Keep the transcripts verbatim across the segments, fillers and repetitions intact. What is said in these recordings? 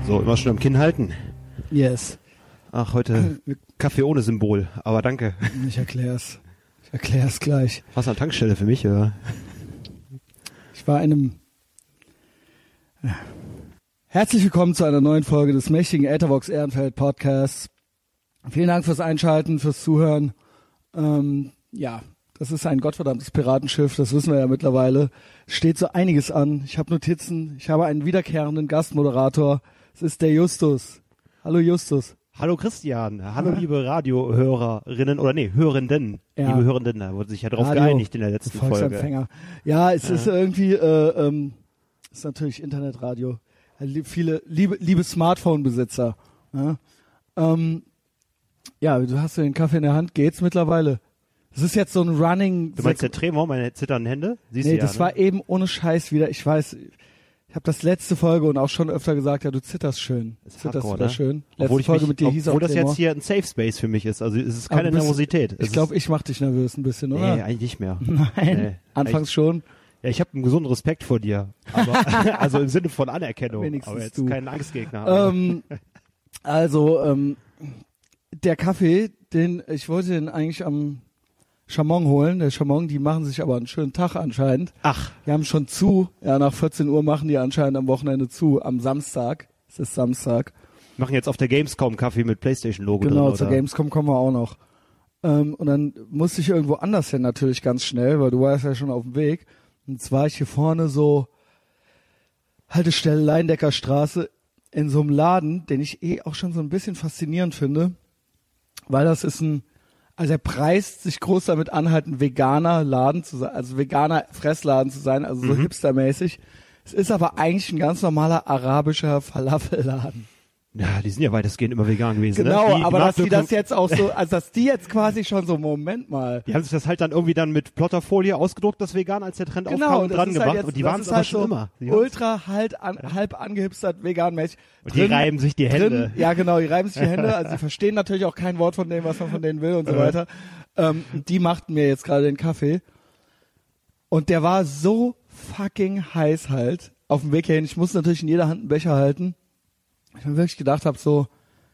So, immer schon am Kinn halten. Yes. Ach, heute Kaffee ohne Symbol, aber danke. Ich erklär's. Ich erklär's gleich. Was eine Tankstelle für mich, oder? Ich war in einem... Herzlich willkommen zu einer neuen Folge des mächtigen Ethervox Ehrenfeld Podcasts. Vielen Dank fürs Einschalten, fürs Zuhören. Ähm, ja, das ist ein gottverdammtes Piratenschiff, das wissen wir ja mittlerweile. Steht so einiges an. Ich habe Notizen, ich habe einen wiederkehrenden Gastmoderator. Es ist der Justus. Hallo Justus. Hallo Christian. Hallo liebe Radiohörerinnen oder nee, Hörenden. Ja. Liebe Hörenden, da wurde sich ja drauf Radio, geeinigt in der letzten Folge. Volksempfänger. Ja, es ja. ist irgendwie, äh, ähm, ist natürlich Internetradio. Viele, liebe, liebe Smartphone-Besitzer. Ja, ähm, ja, du hast den Kaffee in der Hand, geht's mittlerweile? Das ist jetzt so ein Running... Du meinst der Tremor, meine zitternden Hände? Siehst nee, du ja, das ne? war eben ohne Scheiß wieder, ich weiß, ich habe das letzte Folge und auch schon öfter gesagt, ja, du zitterst schön. Ist zitterst hardcore, wieder ne? schön. Letzte Obwohl ich Folge mich, mit dir hieß auch obwohl das Tremor. jetzt hier ein Safe Space für mich ist, also es ist keine bist, Nervosität. Ich glaube, ich mach dich nervös ein bisschen, oder? Nee, eigentlich nicht mehr. Nein, nee. anfangs ich, schon. Ja, ich habe einen gesunden Respekt vor dir, aber also im Sinne von Anerkennung, Wenigstens aber jetzt du. keinen Angstgegner. Ähm, also, ähm, der Kaffee, den, ich wollte den eigentlich am Chamon holen. Der Chamon, die machen sich aber einen schönen Tag anscheinend. Ach. Die haben schon zu. Ja, nach vierzehn Uhr machen die anscheinend am Wochenende zu. Am Samstag. Es ist Samstag. Machen jetzt auf der Gamescom Kaffee mit PlayStation-Logo Genau, drin, zur oder? Gamescom kommen wir auch noch. Ähm, und dann musste ich irgendwo anders hin natürlich ganz schnell, weil du warst ja schon auf dem Weg. Und zwar war ich hier vorne so Haltestelle Leindecker Straße in so einem Laden, den ich eh auch schon so ein bisschen faszinierend finde, weil das ist ein, also er preist sich groß damit an, halt ein veganer Laden zu sein, also veganer Fressladen zu sein, also so Mhm. hipstermäßig. Es ist aber eigentlich ein ganz normaler arabischer Falafelladen. Ja, die sind ja weitestgehend immer vegan gewesen. Genau, ne? die, aber die dass die das Marktwirkung- jetzt auch so, also dass die jetzt quasi schon so, Moment mal. Die haben sich das halt dann irgendwie dann mit Plotterfolie ausgedruckt, das vegan, als der Trend Genau, aufkam und das dran ist gemacht. halt jetzt, und die das waren ist es aber halt schon so immer. Die haben's- ultra halt an, halb angehipstert, veganmäßig. Und die reiben sich die Hände. Drin, ja, genau, die reiben sich die Hände. Also die verstehen natürlich auch kein Wort von dem, was man von denen will und so Ja. weiter. Ähm, die machten mir jetzt gerade den Kaffee. Und der war so fucking heiß halt auf dem Weg hierhin. Ich musste natürlich in jeder Hand einen Becher halten. Ich mir wirklich gedacht habe, so,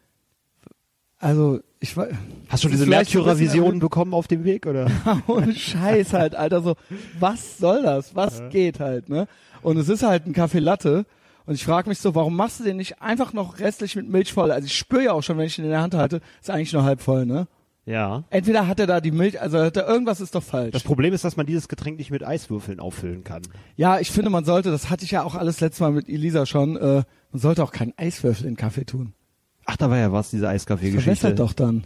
also ich war. Hast du das ist diese vielleicht so ein bisschen Märtyrer-Visionen bekommen auf dem Weg, oder? ohne Scheiß halt, Alter, so, was soll das? Was Ja. geht halt, ne? Und es ist halt ein Kaffee Latte. Und ich frage mich so, warum machst du den nicht einfach noch restlich mit Milch voll? Also ich spüre ja auch schon, wenn ich den in der Hand halte, ist eigentlich nur halb voll, ne? Ja. Entweder hat er da die Milch, also hat er, irgendwas ist doch falsch. Das Problem ist, dass man dieses Getränk nicht mit Eiswürfeln auffüllen kann. Ja, ich finde, man sollte, das hatte ich ja auch alles letztes Mal mit Elisa schon, äh, man sollte auch keinen Eiswürfel in Kaffee tun. Ach, da war ja was, diese Eiskaffee-Geschichte. Verbessert doch dann.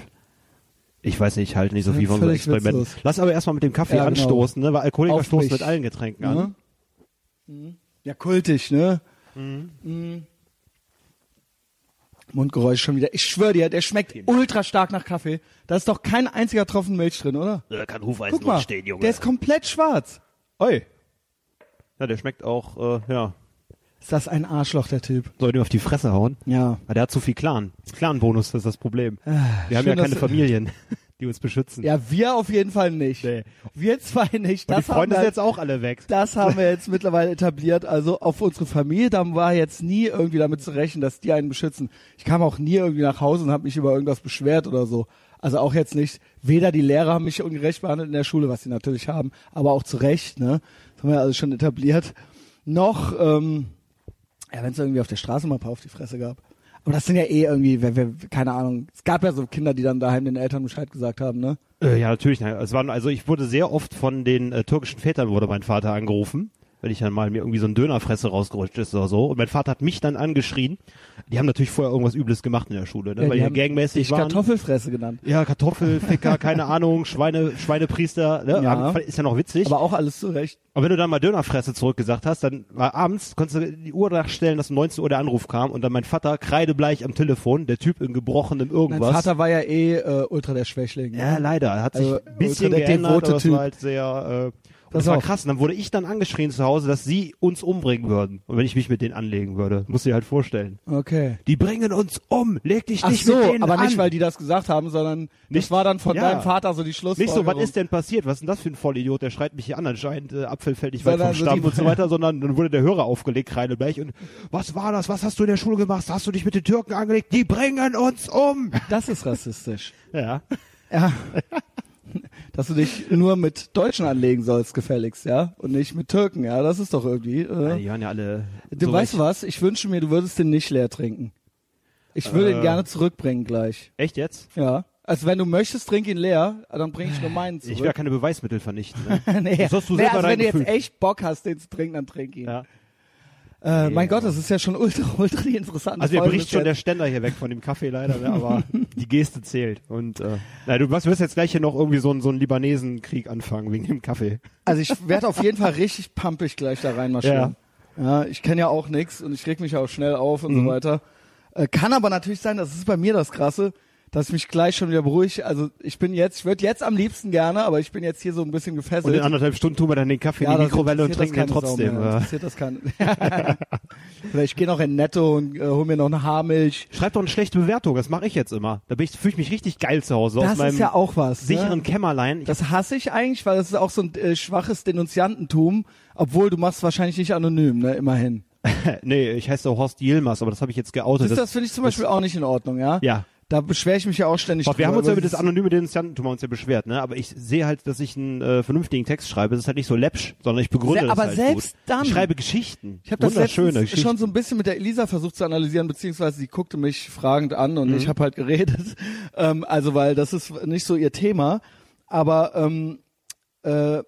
Ich weiß nicht, ich halte nicht so Das ist viel von so völlig Experimenten. witzlos. Lass aber erstmal mit dem Kaffee Ja, genau. anstoßen, ne? Weil Alkoholiker Auf stoßen mich. mit allen Getränken an. Ne? Mhm. Ja, kultig, ne? Mhm. Mhm. Mundgeräusch schon wieder. Ich schwöre dir, der schmeckt ultra stark nach Kaffee. Da ist doch kein einziger Tropfen Milch drin, oder? Da kann Hufeisen Guck mal, stehen, Junge. der ist komplett schwarz. Oi. Ja, der schmeckt auch, äh, ja. Ist das ein Arschloch, der Typ? Soll den auf die Fresse hauen? Ja. Aber der hat zu viel Clan. Clan-Bonus, das ist das Problem. Ah, Wir haben schön, ja keine dass- Familien, die uns beschützen. Ja, wir auf jeden Fall nicht. Nee. Wir zwei nicht. Und Das die Freunde haben sind wir, jetzt auch alle weg. das haben wir jetzt mittlerweile etabliert. Also auf unsere Familie, da war jetzt nie irgendwie damit zu rechnen, dass die einen beschützen. Ich kam auch nie irgendwie nach Hause und habe mich über irgendwas beschwert oder so. Also auch jetzt nicht, weder die Lehrer haben mich ungerecht behandelt in der Schule, was sie natürlich haben, aber auch zu Recht, ne? Das haben wir also schon etabliert. Noch, ähm, ja, wenn es irgendwie auf der Straße mal ein paar auf die Fresse gab. Aber das sind ja eh irgendwie, wer, wer, keine Ahnung. Es gab ja so Kinder, die dann daheim den Eltern Bescheid gesagt haben, ne? Äh, ja, natürlich. Ne. Es waren, also ich wurde sehr oft von den äh, türkischen Vätern, wurde mein Vater angerufen, wenn ich dann mal mir irgendwie so ein Dönerfresse rausgerutscht ist oder so. Und mein Vater hat mich dann angeschrien. Die haben natürlich vorher irgendwas Übles gemacht in der Schule, ne? Ja, weil die, haben gangmäßig dich waren. Kartoffelfresse genannt. Ja, Kartoffelficker, keine Ahnung, Schweine, Schweinepriester, ne? Ja. Ist ja noch witzig. Aber auch alles zurecht. Aber wenn du dann mal Dönerfresse zurückgesagt hast, dann war abends, konntest du die Uhr nachstellen, dass um neunzehn Uhr der Anruf kam und dann mein Vater kreidebleich am Telefon, der Typ in gebrochenem Mein irgendwas. Vater war ja eh äh, ultra der Schwächling. Ne? Ja, leider. Er hat sich Also, ein bisschen ultra der geändert, devote aber es Typ. war halt sehr, äh, Und das, das war krass. Und dann wurde ich dann angeschrien zu Hause, dass sie uns umbringen würden. Und wenn ich mich mit denen anlegen würde. Musst du dir halt vorstellen. Okay. Die bringen uns um. Leg dich Ach nicht so, mit denen aber an. nicht, weil die das gesagt haben, sondern nicht, das war dann von ja. deinem Vater so die Schlussfolgerung. Nicht so, was ist denn passiert? Was ist denn das für ein Vollidiot? Der schreit mich hier an. Anscheinend äh, Apfel fällt nicht weit Sondern vom so Stamm die- und so weiter. Sondern dann wurde der Hörer aufgelegt, Kreidebech. Und was war das? Was hast du in der Schule gemacht? Hast du dich mit den Türken angelegt? Die bringen uns um. Das ist rassistisch. Ja. Ja. Dass du dich nur mit Deutschen anlegen sollst, gefälligst, ja? Und nicht mit Türken, ja? Das ist doch irgendwie. Ja, Äh, die waren ja alle. du so weißt recht. was? Ich wünsche mir, du würdest den nicht leer trinken. Ich würde Äh. ihn gerne zurückbringen gleich. Echt jetzt? Ja. Also wenn du möchtest, trink ihn leer, dann bring ich nur meinen zurück. Ich will ja keine Beweismittel vernichten. Ne? nee, Das hast du nee selber also wenn du jetzt reingefügt. echt Bock hast, den zu trinken, dann trink ihn. Ja. Äh, Nee, mein Gott, aber- das ist ja schon ultra, ultra die interessante Also mir Folge bricht bis schon der jetzt. Ständer hier weg von dem Kaffee leider, ne? Aber die Geste zählt. Und äh, na, du wirst jetzt gleich hier noch irgendwie so einen so einen Libanesen-Krieg anfangen wegen dem Kaffee. Also ich werde auf jeden Fall richtig pumpig gleich da reinmarschieren. Ja, ich kenne ja auch nix und ich reg mich auch schnell auf und Mhm. so weiter. Äh, kann aber natürlich sein, das ist bei mir das Krasse, dass ich mich gleich schon wieder beruhige. Also ich bin jetzt, ich würde jetzt am liebsten gerne, aber ich bin jetzt hier so ein bisschen gefesselt. Und in anderthalb Stunden tun wir dann den Kaffee in die das Mikrowelle und interessiert trinken den das keine trotzdem. Sau mehr. Ja. Interessiert das keine. Vielleicht gehe noch in Netto und äh, hol mir noch eine Haarmilch. Schreib doch eine schlechte Bewertung, das mache ich jetzt immer. Da bin ich, fühle ich mich richtig geil zu Hause. Das aus meinem ist ja auch was. sicheren Ne? Kämmerlein. Ich Das hasse ich eigentlich, weil das ist auch so ein äh, schwaches Denunziantentum, obwohl du machst wahrscheinlich nicht anonym, ne, immerhin. nee, ich heiße Horst Yilmaz, aber das habe ich jetzt geoutet. Das, das finde ich zum Beispiel auch nicht in Ordnung, ja? ja. Da beschwere ich mich ja auch ständig Boah, wir haben drüber, uns ja aber über das dieses- anonyme Denunziantentum uns ja beschwert, ne? Aber ich sehe halt, dass ich einen äh, vernünftigen Text schreibe. Das ist halt nicht so läppsch, sondern ich begründe Se- das aber halt selbst gut. dann- Ich schreibe Geschichten. Ich habe das Wunderschöne letztens Geschichten. schon so ein bisschen mit der Elisa versucht zu analysieren, beziehungsweise sie guckte mich fragend an Mhm. und ich habe halt geredet. Ähm, also weil das ist nicht so ihr Thema. Aber ähm, äh,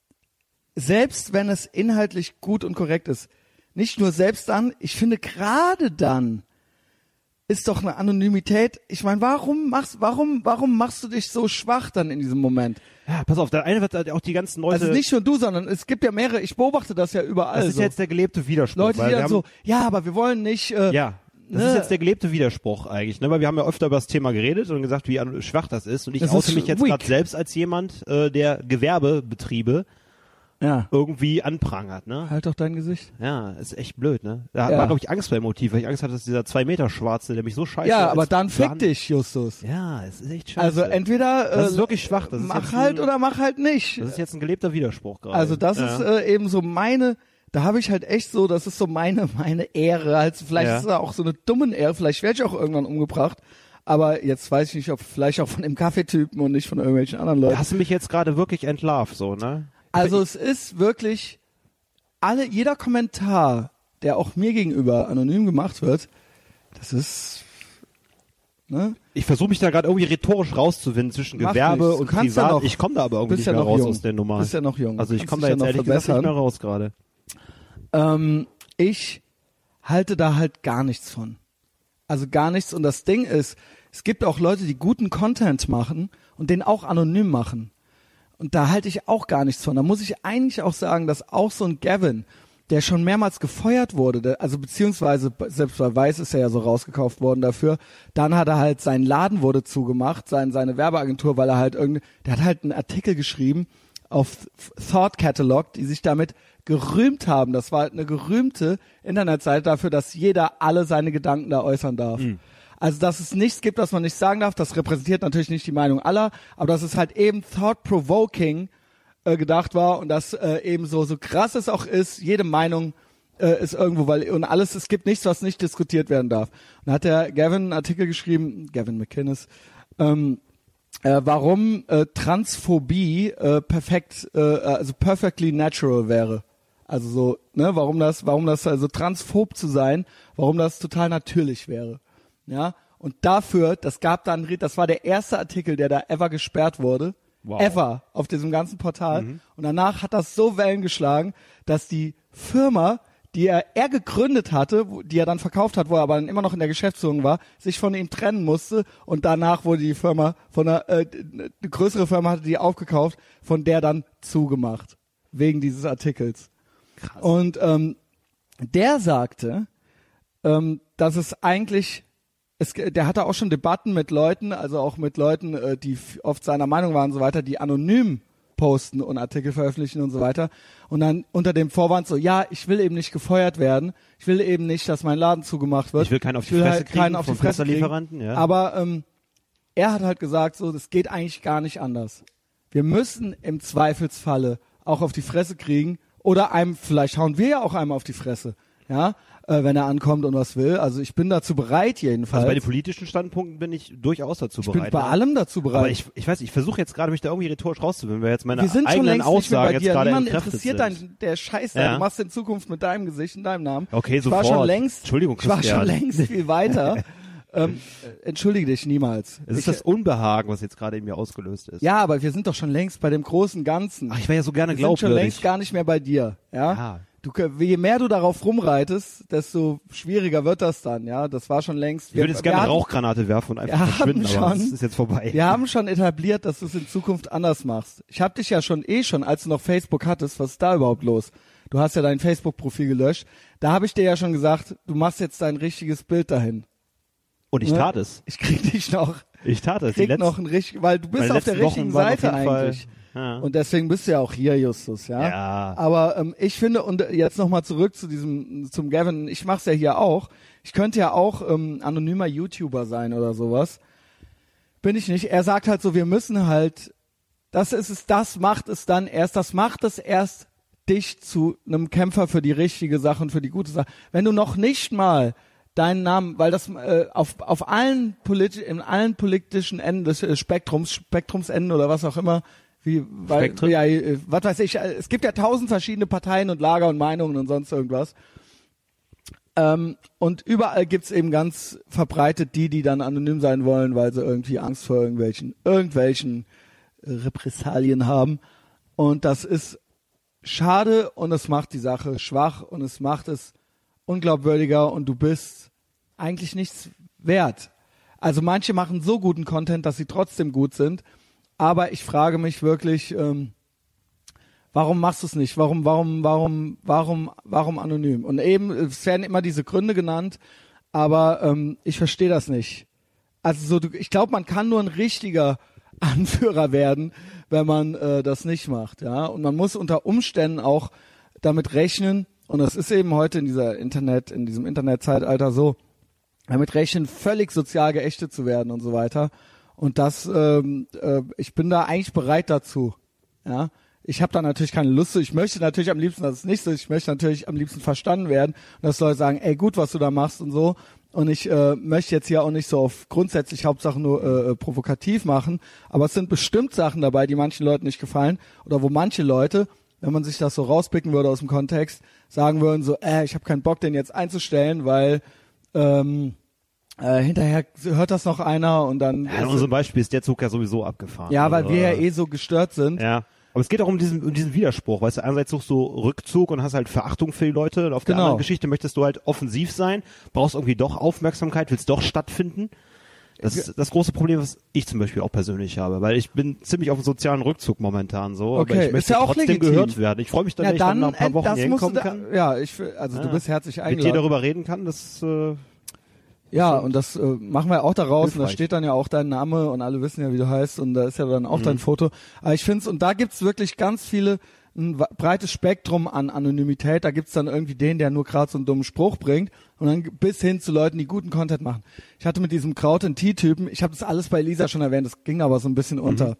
selbst wenn es inhaltlich gut und korrekt ist, nicht nur selbst dann, ich finde gerade dann ist doch eine Anonymität. Ich meine, warum machst, warum, warum machst du dich so schwach dann in diesem Moment? Ja, pass auf, der eine wird halt auch die ganzen Leute. Also nicht nur du, sondern es gibt ja mehrere. Ich beobachte das ja überall. das ist so. jetzt der gelebte Widerspruch. Leute, weil die wir dann haben, so, ja, aber wir wollen nicht. Äh, Ja, das ne? ist jetzt der gelebte Widerspruch eigentlich, ne? Weil wir haben ja öfter über das Thema geredet und gesagt, wie an- schwach das ist. Und ich Das oute ist mich jetzt weak. gerade selbst als jemand, äh, der Gewerbebetriebe Ja. irgendwie anprangert, ne? Halt doch dein Gesicht. Ja, ist echt blöd, ne? Da Ja. war, glaube ich, Angst beim Motiv, weil ich Angst hatte, dass dieser zwei Meter Schwarze, der mich so scheiße... Ja, aber als dann fick Plan- dich, Justus. Ja, es ist echt scheiße. Also entweder äh, Das ist wirklich schwach. Das ist mach jetzt halt ein, oder mach halt nicht. Das ist jetzt ein gelebter Widerspruch gerade. Also das ja. ist äh, eben so meine, da habe ich halt echt so, das ist so meine meine Ehre. Also vielleicht Ja. ist es auch so eine dumme Ehre, vielleicht werde ich auch irgendwann umgebracht. Aber jetzt weiß ich nicht, ob vielleicht auch von dem Kaffeetypen und nicht von irgendwelchen anderen Leuten. Hast du mich jetzt gerade wirklich entlarvt, so, ne? Also es ist wirklich alle, jeder Kommentar, der auch mir gegenüber anonym gemacht wird, das ist, ne? Ich versuche mich da gerade irgendwie rhetorisch rauszuwinden zwischen Mach Gewerbe nichts. Du und kannst ja Privat. noch- ich komme da aber irgendwie bist nicht ja mehr noch raus jung. aus der Nummer. Bist ja noch jung. Also ich Kannst komme da dich jetzt ja noch ehrlich gesagt nicht verbessern. mehr raus gerade. Ähm, ich halte da halt gar nichts von. Also gar nichts. Und das Ding ist, es gibt auch Leute, die guten Content machen und den auch anonym machen. Und da halte ich auch gar nichts von. Da muss ich eigentlich auch sagen, dass auch so ein Gavin, der schon mehrmals gefeuert wurde, der, also beziehungsweise selbst bei Weiß ist er ja so rausgekauft worden dafür, dann hat er halt, sein Laden wurde zugemacht, sein, seine Werbeagentur, weil er halt irgendwie, der hat halt einen Artikel geschrieben auf Thought Catalog, die sich damit gerühmt haben. Das war halt eine gerühmte Internetseite dafür, dass jeder alle seine Gedanken da äußern darf. Mhm. Also, dass es nichts gibt, was man nicht sagen darf, das repräsentiert natürlich nicht die Meinung aller, aber dass es halt eben thought-provoking äh, gedacht war und dass äh, eben so, so krass es auch ist, jede Meinung äh, ist irgendwo, weil, und alles, es gibt nichts, was nicht diskutiert werden darf. Und da hat der Gavin einen Artikel geschrieben, Gavin McInnes, ähm, äh, warum äh, Transphobie äh, perfekt, äh, also perfectly natural wäre. Also so, ne, warum das, warum das, also transphob zu sein, warum das total natürlich wäre. Ja, und dafür, das gab dann, das war der erste Artikel, der da ever gesperrt wurde. Wow. Ever auf diesem ganzen Portal. Mhm. Und danach hat das so Wellen geschlagen, dass die Firma, die er, er gegründet hatte, wo, die er dann verkauft hat, wo er aber dann immer noch in der Geschäftsführung war, sich von ihm trennen musste. Und danach wurde die Firma von einer, äh, eine größere Firma hatte die aufgekauft, von der dann zugemacht. Wegen dieses Artikels. Krass. Und ähm, der sagte, ähm, dass es eigentlich, es, der hatte auch schon Debatten mit Leuten, also auch mit Leuten, äh, die f- oft seiner Meinung waren und so weiter, die anonym posten und Artikel veröffentlichen und so weiter. Und dann unter dem Vorwand so, ja, ich will eben nicht gefeuert werden. Ich will eben nicht, dass mein Laden zugemacht wird. Ich will keinen auf die will Fresse halt kriegen keinen auf die vom Fresse kriegen. Pizzalieferanten, ja. Aber ähm, er hat halt gesagt, so, das geht eigentlich gar nicht anders. Wir müssen im Zweifelsfalle auch auf die Fresse kriegen oder einem, vielleicht hauen wir ja auch einem auf die Fresse, ja, äh, wenn er ankommt und was will. Also ich bin dazu bereit jedenfalls. Also bei den politischen Standpunkten bin ich durchaus dazu ich bereit. bin bei ja. allem dazu bereit. Aber ich, ich weiß, ich versuche jetzt gerade mich da irgendwie rhetorisch rauszufinden, weil jetzt meine wir sind schon eigenen längst nicht mehr Aussagen bei jetzt dir. gerade Niemand entkräftet interessiert sind. dein, der Scheiß da. Ja. Du machst in Zukunft mit deinem Gesicht und deinem Namen. Okay, ich sofort. war schon längst, Entschuldigung, ich war Christian. schon längst viel weiter. ähm, äh, entschuldige dich niemals. Es ist ich, das Unbehagen, was jetzt gerade in mir ausgelöst ist. ja, aber wir sind doch schon längst bei dem großen Ganzen. Ach, ich wäre ja so gerne wir sind schon glaubwürdig. längst gar nicht mehr bei dir. Ja. Ja. Du, je mehr du darauf rumreitest, desto schwieriger wird das dann. Ja, das war schon längst. Ich würde jetzt gerne eine hatten- Rauchgranate werfen und einfach Wir verschwinden, haben aber schon- es ist jetzt vorbei. Wir haben schon etabliert, dass du es in Zukunft anders machst. Ich habe dich ja schon eh schon, als du noch Facebook hattest, was ist da überhaupt los? Du hast ja dein Facebook-Profil gelöscht. Da habe ich dir ja schon gesagt, du machst jetzt dein richtiges Bild dahin. Und ich Ne? tat es. Ich krieg dich noch, Ich tat es. Die krieg letzten, noch ein richtig, weil du bist meine auf der letzten richtigen Wochen waren auf Seite jeden Fall- eigentlich. Ja. Und deswegen bist du ja auch hier, Justus, ja. Ja. Aber ähm, ich finde, und jetzt nochmal zurück zu diesem, zum Gavin, ich mach's ja hier auch. Ich könnte ja auch ähm, anonymer YouTuber sein oder sowas. Bin ich nicht. Er sagt halt so, wir müssen halt, das ist es, das macht es dann erst, das macht es erst dich zu einem Kämpfer für die richtige Sache und für die gute Sache. Wenn du noch nicht mal deinen Namen, weil das äh, auf auf allen politi in allen politischen Enden des äh, Spektrums, Spektrumsenden oder was auch immer, wie weil Spektren? ja, äh, was weiß ich, äh, es gibt ja tausend verschiedene Parteien und Lager und Meinungen und sonst irgendwas. Ähm, und überall gibt's eben ganz verbreitet die, die dann anonym sein wollen, weil sie irgendwie Angst vor irgendwelchen irgendwelchen äh, Repressalien haben. Und das ist schade und es macht die Sache schwach und es macht es unglaubwürdiger und du bist eigentlich nichts wert. Also manche machen so guten Content, dass sie trotzdem gut sind, aber ich frage mich wirklich, ähm, warum machst du es nicht? Warum, warum, warum, warum, warum anonym? Und eben, es werden immer diese Gründe genannt, aber ähm, ich verstehe das nicht. Also so, du, ich glaube, man kann nur ein richtiger Anführer werden, wenn man äh, das nicht macht, ja. Und man muss unter Umständen auch damit rechnen, und das ist eben heute in dieser Internet, in diesem Internetzeitalter so, damit rechnen, völlig sozial geächtet zu werden und so weiter. Und das, ähm, äh, ich bin da eigentlich bereit dazu, ja. Ich habe da natürlich keine Lust zu. Ich möchte natürlich am liebsten, dass es nicht so ist. Ich möchte natürlich am liebsten verstanden werden und dass Leute sagen, ey, gut, was du da machst und so. Und ich äh, möchte jetzt hier auch nicht so auf grundsätzlich Hauptsache nur äh, provokativ machen, aber es sind bestimmt Sachen dabei, die manchen Leuten nicht gefallen oder wo manche Leute, wenn man sich das so rauspicken würde aus dem Kontext, sagen würden so, äh, ich habe keinen Bock, den jetzt einzustellen, weil ähm, äh, hinterher hört das noch einer und dann... Ja, in unserem Beispiel ist der Zug ja sowieso abgefahren. ja, weil Also, wir ja äh, eh so gestört sind. Ja. Aber es geht auch um diesen, um diesen Widerspruch, weißt du, einerseits suchst du Rückzug und hast halt Verachtung für die Leute, und auf der Genau. anderen Geschichte möchtest du halt offensiv sein, brauchst irgendwie doch Aufmerksamkeit, willst doch stattfinden. Das ist das große Problem, was ich zum Beispiel auch persönlich habe, weil ich bin ziemlich auf dem sozialen Rückzug momentan so, Okay, aber ich ist möchte ja auch trotzdem legitim. gehört werden. Ich freue mich dann, Ja, wenn ich dann dann, nach ein paar äh, Wochen das hier musst du hinkommen da, kann, ja, ich, also Ja. du bist herzlich mit dir eingeladen. darüber reden kann, das äh, Ja, und das äh, machen wir auch daraus und da Hilfreich. steht dann ja auch dein Name und alle wissen ja, wie du heißt und da ist ja dann auch Mhm. dein Foto. Aber ich finde es, und da gibt's wirklich ganz viele, ein wa- breites Spektrum an Anonymität. Da gibt's dann irgendwie den, der nur gerade so einen dummen Spruch bringt und dann bis hin zu Leuten, die guten Content machen. Ich hatte mit diesem Kraut and Tea-Typen, ich habe das alles bei Lisa schon erwähnt, das ging aber so ein bisschen unter.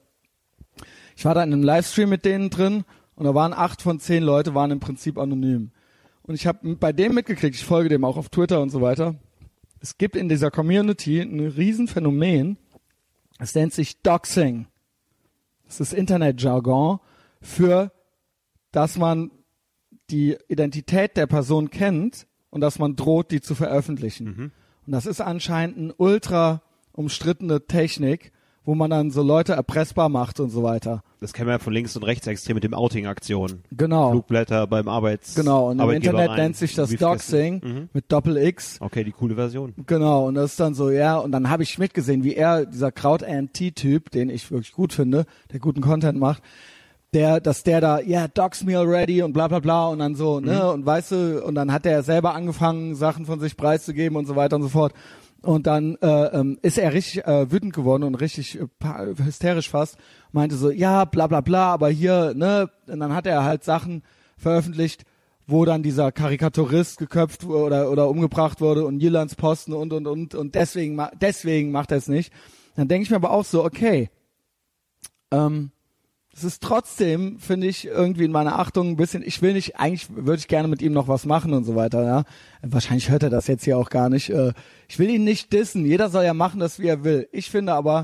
Ich war da in einem Livestream mit denen drin und da waren acht von zehn Leute, waren im Prinzip anonym. Und ich habe bei dem mitgekriegt, ich folge dem auch auf Twitter und so weiter, es gibt in dieser Community ein Riesenphänomen, es nennt sich Doxing. Das ist Internetjargon für, dass man die Identität der Person kennt und dass man droht, die zu veröffentlichen. Mhm. Und das ist anscheinend eine ultra umstrittene Technik, wo man dann so Leute erpressbar macht und so weiter. das kennen wir ja von links und rechtsextrem mit dem Outing-Aktionen. Genau. Flugblätter beim Arbeits Genau, und im Arbeitgeber Internet rein, nennt sich das Briefkästen. Doxing Mhm. mit Doppel-X. Okay, die coole Version. Genau, und das ist dann so, ja, und dann habe ich mitgesehen, wie er, dieser Kraut-and-Tea-Typ, den ich wirklich gut finde, der guten Content macht, der, dass der da, ja, yeah, dox me already und bla bla bla und dann so, ne, und weißt du, und dann hat er selber angefangen, Sachen von sich preiszugeben und so weiter und so fort. Und dann äh, ähm, ist er richtig äh, wütend geworden und richtig äh, hysterisch fast. Meinte so, ja, bla bla bla, aber hier, ne? Und dann hat er halt Sachen veröffentlicht, wo dann dieser Karikaturist geköpft oder oder umgebracht wurde und Jyllands Posten und und und und deswegen ma- deswegen macht er es nicht. Dann denke ich mir aber auch so, okay, ähm, es ist trotzdem, finde ich, irgendwie in meiner Achtung ein bisschen, ich will nicht, eigentlich würde ich gerne mit ihm noch was machen und so weiter, ja. Wahrscheinlich hört er das jetzt hier auch gar nicht. Äh, ich will ihn nicht dissen, jeder soll ja machen das, wie er will. Ich finde aber,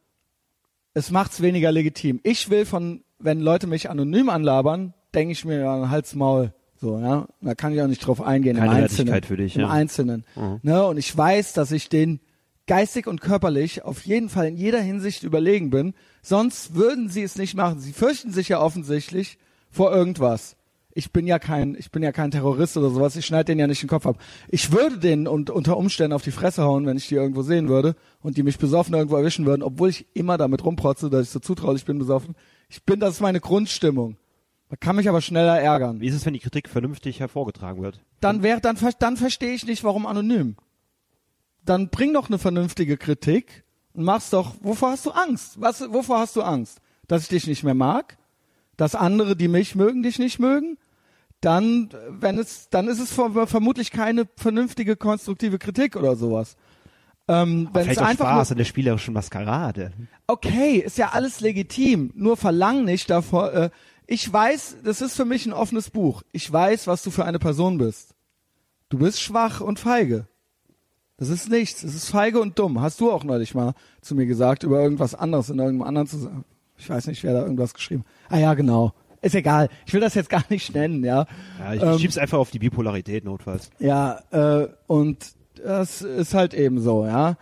es macht's weniger legitim. Ich will von, wenn Leute mich anonym anlabern, denke ich mir, ja, Hals, Maul. So, ja. Da kann ich auch nicht drauf eingehen. Keine im Einzelnen. Wertigkeit für dich, Im ja. Einzelnen. Mhm. Ne? Und ich weiß, dass ich den geistig und körperlich auf jeden Fall in jeder Hinsicht überlegen bin. Sonst würden sie es nicht machen. Sie fürchten sich ja offensichtlich vor irgendwas. Ich bin ja kein, ich bin ja kein Terrorist oder sowas. Ich schneide den ja nicht den Kopf ab. Ich würde den und unter Umständen auf die Fresse hauen, wenn ich die irgendwo sehen würde und die mich besoffen irgendwo erwischen würden, obwohl ich immer damit rumprotze, dass ich so zutraulich bin besoffen. Ich bin, das ist meine Grundstimmung. Man kann mich aber schneller ärgern. Wie ist es, wenn die Kritik vernünftig hervorgetragen wird? Dann wäre, dann, dann verstehe ich nicht, warum anonym. Dann bring doch eine vernünftige Kritik und mach's doch, wovor hast du Angst? Was, wovor hast du Angst? Dass ich dich nicht mehr mag? Dass andere, die mich mögen, dich nicht mögen? Dann, wenn es, dann ist es vermutlich keine vernünftige, konstruktive Kritik oder sowas. Ähm, wenn Vielleicht es auch einfach Spaß nur, an der spielerischen Maskerade. okay, ist ja alles legitim, nur verlang nicht davor, äh, ich weiß, das ist für mich ein offenes Buch. Ich weiß, was du für eine Person bist. Du bist schwach und feige. Das ist nichts. Das ist feige und dumm. Hast du auch neulich mal zu mir gesagt, über irgendwas anderes in irgendeinem anderen Zusammenhang. Ich weiß nicht, wer da irgendwas geschrieben hat. Ah ja, genau. Ist egal. Ich will das jetzt gar nicht nennen, ja. Ja, ich Ähm, schieb's einfach auf die Bipolarität notfalls. Ja, äh, und das ist halt eben so, ja.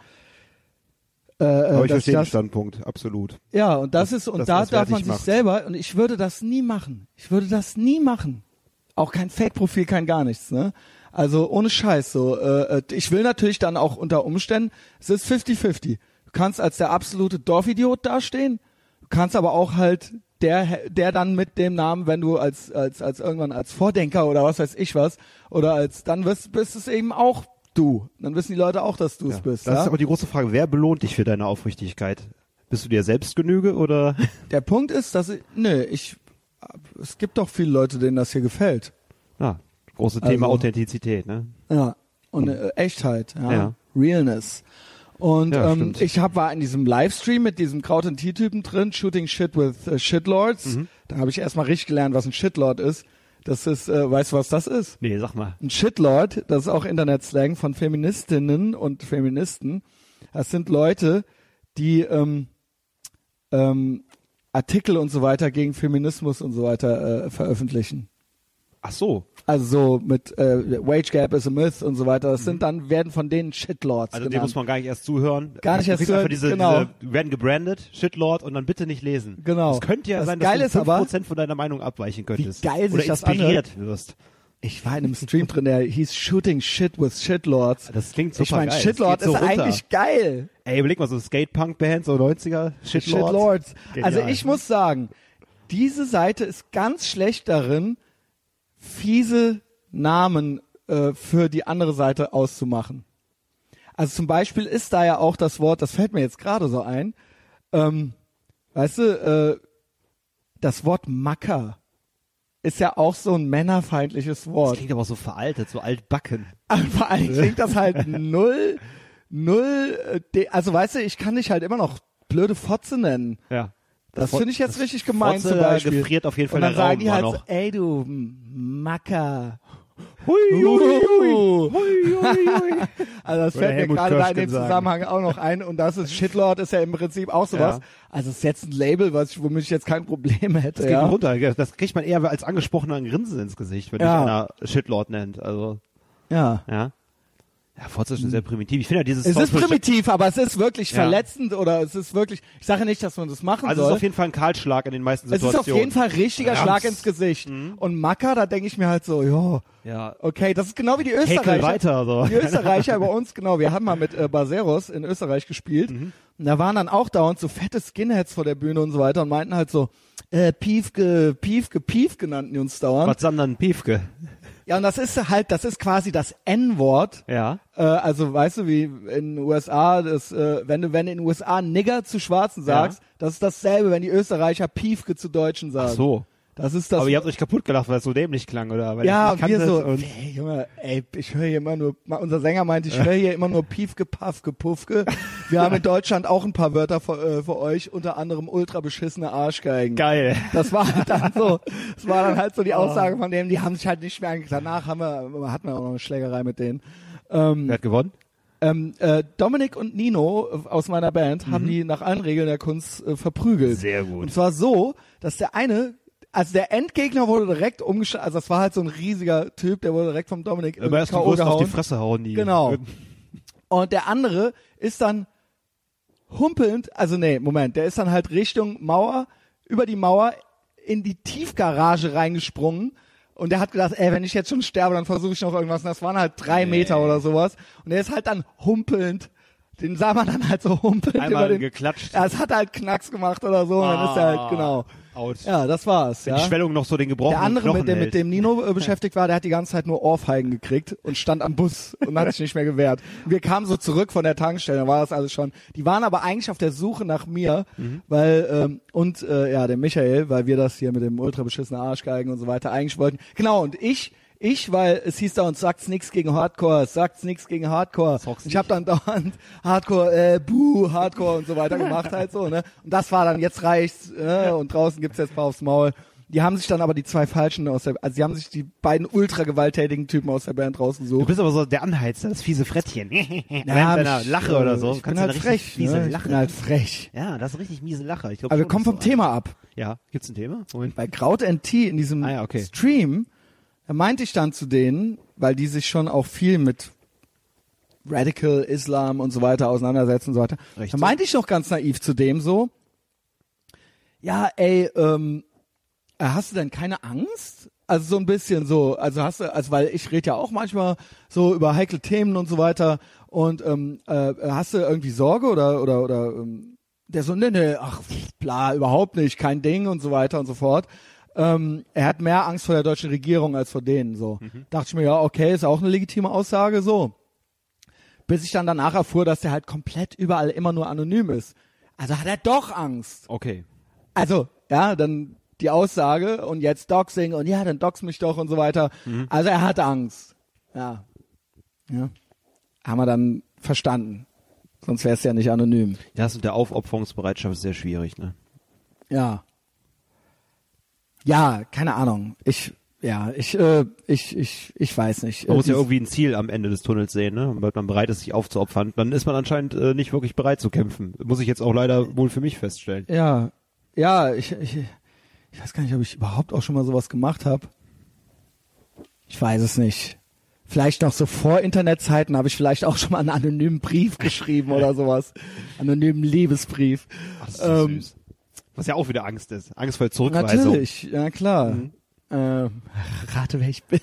Äh, Aber ich dass verstehe den das, Standpunkt, absolut. ja, und das, Das- ist, und das- da das darf man fertig sich macht. selber, und ich würde das nie machen. Ich würde das nie machen. Auch kein Fake-Profil, kein gar nichts, ne? Also ohne Scheiß so. Äh, ich will natürlich dann auch unter Umständen, es ist fifty fifty. Du kannst als der absolute Dorfidiot dastehen, du kannst aber auch halt der, der dann mit dem Namen, wenn du als, als, als irgendwann als Vordenker oder was weiß ich was, oder als, dann wirst, bist es eben auch du. Dann wissen die Leute auch, dass du es Ja. bist. Das ja? ist aber die große Frage, wer belohnt dich für deine Aufrichtigkeit? Bist du dir selbst Genüge oder? Der Punkt ist, dass ich, nö, ich, es gibt doch viele Leute, denen das hier gefällt. Ja, große Thema Also- Authentizität, ne? Ja, und äh, Echtheit, ja. Ja. Realness. Und Ja, ähm, stimmt. ich hab, war in diesem Livestream mit diesem Kraut und Tee-Typen drin, Shooting Shit with äh, Shitlords. Mhm. Da habe ich erstmal richtig gelernt, was ein Shitlord ist. Das ist, äh, weißt du, was das ist? Nee, sag mal. Ein Shitlord, das ist auch Internetslang von Feministinnen und Feministen. Das sind Leute, die ähm, ähm, Artikel und so weiter gegen Feminismus und so weiter äh, veröffentlichen. Ach so. Also so mit äh, Wage Gap is a Myth und so weiter. Das sind dann, werden von denen Shitlords Also dem genannt. muss man gar nicht erst zuhören. Gar nicht Du erst kriegst einfach zuhören, diese, genau. diese, werden gebrandet, Shitlord, und dann bitte nicht lesen. Genau. Es könnte ja Das sein, Geile dass ist du fünf aber, Prozent von deiner Meinung abweichen könntest. geil sich Oder das inspiriert wirst. Ich war in einem Stream drin, der hieß Shooting Shit with Shitlords. Das klingt super Ich meine, geil. Shitlord Das geht ist so runter. eigentlich geil. Ey, überleg mal, so Skate-Punk-Band, so neunziger, Shitlord. Shitlords. Genial. Also ich muss sagen, diese Seite ist ganz schlecht darin, fiese Namen äh, für die andere Seite auszumachen. Also zum Beispiel ist da ja auch das Wort, das fällt mir jetzt gerade so ein, ähm, weißt du, äh, das Wort Macker ist ja auch so ein männerfeindliches Das Wort. klingt aber auch so veraltet, so altbacken. Aber vor allem klingt das halt null, null, äh, de- also weißt du, ich kann dich halt immer noch blöde Fotze nennen. Ja. Das Fo- finde ich jetzt das richtig gemein Fotze, zum da Beispiel. gefriert auf jeden Fall Und dann der sagen Raum die mal halt noch. so, ey du M- Macker. Hui, hui, hui. Uh. Hui, hui, hui. Also das Würde fällt mir Helmut gerade da in Kirschken dem sagen. Zusammenhang auch noch ein. Und das ist Shitlord, ist ja im Prinzip auch sowas. Ja. Also es ist jetzt ein Label, was ich, womit ich jetzt kein Problem hätte. Das geht ja. runter. Das kriegt man eher als angesprochener ein Grinsen ins Gesicht, wenn Ja. dich einer Shitlord nennt. Also, ja. ja. Ja, Fotze ist schon sehr primitiv. Ich finde ja dieses Es ist Social- primitiv, aber es ist wirklich Ja. verletzend oder es ist wirklich, ich sage nicht, dass man das machen Also es ist soll. auf jeden Fall ein Kahlschlag in den meisten Es ist Situationen. auf jeden Fall richtiger Rams. Schlag ins Gesicht. Und Macker, da denke ich mir halt so, ja, Ja. okay, das ist genau wie die Häkel Österreicher. weiter, so. Die Österreicher bei uns, genau, wir haben mal mit äh, Baseros in Österreich gespielt. Mhm. Und da waren dann auch dauernd so fette Skinheads vor der Bühne und so weiter und meinten halt so, äh, Piefke, Piefke, Piefke nannten die uns dauernd. Was Sandern Piefke. Ja, und das ist halt, das ist quasi das N-Wort. Ja. Äh, also, weißt du, wie in den U S A, das, äh, wenn du, wenn du in den U S A Nigger zu Schwarzen sagst, Ja. das ist dasselbe, wenn die Österreicher Piefke zu Deutschen sagen. Ach so. Das ist das. Aber ihr habt euch kaputt gelacht, weil es so dämlich klang, oder? Weil ja, ich, ich und wir kannte so, es und ey, Junge, ey, ich höre hier immer nur, unser Sänger meinte, ich höre hier immer nur Piefke, Paffke, Puffke. Wir haben in Deutschland auch ein paar Wörter für, äh, für euch, unter anderem ultra beschissene Arschgeigen. geil. Das war halt dann so, das war dann halt so die Aussage von denen, die haben sich halt nicht mehr angeguckt. Danach haben wir, hatten wir auch noch eine Schlägerei mit denen. Ähm, Wer hat gewonnen? ähm, äh, Dominik und Nino äh, aus meiner Band haben die nach allen Regeln der Kunst äh, verprügelt. Sehr gut. Und zwar so, dass der eine, also der Endgegner wurde direkt umgeschlagen, also das war halt so ein riesiger Typ, der wurde direkt vom Dominik Aber erst K O auf die gehauen. Fresse hauen, die. Genau. Und der andere ist dann humpelnd, also nee, Moment, der ist dann halt Richtung Mauer, über die Mauer in die Tiefgarage reingesprungen. Und der hat gedacht, ey, wenn ich jetzt schon sterbe, dann versuche ich noch irgendwas. Und das waren halt drei Meter oder sowas. Und der ist halt dann humpelnd. Den sah man dann halt so humpelnd Einmal über den. geklatscht. Ja, es hat halt Knacks gemacht oder so. Und dann ist er halt, genau. Out. Ja, das war's. Wenn Ja. die Schwellung noch so den gebrochenen Der andere, Knochen mit dem, hält. mit dem Nino äh, beschäftigt war, der hat die ganze Zeit nur Ohrfeigen gekriegt und stand am Bus und hat sich nicht mehr gewehrt. Und wir kamen so zurück von der Tankstelle, da war das alles schon. Die waren aber eigentlich auf der Suche nach mir, Mhm. weil, ähm, und äh, ja, dem Michael, weil wir das hier mit dem ultra beschissenen Arschgeigen und so weiter eigentlich wollten. Genau, und ich, ich, weil es hieß da und sagt's nix gegen Hardcore, sagt's nix gegen Hardcore. Sag's Ich habe dann dauernd Hardcore, äh, Buh, Hardcore und so weiter gemacht halt so, ne? Und das war dann, jetzt reicht's, äh, und draußen gibt's jetzt ein paar aufs Maul. Die haben sich dann aber die zwei Falschen aus der, also die haben sich die beiden ultra gewalttätigen Typen aus der Band Du rausgesucht. bist aber so der Anheizer, das fiese Frettchen. Während Ja, deiner ich, Lache äh, oder so. Ich bin kannst du halt eine richtig frech, Fiese ne? Ich Lache. bin halt frech. Ja, das ist richtig miese Lache. Ich glaub, Aber wir schon, kommen dass vom du- Thema ab. Ja, gibt's ein Thema? Moment. Bei Kraut N T in diesem Ah ja, okay. Stream, da meinte ich dann zu denen, weil die sich schon auch viel mit Radical Islam und so weiter auseinandersetzen und so weiter. Richtig. Da meinte ich noch ganz naiv zu dem so, ja, ey, ähm, hast du denn keine Angst? Also so ein bisschen so, also hast du, also weil ich rede ja auch manchmal so über heikle Themen und so weiter und ähm, äh, hast du irgendwie Sorge oder oder oder ähm, der so, nee, nee, ach, bla, überhaupt nicht, kein Ding und so weiter und so fort. Ähm, er hat mehr Angst vor der deutschen Regierung als vor denen, so. Mhm. Dachte ich mir, ja, okay, ist auch eine legitime Aussage, so. Bis ich dann danach erfuhr, dass der halt komplett überall immer nur anonym ist. Also hat er doch Angst. Okay. Also, ja, dann die Aussage und jetzt Doxing und ja, dann dox mich doch und so weiter. Mhm. Also er hat Angst. Ja. Ja. Haben wir dann verstanden. Sonst wäre es ja nicht anonym. Ja, das mit der Aufopferungsbereitschaft ist sehr schwierig, ne? Ja. Ja, keine Ahnung. Ich, ja, ich, äh, ich, ich, ich weiß nicht. Man Äh, muss ja dies- irgendwie ein Ziel am Ende des Tunnels sehen, ne? Und weil man bereit ist, sich aufzuopfern, dann ist man anscheinend äh, nicht wirklich bereit zu kämpfen. Muss ich jetzt auch leider wohl für mich feststellen. Ja, ja, ich, ich, ich weiß gar nicht, ob ich überhaupt auch schon mal sowas gemacht habe. Ich weiß es nicht. Vielleicht noch so vor Internetzeiten habe ich vielleicht auch schon mal einen anonymen Brief geschrieben oder sowas. Anonymen Liebesbrief. Ach, das ist so Ähm, süß. Was ja auch wieder Angst ist. Angst vor Zurückweisung. Natürlich, ja klar. Mhm. Äh, rate, wer ich bin.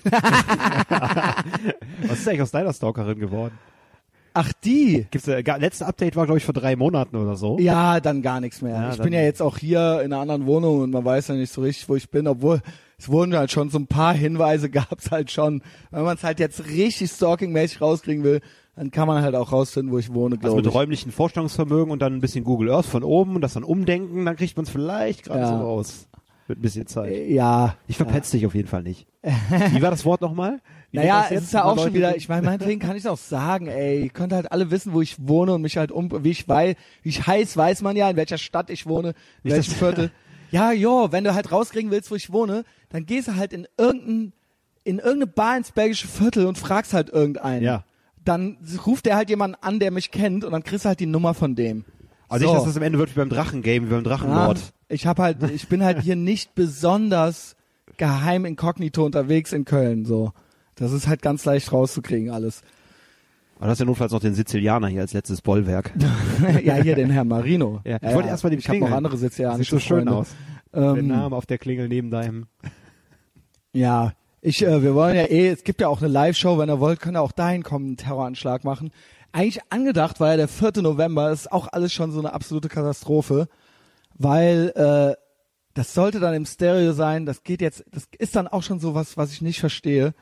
Was ist eigentlich aus deiner Stalkerin geworden? Ach, die. Gibt's äh, gar, letzte Update war, glaube ich, vor drei Monaten oder so. Ja, dann gar nichts mehr. Ja, ich dann- bin ja jetzt auch hier in einer anderen Wohnung und man weiß ja nicht so richtig, wo ich bin, obwohl es wurden halt schon so ein paar Hinweise gab's halt schon. Wenn man es halt jetzt richtig stalkingmäßig rauskriegen will, dann kann man halt auch rausfinden, wo ich wohne, Also glaube mit ich. räumlichen Vorstellungsvermögen und dann ein bisschen Google Earth von oben und das dann umdenken, dann kriegt man es vielleicht gerade Ja. so raus. Mit ein bisschen Zeit. Äh, Ja. Ich verpetz dich auf jeden Fall nicht. Wie war das Wort nochmal? Wie nennt Naja, das es jetzt? ist ja Wenn auch Leute- schon wieder, ich meine, meinetwegen kann ich es auch sagen, ey, ihr könnt halt alle wissen, wo ich wohne und mich halt um, wie ich weiß, wie ich heiß, weiß man ja, in welcher Stadt ich wohne, in Nicht, welchem dass- Viertel. Ja, jo, wenn du halt rauskriegen willst, wo ich wohne, dann gehst du halt in irgendein, in irgendeine Bar ins belgische Viertel und fragst halt irgendeinen. Ja. Dann ruft der halt jemanden an, der mich kennt und dann kriegst du halt die Nummer von dem. Also So. nicht, dass das am Ende wird wie beim Drachengame, wie beim Ja, Drachenlord. ich hab halt, ich bin halt hier nicht besonders geheim inkognito unterwegs in Köln, so. Das ist halt ganz leicht rauszukriegen alles. Aber das ist ja notfalls noch den Sizilianer hier als letztes Bollwerk. Ja, hier den Herrn Marino. Ja, ich wollte erst mal den Ich habe noch klingeln. andere sizilianische Sieht so schön Freunde. aus. Der Ähm, Name auf der Klingel neben deinem. ja, ich, äh, wir wollen ja eh, es gibt ja auch eine Live-Show, wenn ihr wollt, könnt ihr auch dahin kommen, einen Terroranschlag machen. Eigentlich angedacht war ja der vierte November, das ist auch alles schon so eine absolute Katastrophe, weil äh, das sollte dann im Stereo sein, das geht jetzt, das ist dann auch schon so was, was ich nicht verstehe.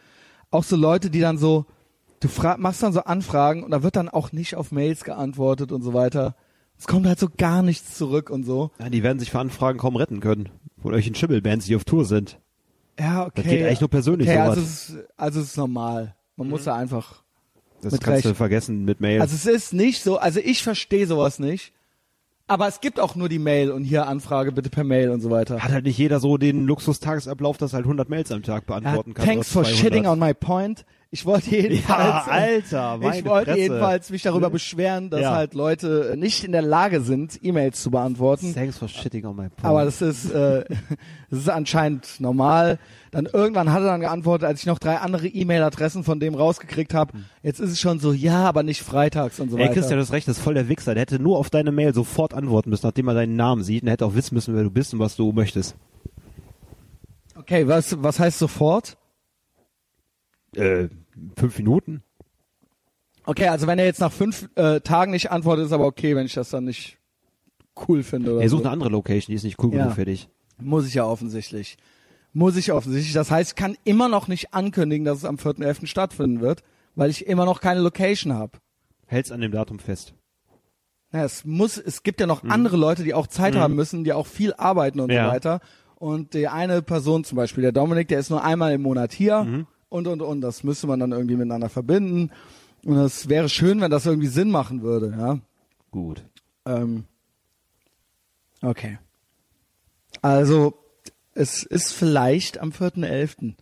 auch so Leute, die dann so, du fra- machst dann so Anfragen und da wird dann auch nicht auf Mails geantwortet und so weiter. Es kommt halt so gar nichts zurück und so. Ja, die werden sich für Anfragen kaum retten können. Von euch in Schimmelbands, die auf Tour sind. Ja, okay. Das geht eigentlich nur persönlich okay, sowas. also es ist, also es ist normal. Man muss da einfach Das mit kannst Recht. du vergessen mit Mail. Also es ist nicht so, also ich verstehe sowas nicht. Aber es gibt auch nur die Mail und hier Anfrage bitte per Mail und so weiter. Hat halt nicht jeder so den Luxus-Tagesablauf, dass er halt hundert Mails am Tag beantworten Ja, kann. thanks oder for zweihundert. shitting on my point. Ich wollte jedenfalls, Ja, Alter, meine ich wollte Fresse. jedenfalls mich darüber beschweren, dass Ja. halt Leute nicht in der Lage sind, E-Mails zu beantworten. Thanks for shitting on my point. Aber das ist, äh, das ist anscheinend normal. Dann irgendwann hat er dann geantwortet, als ich noch drei andere E-Mail-Adressen von dem rausgekriegt habe. Jetzt ist es schon so, ja, aber nicht freitags und so Ey, weiter. Christian, du hast recht, das ist voll der Wichser. Der hätte nur auf deine Mail sofort antworten müssen, nachdem er deinen Namen sieht. Und er hätte auch wissen müssen, wer du bist und was du möchtest. Okay, was, was heißt sofort? Äh, fünf Minuten? Okay, also wenn er jetzt nach fünf äh, Tagen nicht antwortet, ist aber okay, wenn ich das dann nicht cool finde oder Er so. sucht eine andere Location, die ist nicht cool Ja. genug für dich. Muss ich ja offensichtlich. Muss ich offensichtlich. Das heißt, ich kann immer noch nicht ankündigen, dass es am vierten elften stattfinden wird, weil ich immer noch keine Location habe. Hält's an dem Datum fest. Ja, es muss, es gibt ja noch andere Leute, die auch Zeit haben müssen, die auch viel arbeiten und Ja. so weiter. Und die eine Person zum Beispiel, der Dominik, der ist nur einmal im Monat hier und, und, und. Das müsste man dann irgendwie miteinander verbinden. Und es wäre schön, wenn das irgendwie Sinn machen würde, ja. Gut. Ähm, okay. Also, es ist vielleicht am vierten elften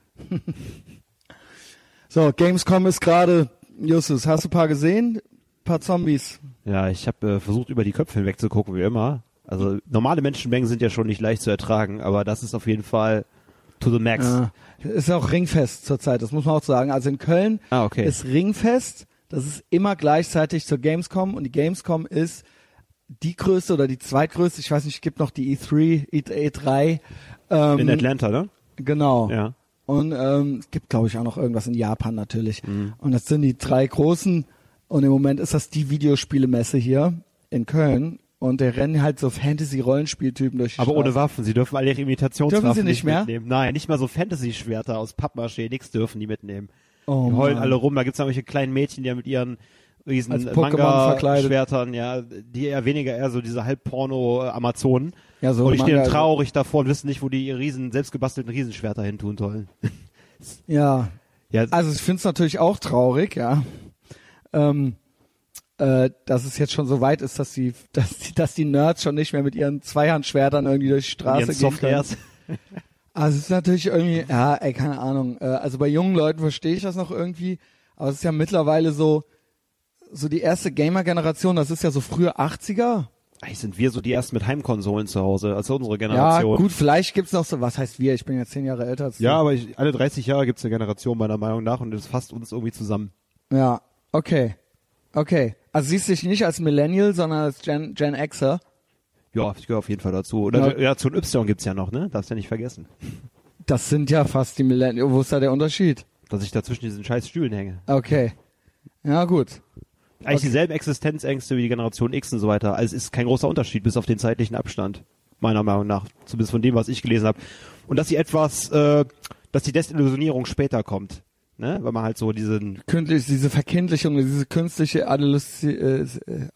So, Gamescom ist gerade, Justus, hast du ein paar gesehen? Ein paar Zombies. Ja, ich habe äh, versucht, über die Köpfe hinweg zu gucken, wie immer. Also normale Menschenmengen sind ja schon nicht leicht zu ertragen, aber das ist auf jeden Fall to the max. Ja. Ist auch Ringfest zurzeit, das muss man auch sagen. Also in Köln Ah, okay. ist Ringfest, das ist immer gleichzeitig zur Gamescom und die Gamescom ist die größte oder die zweitgrößte, ich weiß nicht, es gibt noch die E drei, E drei. Ähm, In Atlanta, ne? Genau. Ja. Und ähm, es gibt, glaube ich, auch noch irgendwas in Japan natürlich. Mhm. Und das sind die drei großen. Und im Moment ist das die Videospielemesse hier in Köln. Und da rennen halt so Fantasy-Rollenspieltypen durch die Aber ohne Straße. Waffen. Sie dürfen alle ihre Imitationswaffen Dürfen sie nicht mehr? mitnehmen. Nein, nicht mal so Fantasy-Schwerter aus Pappmaché, nix dürfen die mitnehmen. Oh, die heulen Mann. alle rum. Da gibt's irgendwelche kleinen Mädchen, die ja mit ihren riesen Als Pokémon verkleidet. Manga-Schwertern, ja, die eher weniger eher so diese Halbporno-Amazonen. Ja, so und die stehen Manga- traurig davor und wissen nicht, wo die ihre riesen, selbstgebastelten Riesenschwerter hin tun sollen. Ja. Ja, Also ich finde es natürlich auch traurig, ja. Ähm, äh, dass es jetzt schon so weit ist, dass die, dass die, dass die Nerds schon nicht mehr mit ihren Zweihandschwertern irgendwie durch die Straße ihren gehen können. Softwares. Also es ist natürlich irgendwie, ja, ey, keine Ahnung. Äh, also bei jungen Leuten verstehe ich das noch irgendwie, aber es ist ja mittlerweile so, so die erste Gamer-Generation, das ist ja so frühe achtziger. Eigentlich sind wir so die ersten mit Heimkonsolen zu Hause, also unsere Ja, Generation. gut, vielleicht gibt's noch so, was heißt wir? Ich bin ja zehn Jahre älter als du. Ja, aber ich, alle dreißig Jahre gibt's eine Generation meiner Meinung nach und das fasst uns irgendwie zusammen. Ja, okay. Okay. Also siehst du dich nicht als Millennial, sondern als Gen, Gen Xer. Ja, ich gehöre auf jeden Fall dazu. Oder Ja. Generation Y gibt's ja noch, ne? Darfst ja nicht vergessen. Das sind ja fast die Millennial. Wo ist da der Unterschied? Dass ich da zwischen diesen scheiß Stühlen hänge. Okay. Ja, gut. Eigentlich Okay. dieselben Existenzängste wie die Generation X und so weiter. Also es ist kein großer Unterschied, bis auf den zeitlichen Abstand. Meiner Meinung nach. Zumindest von dem, was ich gelesen habe. Und dass sie etwas, äh, dass die Desillusionierung später kommt. Ne? Weil man halt so diesen, Künstlich, diese Verkindlichung, diese künstliche Adoleszenz, äh, äh,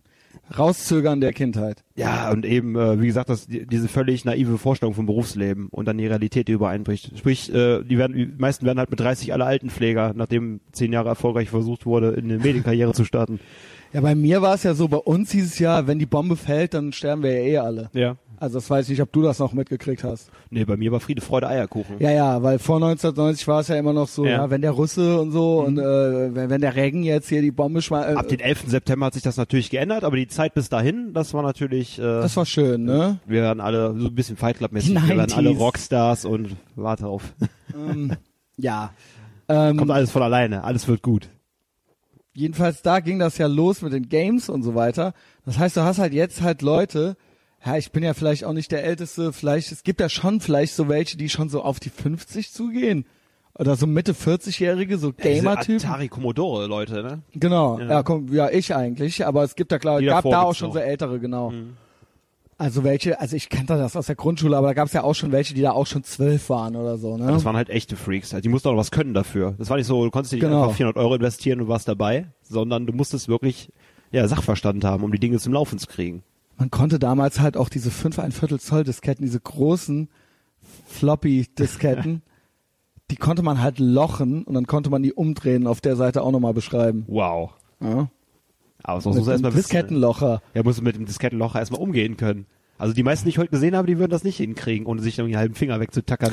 Rauszögern der Kindheit. ja, und eben, äh, wie gesagt, das, die, diese völlig naive Vorstellung vom Berufsleben und dann die Realität, die übereinbricht. Sprich, äh, die werden, die meisten werden halt mit dreißig alle Altenpfleger, nachdem zehn Jahre erfolgreich versucht wurde, in eine Medienkarriere zu starten. Ja, bei mir war es ja so, bei uns hieß es ja, wenn die Bombe fällt, dann sterben wir ja eh alle. Ja. Also das weiß ich nicht, ob du das noch mitgekriegt hast. Nee, bei mir war Friede, Freude, Eierkuchen. Ja, ja, weil vor neunzehnhundertneunzig war es ja immer noch so, ja, Ja. wenn der Russe und so und äh, wenn, wenn der Reagan jetzt hier die Bombe schmeißt. Äh, Ab den elften September hat sich das natürlich geändert, aber die Zeit bis dahin, das war natürlich, äh, das war schön, ne? wir werden alle so ein bisschen Fight Club-mäßig, Die wir werden alle neunziger. Rockstars und warte auf. ähm, ja. Ähm, Kommt alles von alleine, alles wird gut. jedenfalls da ging das ja los mit den Games und so weiter. Das heißt, du hast halt jetzt halt Leute, ja, ich bin ja vielleicht auch nicht der Älteste, vielleicht, es gibt ja schon vielleicht so welche, die schon so auf die fünfzig zugehen. Oder so Mitte vierzig-Jährige, so Gamer-Typen. Diese Atari Commodore Leute, ne? Genau, Ja. ja, komm, ja, ich eigentlich, aber es gibt da klar, Die gab davor da auch gibt's schon noch. so ältere, genau. Mhm. Also welche, also ich kannte das aus der Grundschule, aber da gab es ja auch schon welche, die da auch schon zwölf waren oder so, ne? Das waren halt echte Freaks. Die mussten auch was können dafür. Das war nicht so, du konntest nicht Genau. einfach vierhundert Euro investieren und warst dabei, sondern du musstest wirklich ja, Sachverstand haben, um die Dinge zum Laufen zu kriegen. Man konnte damals halt auch diese fünf ein Viertel Zoll Disketten, diese großen Floppy Disketten, die konnte man halt lochen und dann konnte man die umdrehen, auf der Seite auch nochmal beschreiben. Wow. Ja. Aber das muss man erstmal wissen. Diskettenlocher. Ja, musst du mit dem Diskettenlocher erstmal umgehen können. Also die meisten, die ich heute gesehen habe, die würden das nicht hinkriegen, ohne sich irgendwie einen halben Finger wegzutackern.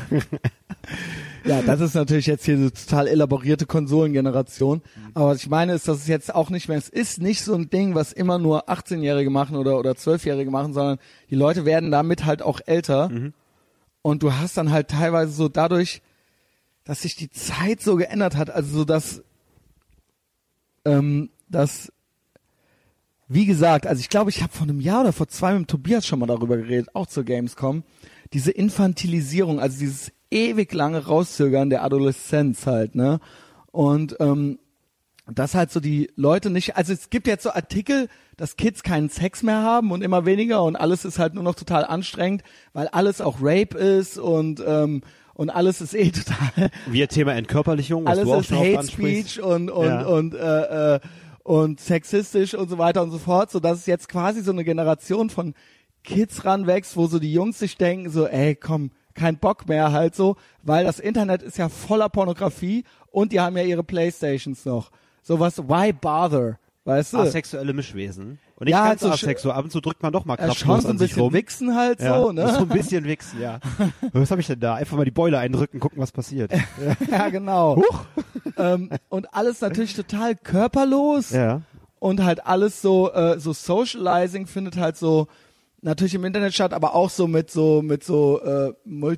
Ja, das ist natürlich jetzt hier eine total elaborierte Konsolengeneration. Aber was ich meine ist, dass es jetzt auch nicht mehr, es ist nicht so ein Ding, was immer nur achtzehnjährige machen oder, oder zwölfjährige machen, sondern die Leute werden damit halt auch älter. Mhm. Und du hast dann halt teilweise so dadurch, dass sich die Zeit so geändert hat, also so dass, ähm, dass, wie gesagt, also ich glaube, ich habe vor einem Jahr oder vor zwei mit dem Tobias schon mal darüber geredet, auch zur Gamescom, diese Infantilisierung, also dieses ewig lange Rauszögern der Adoleszenz halt, ne? Und ähm, dass halt so die Leute nicht, also es gibt jetzt so Artikel, dass Kids keinen Sex mehr haben und immer weniger und alles ist halt nur noch total anstrengend, weil alles auch Rape ist und ähm, und alles ist eh total. Wie ein Thema Entkörperlichung, was alles du auch ist schon oft Hate ansprichst. Speech und und Ja. und äh, äh, und sexistisch und so weiter und so fort, so dass es jetzt quasi so eine Generation von Kids ranwächst, wo so die Jungs sich denken so, ey, komm, kein Bock mehr halt so, weil das Internet ist ja voller Pornografie und die haben ja ihre Playstations noch. Sowas, why bother? Weißt du? Asexuelle Mischwesen. Und nicht Ja, ganz halt so asexuell. Ab und zu drückt man doch mal Ja, kraftlos schon so ein an sich bisschen rum. wichsen halt Ja, so, ne? so ein bisschen wichsen, ja. Was habe ich denn da? Einfach mal die Beule eindrücken, gucken, was passiert. Ja, genau. Huch. ähm, und alles natürlich total körperlos Ja. und halt alles so, äh, so Socializing findet halt so natürlich im Internet statt, aber auch so mit so, mit so äh,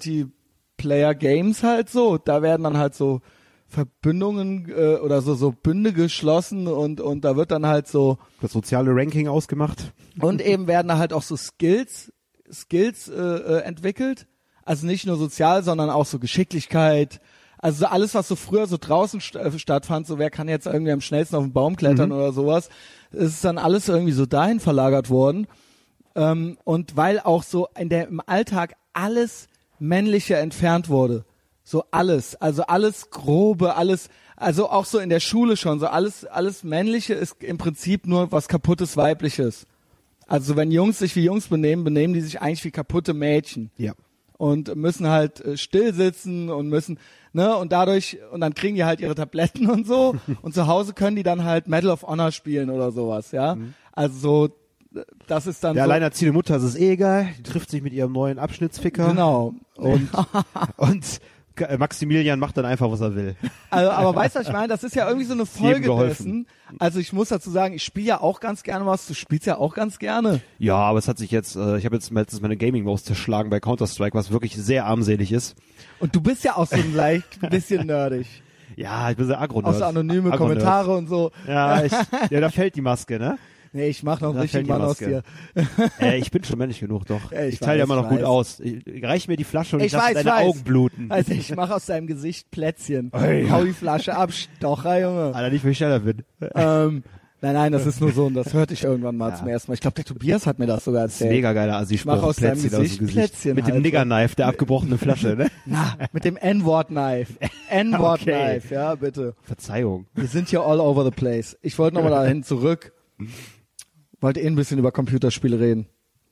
Multiplayer-Games halt so. Da werden dann halt so Verbündungen äh, oder so, so Bünde geschlossen und, und da wird dann halt so Das soziale Ranking ausgemacht. und eben werden da halt auch so Skills, Skills äh, äh, entwickelt. Also nicht nur sozial, sondern auch so Geschicklichkeit. Also so alles, was so früher so draußen st äh, stattfand, so wer kann jetzt irgendwie am schnellsten auf den Baum klettern Mhm. oder sowas, ist dann alles irgendwie so dahin verlagert worden. Ähm, und weil auch so in der im Alltag alles Männliche entfernt wurde. So alles, also alles Grobe, alles, also auch so in der Schule schon, so alles, alles Männliche ist im Prinzip nur was kaputtes Weibliches. Also wenn Jungs sich wie Jungs benehmen, benehmen die sich eigentlich wie kaputte Mädchen. Ja. Und müssen halt äh, still sitzen und müssen, ne, und dadurch, und dann kriegen die halt ihre Tabletten und so, und zu Hause können die dann halt Medal of Honor spielen oder sowas, ja. Mhm. Also so, das ist dann Der so. alleinerziehende Mutter ist es eh egal. Die trifft sich mit ihrem neuen Abschnittsficker. Genau. Und, und Maximilian macht dann einfach, was er will. Also, aber weißt du, was ich meine? Das ist ja irgendwie so eine Folge geholfen. dessen. Also ich muss dazu sagen, ich spiele ja auch ganz gerne was. Du spielst ja auch ganz gerne. Ja, aber es hat sich jetzt, äh, ich habe jetzt letztens meine Gaming-Maus zerschlagen bei Counter-Strike, was wirklich sehr armselig ist. Und du bist ja auch so ein leicht ein bisschen nerdig. Ja, ich bin sehr agro Auch so anonyme Agro-Nerd. Kommentare und so. Ja, ich, ja, da fällt die Maske, ne? Nee, ich mach noch Da richtig fällt die Mann aus Maske. dir. Äh, ich bin schon männlich genug, doch. Ja, ich ich teile ja weiß, immer noch ich gut weiß. aus. Ich, reich mir die Flasche und Ich ich, lasse weiß, deine weiß. Augen bluten. Also ich mach aus deinem Gesicht Plätzchen. Ey. Hau die Flasche ab, Stocher, Junge. Alter, nicht, wenn ich schneller bin. ähm, nein, nein, das ist nur so und das hörte ich irgendwann mal Ja. zum ersten Mal. Ich glaube, der Tobias hat mir das sogar Das ist erzählt. mega geiler Assi-Spruch. Mach aus deinem Plätzchen Gesicht dem Plätzchen Mit dem halt. Nigger-Knife, der abgebrochenen Flasche, ne? Na, mit dem N-Wort-Knife. N-Wort-Knife, Okay. ja, bitte. Verzeihung. Wir sind hier all over the place. Ich wollte nochmal dahin zurück. Wollte eh ein bisschen über Computerspiele reden.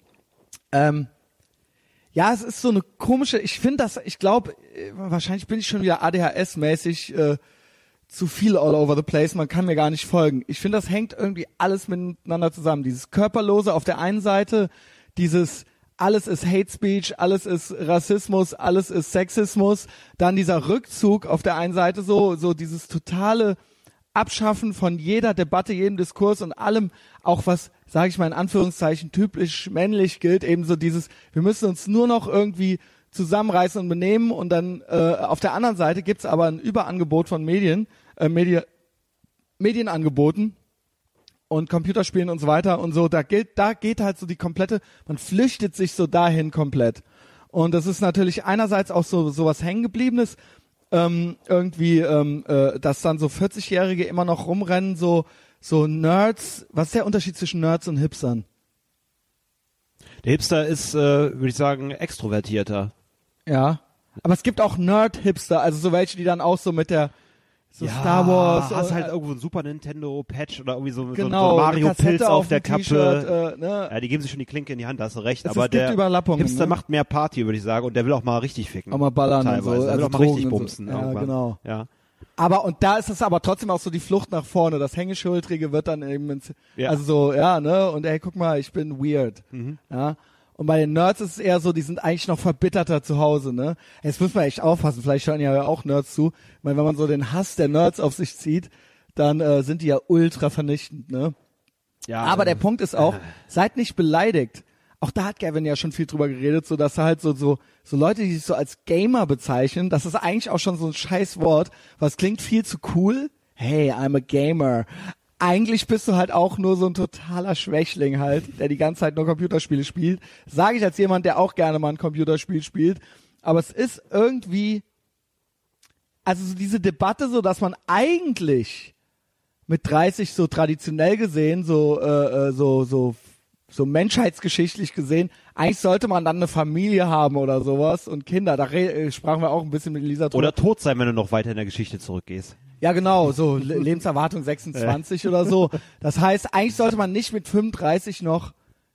Ähm, ja, es ist so eine komische, ich finde das, ich glaube, wahrscheinlich bin ich schon wieder A D H S-mäßig äh, zu viel all over the place, man kann mir gar nicht folgen. Ich finde, das hängt irgendwie alles miteinander zusammen. Dieses Körperlose auf der einen Seite, dieses alles ist Hate Speech, alles ist Rassismus, alles ist Sexismus, dann dieser Rückzug auf der einen Seite, so so dieses totale Abschaffen von jeder Debatte, jedem Diskurs und allem, auch was, sage ich mal in Anführungszeichen, typisch männlich gilt, eben so dieses, wir müssen uns nur noch irgendwie zusammenreißen und benehmen und dann äh, auf der anderen Seite gibt's aber ein Überangebot von Medien, äh, Medi- Medienangeboten und Computerspielen und so weiter und so, da gilt, da geht halt so die komplette, man flüchtet sich so dahin komplett. Und das ist natürlich einerseits auch so sowas hängengebliebenes, ähm, irgendwie, ähm, äh, dass dann so vierzigjährige immer noch rumrennen, so so Nerds. Was ist der Unterschied zwischen Nerds und Hipstern? Der Hipster ist, äh, würde ich sagen, extrovertierter. Ja. Aber es gibt auch Nerd-Hipster, also so welche, die dann auch so mit der so ja, Star Wars. hast äh, halt irgendwo ein Super Nintendo Patch oder irgendwie so, genau, so, so Mario Pilz auf, auf der T-Shirt, Kappe. Äh, ne? Ja, die geben sich schon die Klinke in die Hand, da hast du recht. Es, aber es gibt der Überlappungen, Hipster ne? macht mehr Party, würde ich sagen, und der will auch mal richtig ficken. Auch mal ballern teilweise. und so. Der will Also auch mal Drogen richtig und so. bumsen. Ja, irgendwann. genau. Ja. Aber, und da ist es aber trotzdem auch so die Flucht nach vorne. Das Hängeschultrige wird dann eben ins, Ja. also so, ja, ne, und ey, guck mal, ich bin weird. Mhm. Ja. Und bei den Nerds ist es eher so, die sind eigentlich noch verbitterter zu Hause, ne. Jetzt muss man echt aufpassen, vielleicht hören ja auch Nerds zu. Ich meine, wenn man so den Hass der Nerds auf sich zieht, dann äh, sind die ja ultra vernichtend, ne. Ja, Aber äh, der Punkt ist auch, seid nicht beleidigt. Auch da hat Gavin ja schon viel drüber geredet, so dass halt so so so Leute, die sich so als Gamer bezeichnen, das ist eigentlich auch schon so ein scheiß Wort, was klingt viel zu cool. Hey, I'm a gamer. Eigentlich bist du halt auch nur so ein totaler Schwächling halt, der die ganze Zeit nur Computerspiele spielt. Sage ich als jemand, der auch gerne mal ein Computerspiel spielt. Aber es ist irgendwie, also so diese Debatte, so dass man eigentlich mit dreißig so traditionell gesehen, so äh, so so so menschheitsgeschichtlich gesehen, eigentlich sollte man dann eine Familie haben oder sowas und Kinder. Da re- sprachen wir auch ein bisschen mit Lisa drüber. Oder tot sein, wenn du noch weiter in der Geschichte zurückgehst. Ja, genau, so Le- Lebenserwartung sechsundzwanzig oder so. Das heißt, eigentlich sollte man nicht mit fünfunddreißig noch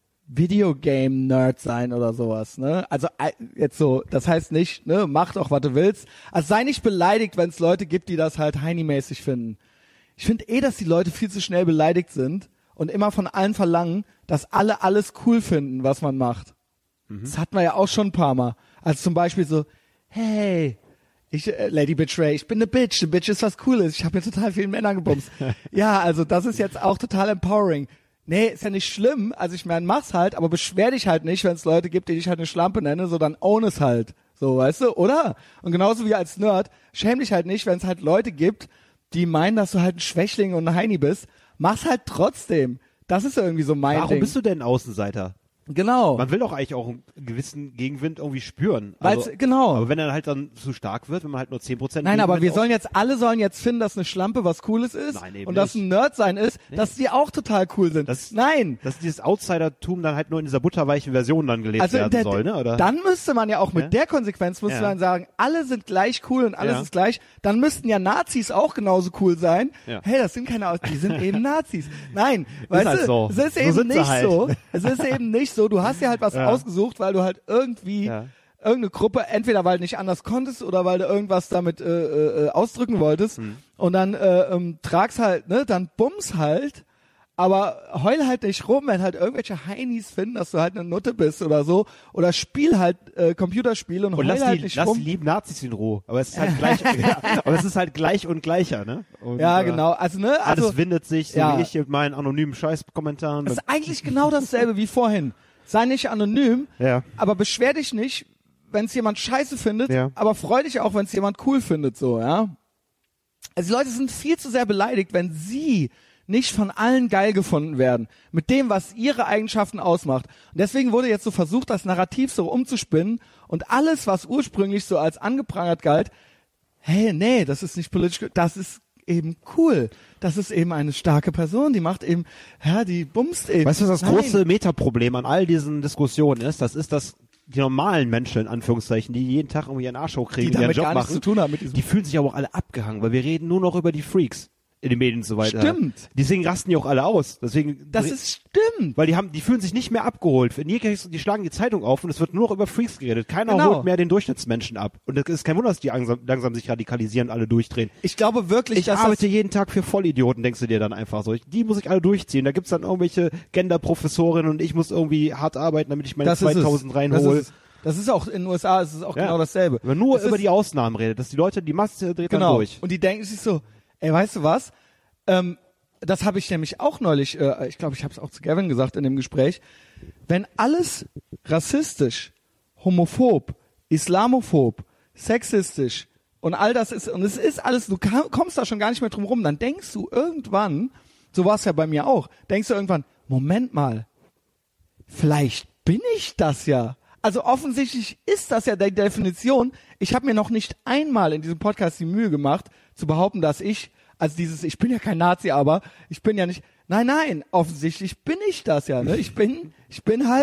Videogame-Nerd sein oder sowas, ne? Also äh, jetzt so, das heißt nicht, ne, mach doch, was du willst. Also sei nicht beleidigt, wenn es Leute gibt, die das halt heini-mäßig finden. Ich finde eh, dass die Leute viel zu schnell beleidigt sind und immer von allen verlangen, dass alle alles cool finden, was man macht. Mhm. Das hatten wir ja auch schon ein paar Mal. Also zum Beispiel so, hey, ich, äh, Lady Bitch Ray, ich bin eine Bitch, eine Bitch ist was Cooles, ich habe mir total vielen Männern gebumst. Ja, also das ist jetzt auch total empowering. Nee, ist ja nicht schlimm, also ich meine, mach's halt, aber beschwer dich halt nicht, wenn es Leute gibt, die dich halt eine Schlampe nenne, so dann own es halt. So, weißt du, oder? Und genauso wie als Nerd, schäm dich halt nicht, wenn es halt Leute gibt, die meinen, dass du halt ein Schwächling und ein Heini bist. Mach's halt trotzdem. Das ist irgendwie so mein Warum Ding. bist du denn Außenseiter? Genau. Man will doch eigentlich auch einen gewissen Gegenwind irgendwie spüren. Weil's, Also, genau. Aber wenn er halt dann zu stark wird, wenn man halt nur zehn Prozent Nein, aber wir Gegenwind sollen jetzt, alle sollen jetzt finden, dass eine Schlampe was Cooles ist Nein, eben und dass nicht. ein Nerd sein ist, Nee. dass die auch total cool sind. Das- Nein. dass dieses Outsidertum dann halt nur in dieser butterweichen Version dann gelebt Also werden der, soll, ne? Oder? dann müsste man ja auch mit Ja? der Konsequenz, müsste Ja. man sagen, alle sind gleich cool und alles Ja. ist gleich. Dann müssten ja Nazis auch genauso cool sein. Ja. Hey, das sind keine, Aus- die sind eben Nazis. Nein, weißt halt du, so. es ist So eben sind sie nicht halt. so. Es ist eben nicht so. Du hast ja halt was Ja. ausgesucht, weil du halt irgendwie Ja. irgendeine Gruppe, entweder weil du nicht anders konntest oder weil du irgendwas damit äh, äh, ausdrücken wolltest Hm. und dann äh, ähm, trag's halt, ne, dann bums halt, aber heul halt nicht rum, wenn halt irgendwelche Heinis finden, dass du halt eine Nutte bist oder so, oder spiel halt äh, Computerspiele und, Und heul lass, halt die, nicht lass rum. die lieben Nazis in Ruhe. Aber es ist halt gleich, ja, aber es ist halt gleich und gleicher, ne? Und, Ja, äh, genau, also ne, also Alles windet sich, so ja. wie ich mit meinen anonymen Scheißkommentaren. das ist eigentlich genau dasselbe wie vorhin. Sei nicht anonym, Ja. aber beschwer dich nicht, wenn es jemand scheiße findet, Ja. aber freu dich auch, wenn es jemand cool findet, so, ja. Also die Leute sind viel zu sehr beleidigt, wenn sie nicht von allen geil gefunden werden, mit dem, was ihre Eigenschaften ausmacht. Und deswegen wurde jetzt so versucht, das Narrativ so umzuspinnen und alles, was ursprünglich so als angeprangert galt, hey, nee, das ist nicht politisch, das ist eben cool. Das ist eben eine starke Person, die macht eben, ja, die bumst eben. Weißt du, was das Nein. große Metaproblem an all diesen Diskussionen ist? Das ist, dass die normalen Menschen, in Anführungszeichen, die jeden Tag irgendwie ihren Arsch hochkriegen, Die ihren damit Job gar nichts machen, zu tun haben mit diesem- die fühlen sich aber auch alle abgehangen, weil wir reden nur noch über die Freaks in den Medien und so weiter. Stimmt. Deswegen rasten die auch alle aus. Deswegen, Das ist stimmt. weil die haben, die fühlen sich nicht mehr abgeholt. In Jekes, die schlagen die Zeitung auf und es wird nur noch über Freaks geredet. Keiner Genau. holt mehr den Durchschnittsmenschen ab. Und es ist kein Wunder, dass die langsam, langsam sich radikalisieren und alle durchdrehen. Ich glaube wirklich, Ich dass arbeite das, jeden Tag für Vollidioten, denkst du dir dann einfach so. Ich, die muss ich alle durchziehen. Da gibt's dann irgendwelche Gender-Professorinnen und ich muss irgendwie hart arbeiten, damit ich meine das ist es. zweitausend Das reinhole. ist, das ist auch in den U S A, ist es auch Ja. genau dasselbe. Wenn man nur Es über ist, die Ausnahmen redet, dass die Leute, die Masse dreht dann genau. durch. Und die denken sich so, ey, weißt du was? Ähm, das habe ich nämlich auch neulich, äh, ich glaube, ich habe es auch zu Gavin gesagt in dem Gespräch. Wenn alles rassistisch, homophob, islamophob, sexistisch und all das ist, und es ist alles, du kam, kommst da schon gar nicht mehr drum rum, dann denkst du irgendwann, so war es ja bei mir auch, denkst du irgendwann, Moment mal, vielleicht bin ich das ja. Also offensichtlich ist das ja die Definition. Ich habe mir noch nicht einmal in diesem Podcast die Mühe gemacht, zu behaupten, dass ich, also dieses, ich bin ja kein Nazi, aber ich bin ja nicht, nein, nein, offensichtlich bin ich das ja. Ne? Ich bin, ich bin halt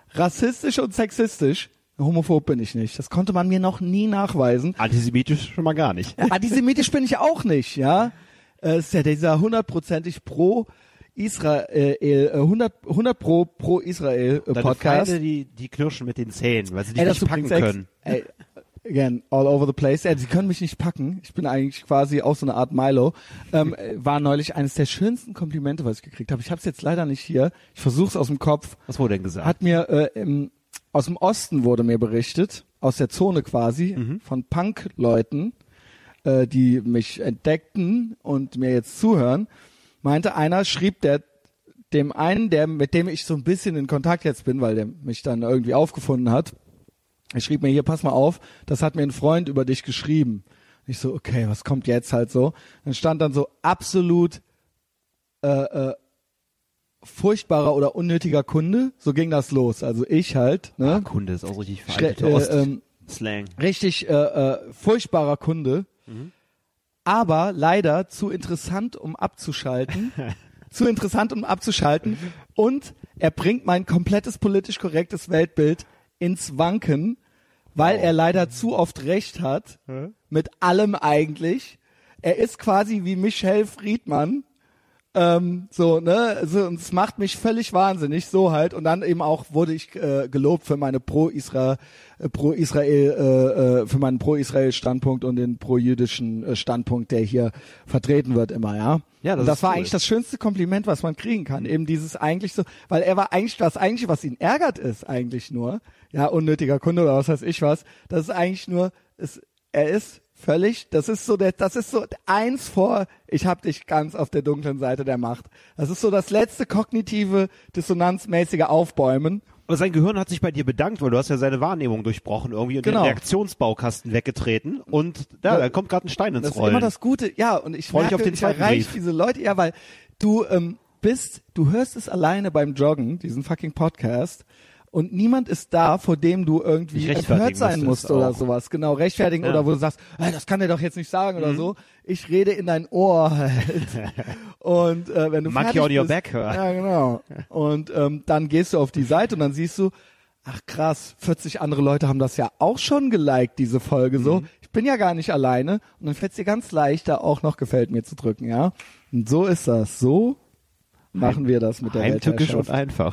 rassistisch und sexistisch. Homophob bin ich nicht. Das konnte man mir noch nie nachweisen. Antisemitisch schon mal gar nicht. Antisemitisch bin ich auch nicht, ja. Es ist ja dieser hundertprozentig pro Israel, äh, hundert, hundert pro pro Israel äh, Deine Podcast. Feinde, die, die knirschen mit den Zähnen, weil sie dich Ey, nicht packen übrigens können. Ex, ey, again, all over the place. Ey, sie können mich nicht packen. Ich bin eigentlich quasi auch so eine Art Milo. Ähm, war neulich eines der schönsten Komplimente, was ich gekriegt habe. Ich habe es jetzt leider nicht hier. Ich versuche es aus dem Kopf. Was wurde denn gesagt? Hat mir äh, im, aus dem Osten wurde mir berichtet, aus der Zone quasi, Mhm. von Punk-Leuten, äh, die mich entdeckten und mir jetzt zuhören, meinte einer, schrieb der dem einen, der mit dem ich so ein bisschen in Kontakt jetzt bin, weil der mich dann irgendwie aufgefunden hat, er schrieb mir hier, pass mal auf, das hat mir ein Freund über dich geschrieben. Ich so, okay, was kommt jetzt halt so? Dann stand dann so absolut äh, äh, furchtbarer oder unnötiger Kunde, so ging das los. Also ich halt, ne? Ah, Kunde ist auch so richtig veraltete Schle- äh, Ost-Slang. ähm, richtig äh, äh, furchtbarer Kunde, Mhm. aber leider zu interessant, um abzuschalten. zu interessant, um abzuschalten. Und er bringt mein komplettes politisch korrektes Weltbild ins Wanken, weil Oh. er leider zu oft recht hat. Hä? Mit allem eigentlich. Er ist quasi wie Michel Friedmann. Ähm, so, ne, also, und es macht mich völlig wahnsinnig, so halt. Und dann eben auch wurde ich äh, gelobt für meine Pro-Isra, äh, Pro-Israel, äh, äh, für meinen Pro-Israel-Standpunkt und den pro-jüdischen äh, Standpunkt, der hier vertreten wird immer, ja. Ja, das und das ist war cool. eigentlich das schönste Kompliment, was man kriegen kann. Eben dieses eigentlich so, weil er war eigentlich, das eigentlich, was ihn ärgert ist, eigentlich nur, ja, unnötiger Kunde oder was weiß ich was, das ist eigentlich nur, es, er ist völlig, das ist so der, das ist so eins vor, ich hab dich ganz auf der dunklen Seite der Macht. Das ist so das letzte kognitive, dissonanzmäßige Aufbäumen. Aber sein Gehirn hat sich bei dir bedankt, weil du hast ja seine Wahrnehmung durchbrochen irgendwie und Genau. den Reaktionsbaukasten weggetreten und ja, Ja, da kommt gerade ein Stein ins Das ist Rollen. immer das Gute, ja, und ich Freu dich merke, auf den ich zweiten erreiche Brief. diese Leute, ja, weil du ähm, bist, du hörst es alleine beim Joggen, diesen fucking Podcast, und niemand ist da, vor dem du irgendwie Dich rechtfertigen empört sein musst müsstest oder auch. sowas, genau, rechtfertigen Ja. oder wo du sagst, hey, das kann er doch jetzt nicht sagen oder so. Ich rede in dein Ohr halt. Und äh, wenn du Monkey fertig on your bist, back, hör. ja genau. Und ähm, dann gehst du auf die Seite und dann siehst du, ach krass, vierzig andere Leute haben das ja auch schon geliked, diese Folge so. Ich bin ja gar nicht alleine und dann fällt es dir ganz leicht, da auch noch gefällt mir zu drücken, ja. Und so ist das. So machen wir das mit der Heimtückisch Weltherrschaft. und einfach.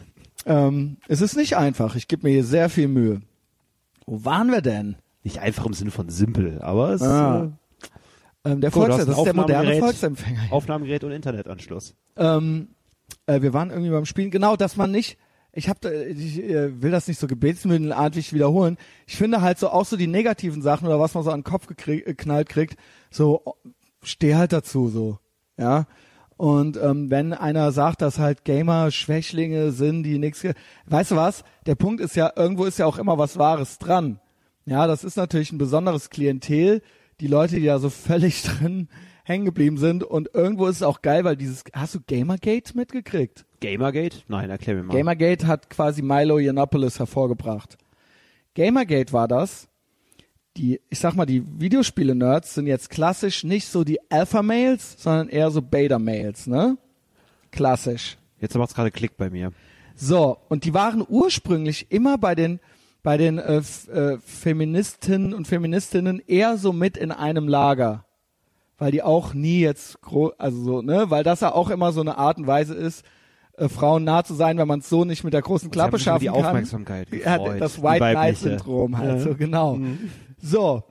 Ähm, es ist nicht einfach. Ich gebe mir hier sehr viel Mühe. Wo waren wir denn? Nicht einfach im Sinne von simpel, aber es Ah. Ähm, der Gut, du Volks, hast das ein ist der moderne Aufnahmegerät. Volksempfänger. äh, Aufnahmegerät und Internetanschluss. Ähm, äh, wir waren irgendwie beim Spielen. Genau, dass man nicht. Ich hab, da- ich äh, will das nicht so gebetsmühlenartig wiederholen. Ich finde halt so auch so die negativen Sachen oder was man so an den Kopf gekrieg- geknallt kriegt, so oh, steh halt dazu so, ja. Und ähm, wenn einer sagt, dass halt Gamer Schwächlinge sind, die nichts, weißt du was? Der Punkt ist ja, irgendwo ist ja auch immer was Wahres dran. Ja, das ist natürlich ein besonderes Klientel, die Leute, die da so völlig drin hängen geblieben sind. Und irgendwo ist es auch geil, weil dieses, hast du Gamergate mitgekriegt? Gamergate? Nein, erklär mir mal. Gamergate hat quasi Milo Yiannopoulos hervorgebracht. Gamergate war das. Die, ich sag mal, die Videospiele-Nerds sind jetzt klassisch nicht so die Alpha-Males, sondern eher so Beta-Males, ne? Klassisch. Jetzt macht's gerade Klick bei mir. So, und die waren ursprünglich immer bei den bei den äh, F- äh, Feministinnen und Feministinnen eher so mit in einem Lager, weil die auch nie jetzt gro- also so, ne, weil das ja auch immer so eine Art und Weise ist, äh, Frauen nah zu sein, wenn man es so nicht mit der großen Klappe Sie haben sich über schaffen die kann. Aufmerksamkeit Ja, gefreut, das die White Knight weibliche. Syndrom halt Ja. so genau. So.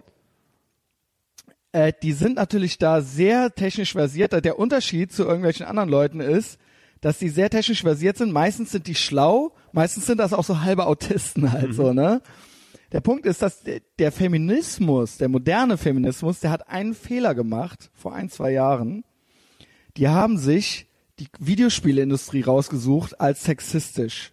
Äh, die sind natürlich da sehr technisch versiert. Der Unterschied zu irgendwelchen anderen Leuten ist, dass die sehr technisch versiert sind. Meistens sind die schlau, meistens sind das auch so halbe Autisten halt so, ne? Der Punkt ist, dass der, der Feminismus, der moderne Feminismus, der hat einen Fehler gemacht vor ein, zwei Jahren. Die haben sich die Videospielindustrie rausgesucht als sexistisch.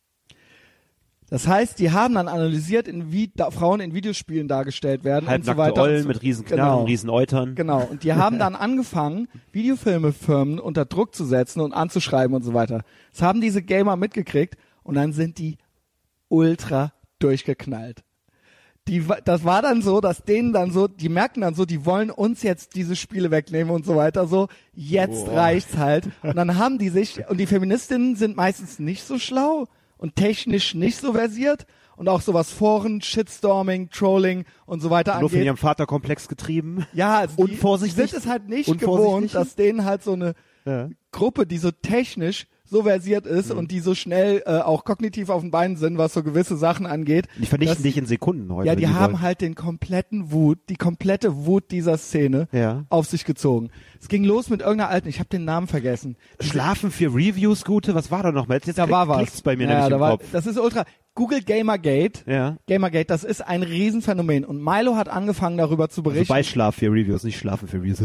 Das heißt, die haben dann analysiert, in wie da Frauen in Videospielen dargestellt werden und so Halbnackte weiter. und Ollen so- mit riesen Knarren, Genau. riesen Eutern. Genau. Und die haben dann angefangen, Videofilmefirmen unter Druck zu setzen und anzuschreiben und so weiter. Das haben diese Gamer mitgekriegt und dann sind die ultra durchgeknallt. Die, wa- das war dann so, dass denen dann so, die merken dann so, die wollen uns jetzt diese Spiele wegnehmen und so weiter, so, jetzt Boah. reicht's halt. Und dann haben die sich, und die Feministinnen sind meistens nicht so schlau und technisch nicht so versiert und auch so was Foren, Shitstorming, Trolling und so weiter Nur von angeht. ihrem Vater komplex getrieben. Ja, also die Unvorsichtig. sind es halt nicht Unvorsichtig. gewohnt, dass denen halt so eine Ja. Gruppe, die so technisch so versiert ist Mhm. und die so schnell äh, auch kognitiv auf den Beinen sind, was so gewisse Sachen angeht. Die vernichten dass- dich in Sekunden heute. Ja, die wenn haben wollen. halt den kompletten Wut, die komplette Wut dieser Szene Ja. auf sich gezogen. Es ging los mit irgendeiner alten, ich habe den Namen vergessen. Schlafen für Reviews, Gute, was war da noch mal? Jetzt, jetzt Da war was. klickt's bei mir ja, nämlich da im war, Kopf. Das ist ultra. Google Gamergate. Ja. Gamergate, das ist ein Riesenphänomen. Und Milo hat angefangen, darüber zu Also berichten. bei Schlaf für Reviews, nicht Schlafen für Reviews.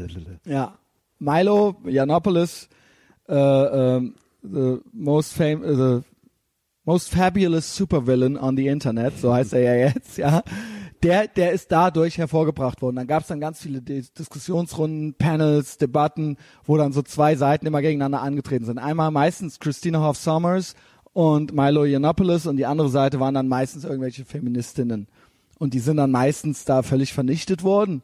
Ja. Milo Yiannopoulos, äh, ähm, the most fam äh, the most fabulous supervillain on the Internet, so heißt er ja jetzt, ja. Der, der ist dadurch hervorgebracht worden. Dann gab es dann ganz viele Dis- Diskussionsrunden, Panels, Debatten, wo dann so zwei Seiten immer gegeneinander angetreten sind. Einmal meistens Christina Hoff Sommers und Milo Yiannopoulos und die andere Seite waren dann meistens irgendwelche Feministinnen. Und die sind dann meistens da völlig vernichtet worden.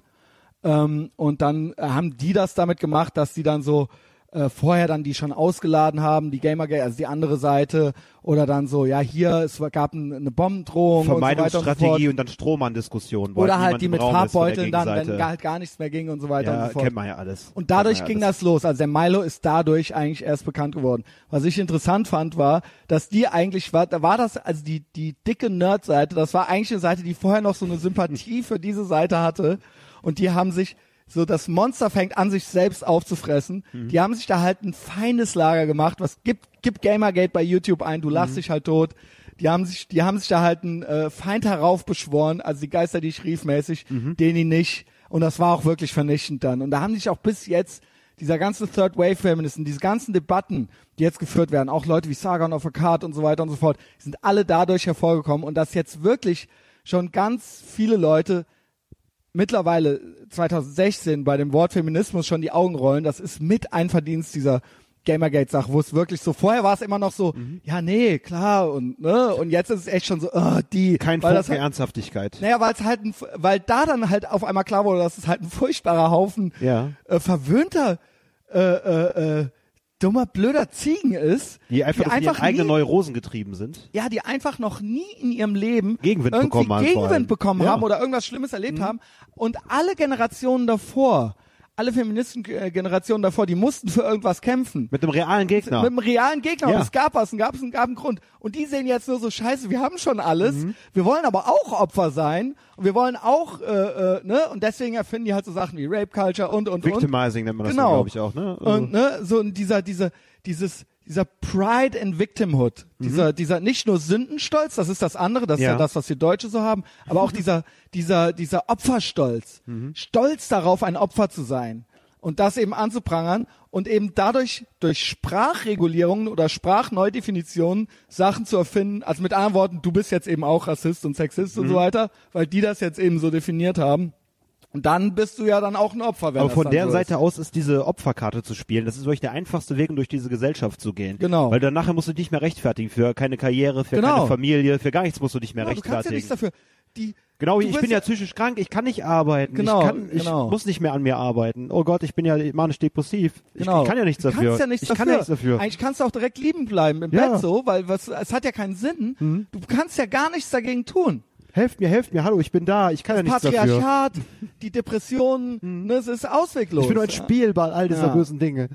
Ähm, und dann äh, haben die das damit gemacht, dass die dann so äh, vorher dann die schon ausgeladen haben, die Gamergate, also die andere Seite, oder dann so, ja hier, es war- gab ein, eine Bombendrohung und so weiter und so fort. Vermeidungsstrategie und dann Strohmann-Diskussion. wo Oder halt halt niemand die im mit Raum ist von der Farbbeuteln dann, wenn Gegenseite. gar, halt gar nichts mehr ging und so weiter Ja, und so fort. kennt man ja alles. Und dadurch Kennt man ja ging alles. das los. Also der Milo ist dadurch eigentlich erst bekannt geworden. Was ich interessant fand, war, dass die eigentlich war, da war das, also die, die dicke Nerd-Seite, das war eigentlich eine Seite, die vorher noch so eine Sympathie für diese Seite hatte. Und die haben sich, so das Monster fängt an, sich selbst aufzufressen. Mhm. Die haben sich da halt ein feines Lager gemacht. Was gibt, gibt Gamergate bei YouTube ein, du lachst Mhm. dich halt tot. Die haben sich, die haben sich da halt einen äh, Feind heraufbeschworen, also die Geister, die ich rief mäßig, Mhm. den die nicht. Und das war auch wirklich vernichtend dann. Und da haben sich auch bis jetzt dieser ganze Third Wave Feministen, diese ganzen Debatten, die jetzt geführt werden, auch Leute wie Sargon of Akkad und so weiter und so fort, sind alle dadurch hervorgekommen. Und dass jetzt wirklich schon ganz viele Leute mittlerweile zwanzig sechzehn bei dem Wort Feminismus schon die Augen rollen, das ist mit ein Verdienst dieser Gamergate-Sache, wo es wirklich so, vorher war es immer noch so, Mhm. ja, nee, klar, und, ne, und jetzt ist es echt schon so, uh, die. Kein weil das Funken halt, Ernsthaftigkeit. naja, weil es halt, ein, weil da dann halt auf einmal klar wurde, dass es halt ein furchtbarer Haufen Ja. äh, verwöhnter, äh, äh, äh, dummer, blöder Ziegen ist, Die einfach, die durch ihre einfach eigenen nie, Neurosen getrieben sind. ja, die einfach noch nie in ihrem Leben Gegenwind irgendwie bekommen haben, vor allem. Gegenwind bekommen Ja. haben oder irgendwas Schlimmes erlebt haben. Und alle Generationen davor, alle Feministen-Generationen davor, die mussten für irgendwas kämpfen. Mit einem realen Gegner. Mit einem realen Gegner. Ja. Und es gab was, und gab es einen, gab einen Grund. Und die sehen jetzt nur so, scheiße, wir haben schon alles. Mhm. Wir wollen aber auch Opfer sein. Und wir wollen auch, äh, äh, ne? Und deswegen erfinden die halt so Sachen wie Rape Culture und, und, und. Victimizing nennt man das, Genau. glaube ich, auch. Ne? Also, Und ne, so in dieser, diese, dieses, dieser Pride in Victimhood, dieser, dieser nicht nur Sündenstolz, das ist das andere, das ist Ja. ja das, was wir Deutsche so haben, aber auch dieser, dieser, dieser Opferstolz, Stolz darauf, ein Opfer zu sein und das eben anzuprangern und eben dadurch durch Sprachregulierungen oder Sprachneudefinitionen Sachen zu erfinden, also mit anderen Worten, du bist jetzt eben auch Rassist und Sexist und so weiter, weil die das jetzt eben so definiert haben. Und dann bist du ja dann auch ein Opfer, wenn aber das von dann der so Seite ist. aus ist diese Opferkarte zu spielen, das ist wirklich der einfachste Weg, um durch diese Gesellschaft zu gehen. Genau. Weil dann nachher musst du dich nicht mehr rechtfertigen für keine Karriere, für Genau. keine Familie, für gar nichts musst du dich mehr Ja, du kannst ja rechtfertigen. nichts dafür. Die, Genau, du ich wirst bin ja psychisch krank, ich kann nicht arbeiten. Genau, ich kann, ich genau. muss nicht mehr an mir arbeiten. Oh Gott, ich bin ja manisch-depressiv. Ich, Genau. ich kann ja nichts du dafür. Kannst ja nichts ich dafür. kann ja nichts dafür. Eigentlich kannst du auch direkt liegen bleiben im Ja. Mhm. Bett so, weil was, es hat ja keinen Sinn. Du kannst ja gar nichts dagegen tun. Helft mir, helft mir, hallo, ich bin da, ich kann ja nichts dafür. Patriarchat, die Depressionen, ne, es ist ausweglos. Ich bin nur ein Spielball all dieser Ja. bösen Dinge.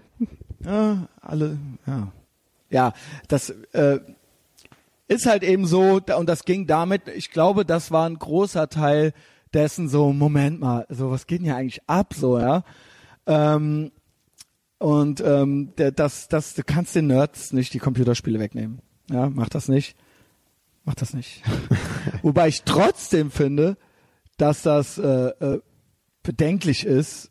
Ja, alle, ja. Ja, das äh, ist halt eben so, da- und das ging damit, ich glaube, das war ein großer Teil dessen so, Moment mal, so, was geht denn hier eigentlich ab, so, ja. Ähm, und ähm, der, das, das, du kannst den Nerds nicht die Computerspiele wegnehmen. Ja, mach das nicht. Mach das nicht. Wobei ich trotzdem finde, dass das äh, äh, bedenklich ist.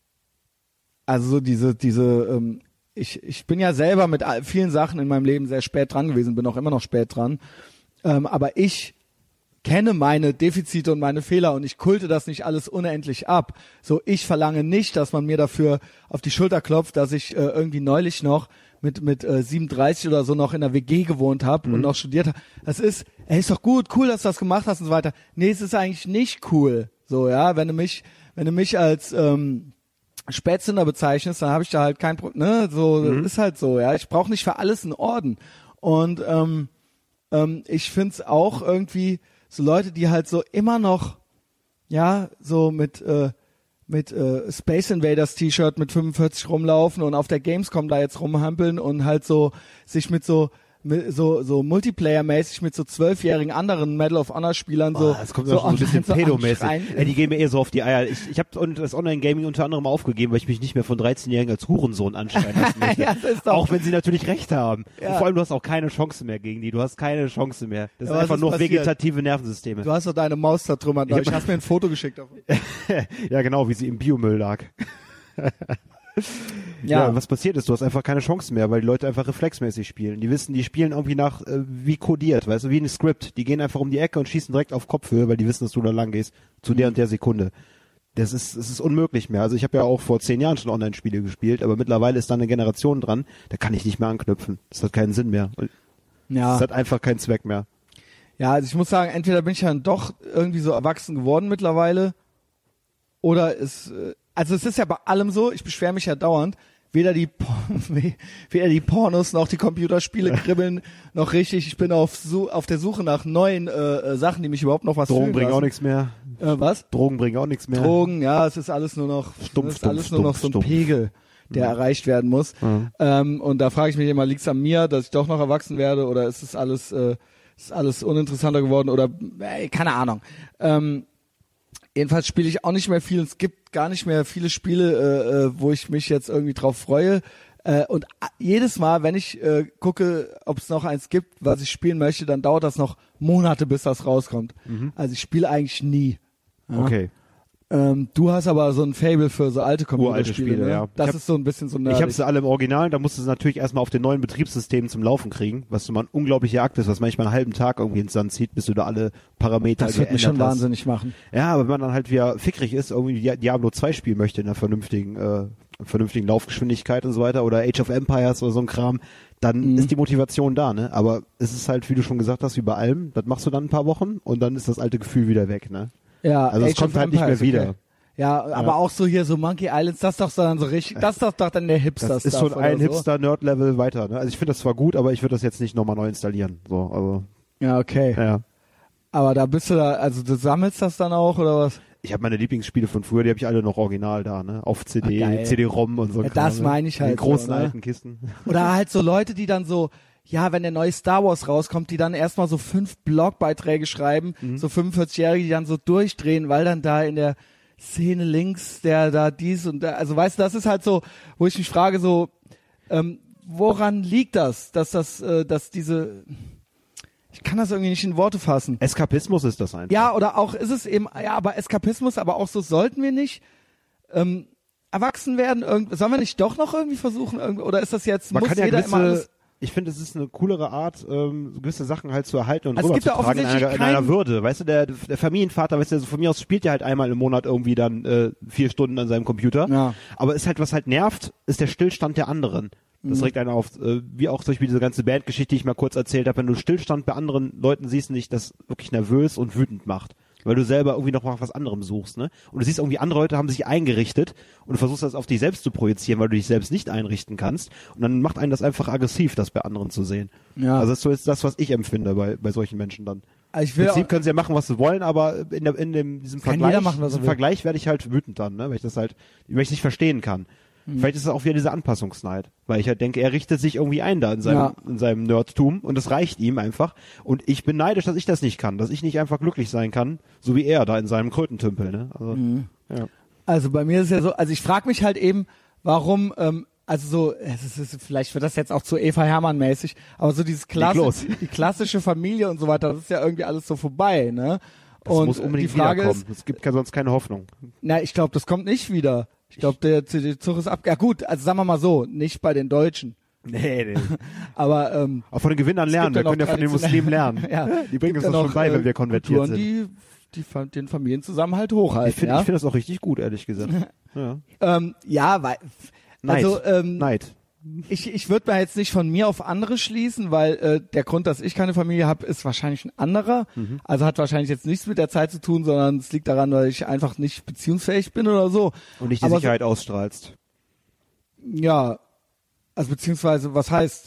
Also so diese, diese, ähm, ich, ich bin ja selber mit all- vielen Sachen in meinem Leben sehr spät dran gewesen, bin auch immer noch spät dran. Ähm, aber ich kenne meine Defizite und meine Fehler und ich kulte das nicht alles unendlich ab. So, ich verlange nicht, dass man mir dafür auf die Schulter klopft, dass ich äh, irgendwie neulich noch mit mit äh, siebenunddreißig oder so noch in der W G gewohnt habe und noch studiert habe. Das ist, ey, ist doch gut, cool, dass du das gemacht hast und so weiter. Nee, es ist eigentlich nicht cool. So, ja, wenn du mich, wenn du mich als ähm, Spätzünder bezeichnest, dann habe ich da halt kein Problem, ne, so, das ist halt so, ja. Ich brauche nicht für alles einen Orden. Und ähm, Ähm, ich find's auch irgendwie so Leute, die halt so immer noch, ja, so mit äh, mit äh, Space Invaders T-Shirt mit fünfundvierzig rumlaufen und auf der Gamescom da jetzt rumhampeln und halt so sich mit so mit so so Multiplayer-mäßig mit so zwölfjährigen anderen Medal of Honor Spielern so oh, das kommt so, so ein bisschen so pedomäßig. anschreien. Ey, die gehen mir eher so auf die Eier. Ich, ich habe das Online-Gaming unter anderem aufgegeben, weil ich mich nicht mehr von dreizehnjährigen als Hurensohn anschreien lassen möchte. Ja, das ist doch- auch wenn sie natürlich recht haben. Ja. Und vor allem, du hast auch keine Chance mehr gegen die. Du hast keine Chance mehr. Das Ja, sind was einfach ist nur passiert? vegetative Nervensysteme. Du hast doch deine Maus zertrümmert. Ich Ich hab- hast mir ein Foto geschickt davon. Ja, genau, wie sie im Biomüll lag. Ja. ja, was passiert ist, du hast einfach keine Chance mehr, weil die Leute einfach reflexmäßig spielen. Die wissen, die spielen irgendwie nach, äh, wie kodiert, weißt du, wie ein Skript. Die gehen einfach um die Ecke und schießen direkt auf Kopfhöhe, weil die wissen, dass du da lang gehst, zu mhm. der und der Sekunde. Das ist, das ist unmöglich mehr. Also ich habe ja auch vor zehn Jahren schon Online-Spiele gespielt, aber mittlerweile ist da eine Generation dran, da kann ich nicht mehr anknüpfen. Das hat keinen Sinn mehr. Ja. Das hat einfach keinen Zweck mehr. Ja, also ich muss sagen, entweder bin ich dann doch irgendwie so erwachsen geworden mittlerweile, oder es, äh, also es ist ja bei allem so, ich beschwere mich ja dauernd, weder die, weder die Pornos noch die Computerspiele kribbeln noch richtig. Ich bin auf, Su- auf der Suche nach neuen äh, Sachen, die mich überhaupt noch was Drogen fühlen bringen lassen. auch nichts mehr. Äh, was? Drogen bringen auch nichts mehr. Drogen, ja, es ist alles nur noch, Stumpf, es ist stumpf, alles nur noch so ein stumpf. Pegel, der Ja. erreicht werden muss. Mhm. Ähm, und da frage ich mich immer, liegt's an mir, dass ich doch noch erwachsen werde, oder ist es alles, äh, ist alles uninteressanter geworden, oder äh, keine Ahnung. Ähm, Jedenfalls spiele ich auch nicht mehr viel. Es gibt gar nicht mehr viele Spiele, äh, äh, wo ich mich jetzt irgendwie drauf freue. Äh, und a- jedes Mal, wenn ich äh, gucke, ob es noch eins gibt, was ich spielen möchte, dann dauert das noch Monate, bis das rauskommt. Mhm. Also ich spiele eigentlich nie. Ja. Okay. Ähm, du hast aber so ein Fable für so alte Uralte Computerspiele. Spiele, Ne? ja. Das Ich hab- ist so ein bisschen so nerdig. Ich habe sie alle im Original, da musst du sie natürlich erstmal auf den neuen Betriebssystemen zum Laufen kriegen, was so mal ein unglaublicher Akt ist, was manchmal einen halben Tag irgendwie ins Sand zieht, bis du da alle Parameter Das wird geändert mich schon hast. wahnsinnig machen. Ja, aber wenn man dann halt wieder fickrig ist, irgendwie Dia- Diablo zwei spielen möchte in einer vernünftigen, äh, vernünftigen Laufgeschwindigkeit und so weiter, oder Age of Empires oder so ein Kram, dann Mhm. ist die Motivation da, ne? Aber es ist halt, wie du schon gesagt hast, wie bei allem, das machst du dann ein paar Wochen und dann ist das alte Gefühl wieder weg, ne? Ja, Also es Age kommt of halt nicht mehr Empires, wieder. okay. Ja, aber auch so hier so Monkey Islands, das ist doch dann so richtig, das ist doch, doch dann der Hipster-Stuff. Das ist schon ein oder so. Hipster-Nerd-Level weiter, ne? Also ich finde das zwar gut, aber ich würde das jetzt nicht nochmal neu installieren, so, also, Ja, okay. ja. Aber da bist du da, also du sammelst das dann auch, oder was? Ich habe meine Lieblingsspiele von früher, die habe ich alle noch original da, ne? Auf C D, Ah, geil. C D-ROM und so. Ja, Kram, das ne? meine ich In halt den großen so, ne? alten Kisten. Oder halt so Leute, die dann so, ja, wenn der neue Star Wars rauskommt, die dann erstmal so fünf Blogbeiträge schreiben, Mhm. so fünfundvierzig-Jährige, die dann so durchdrehen, weil dann da in der Szene links, der da dies und da, also weißt du, das ist halt so, wo ich mich frage, so, ähm, woran liegt das, dass das, äh, dass diese, ich kann das irgendwie nicht in Worte fassen. Eskapismus ist das einfach. Ja, oder auch ist es eben, ja, aber Eskapismus, aber auch so sollten wir nicht ähm, erwachsen werden. Irgend, sollen wir nicht doch noch irgendwie versuchen, irgendwie, oder ist das jetzt, Man muss kann ja jeder gewisse, immer alles... ich finde, es ist eine coolere Art, ähm, gewisse Sachen halt zu erhalten und Also es gibt ja rüberzutragen in, einer, offensichtlich in einer keinen- Würde. Weißt du, der, der Familienvater, weißt du, so von mir aus spielt ja halt einmal im Monat irgendwie dann äh, vier Stunden an seinem Computer. Ja. Aber ist halt, was halt nervt, ist der Stillstand der anderen. Das Mhm. regt einen auf, äh, wie auch zum Beispiel diese ganze Bandgeschichte, die ich mal kurz erzählt habe, wenn du Stillstand bei anderen Leuten siehst, nicht das wirklich nervös und wütend macht. Weil du selber irgendwie noch nach was anderem suchst, ne? Und du siehst irgendwie, andere Leute haben sich eingerichtet und du versuchst das auf dich selbst zu projizieren, weil du dich selbst nicht einrichten kannst. Und dann macht einen das einfach aggressiv, das bei anderen zu sehen. Ja. Also das ist so jetzt das, was ich empfinde bei, bei solchen Menschen dann. Also ich Im will Prinzip auch, können sie ja machen, was sie wollen, aber in, der, in dem, diesem Kann Vergleich, jeder machen, was er diesem will. Vergleich werde ich halt wütend dann, ne? Weil ich das halt, weil ich es nicht verstehen kann. Hm. Vielleicht ist es auch wieder diese Anpassungsneid, weil ich halt denke, er richtet sich irgendwie ein da in seinem, Ja. in seinem Nerdtum und das reicht ihm einfach. Und ich bin neidisch, dass ich das nicht kann, dass ich nicht einfach glücklich sein kann, so wie er da in seinem Krötentümpel, ne? Also, Mhm. ja. also bei mir ist es ja so, also ich frage mich halt eben, warum, ähm, also so, es ist, es ist, vielleicht wird das jetzt auch zu Eva Hermann mäßig, aber so dieses Leg los. klassische, die klassische Familie und so weiter, das ist ja irgendwie alles so vorbei, ne? Das und muss unbedingt die Frage wiederkommen. ist, Es gibt ke- sonst keine Hoffnung. na, ich glaube, das kommt nicht wieder. Ich glaube, der, der Zug ist ab. Ja gut, also sagen wir mal so, nicht bei den Deutschen, Nee, nee. aber ähm, Aber von den Gewinnern es lernen. gibt Wir ja können ja noch von den traditionell- Muslimen lernen. ja, Die bringen gibt uns ja das schon bei, äh, wenn wir konvertiert Kulturen, sind. Die, die Fa- den Familienzusammenhalt hochhalten. Ich finde ja? ich finde das auch richtig gut, ehrlich gesagt. Ja. ähm, ja, weil Neid. also ähm, Neid. ich ich würde mal jetzt nicht von mir auf andere schließen, weil äh, der Grund, dass ich keine Familie habe, ist wahrscheinlich ein anderer. Mhm. Also hat wahrscheinlich jetzt nichts mit der Zeit zu tun, sondern es liegt daran, weil ich einfach nicht beziehungsfähig bin oder so. Und nicht die Aber Sicherheit ausstrahlst. So, ja, also beziehungsweise was heißt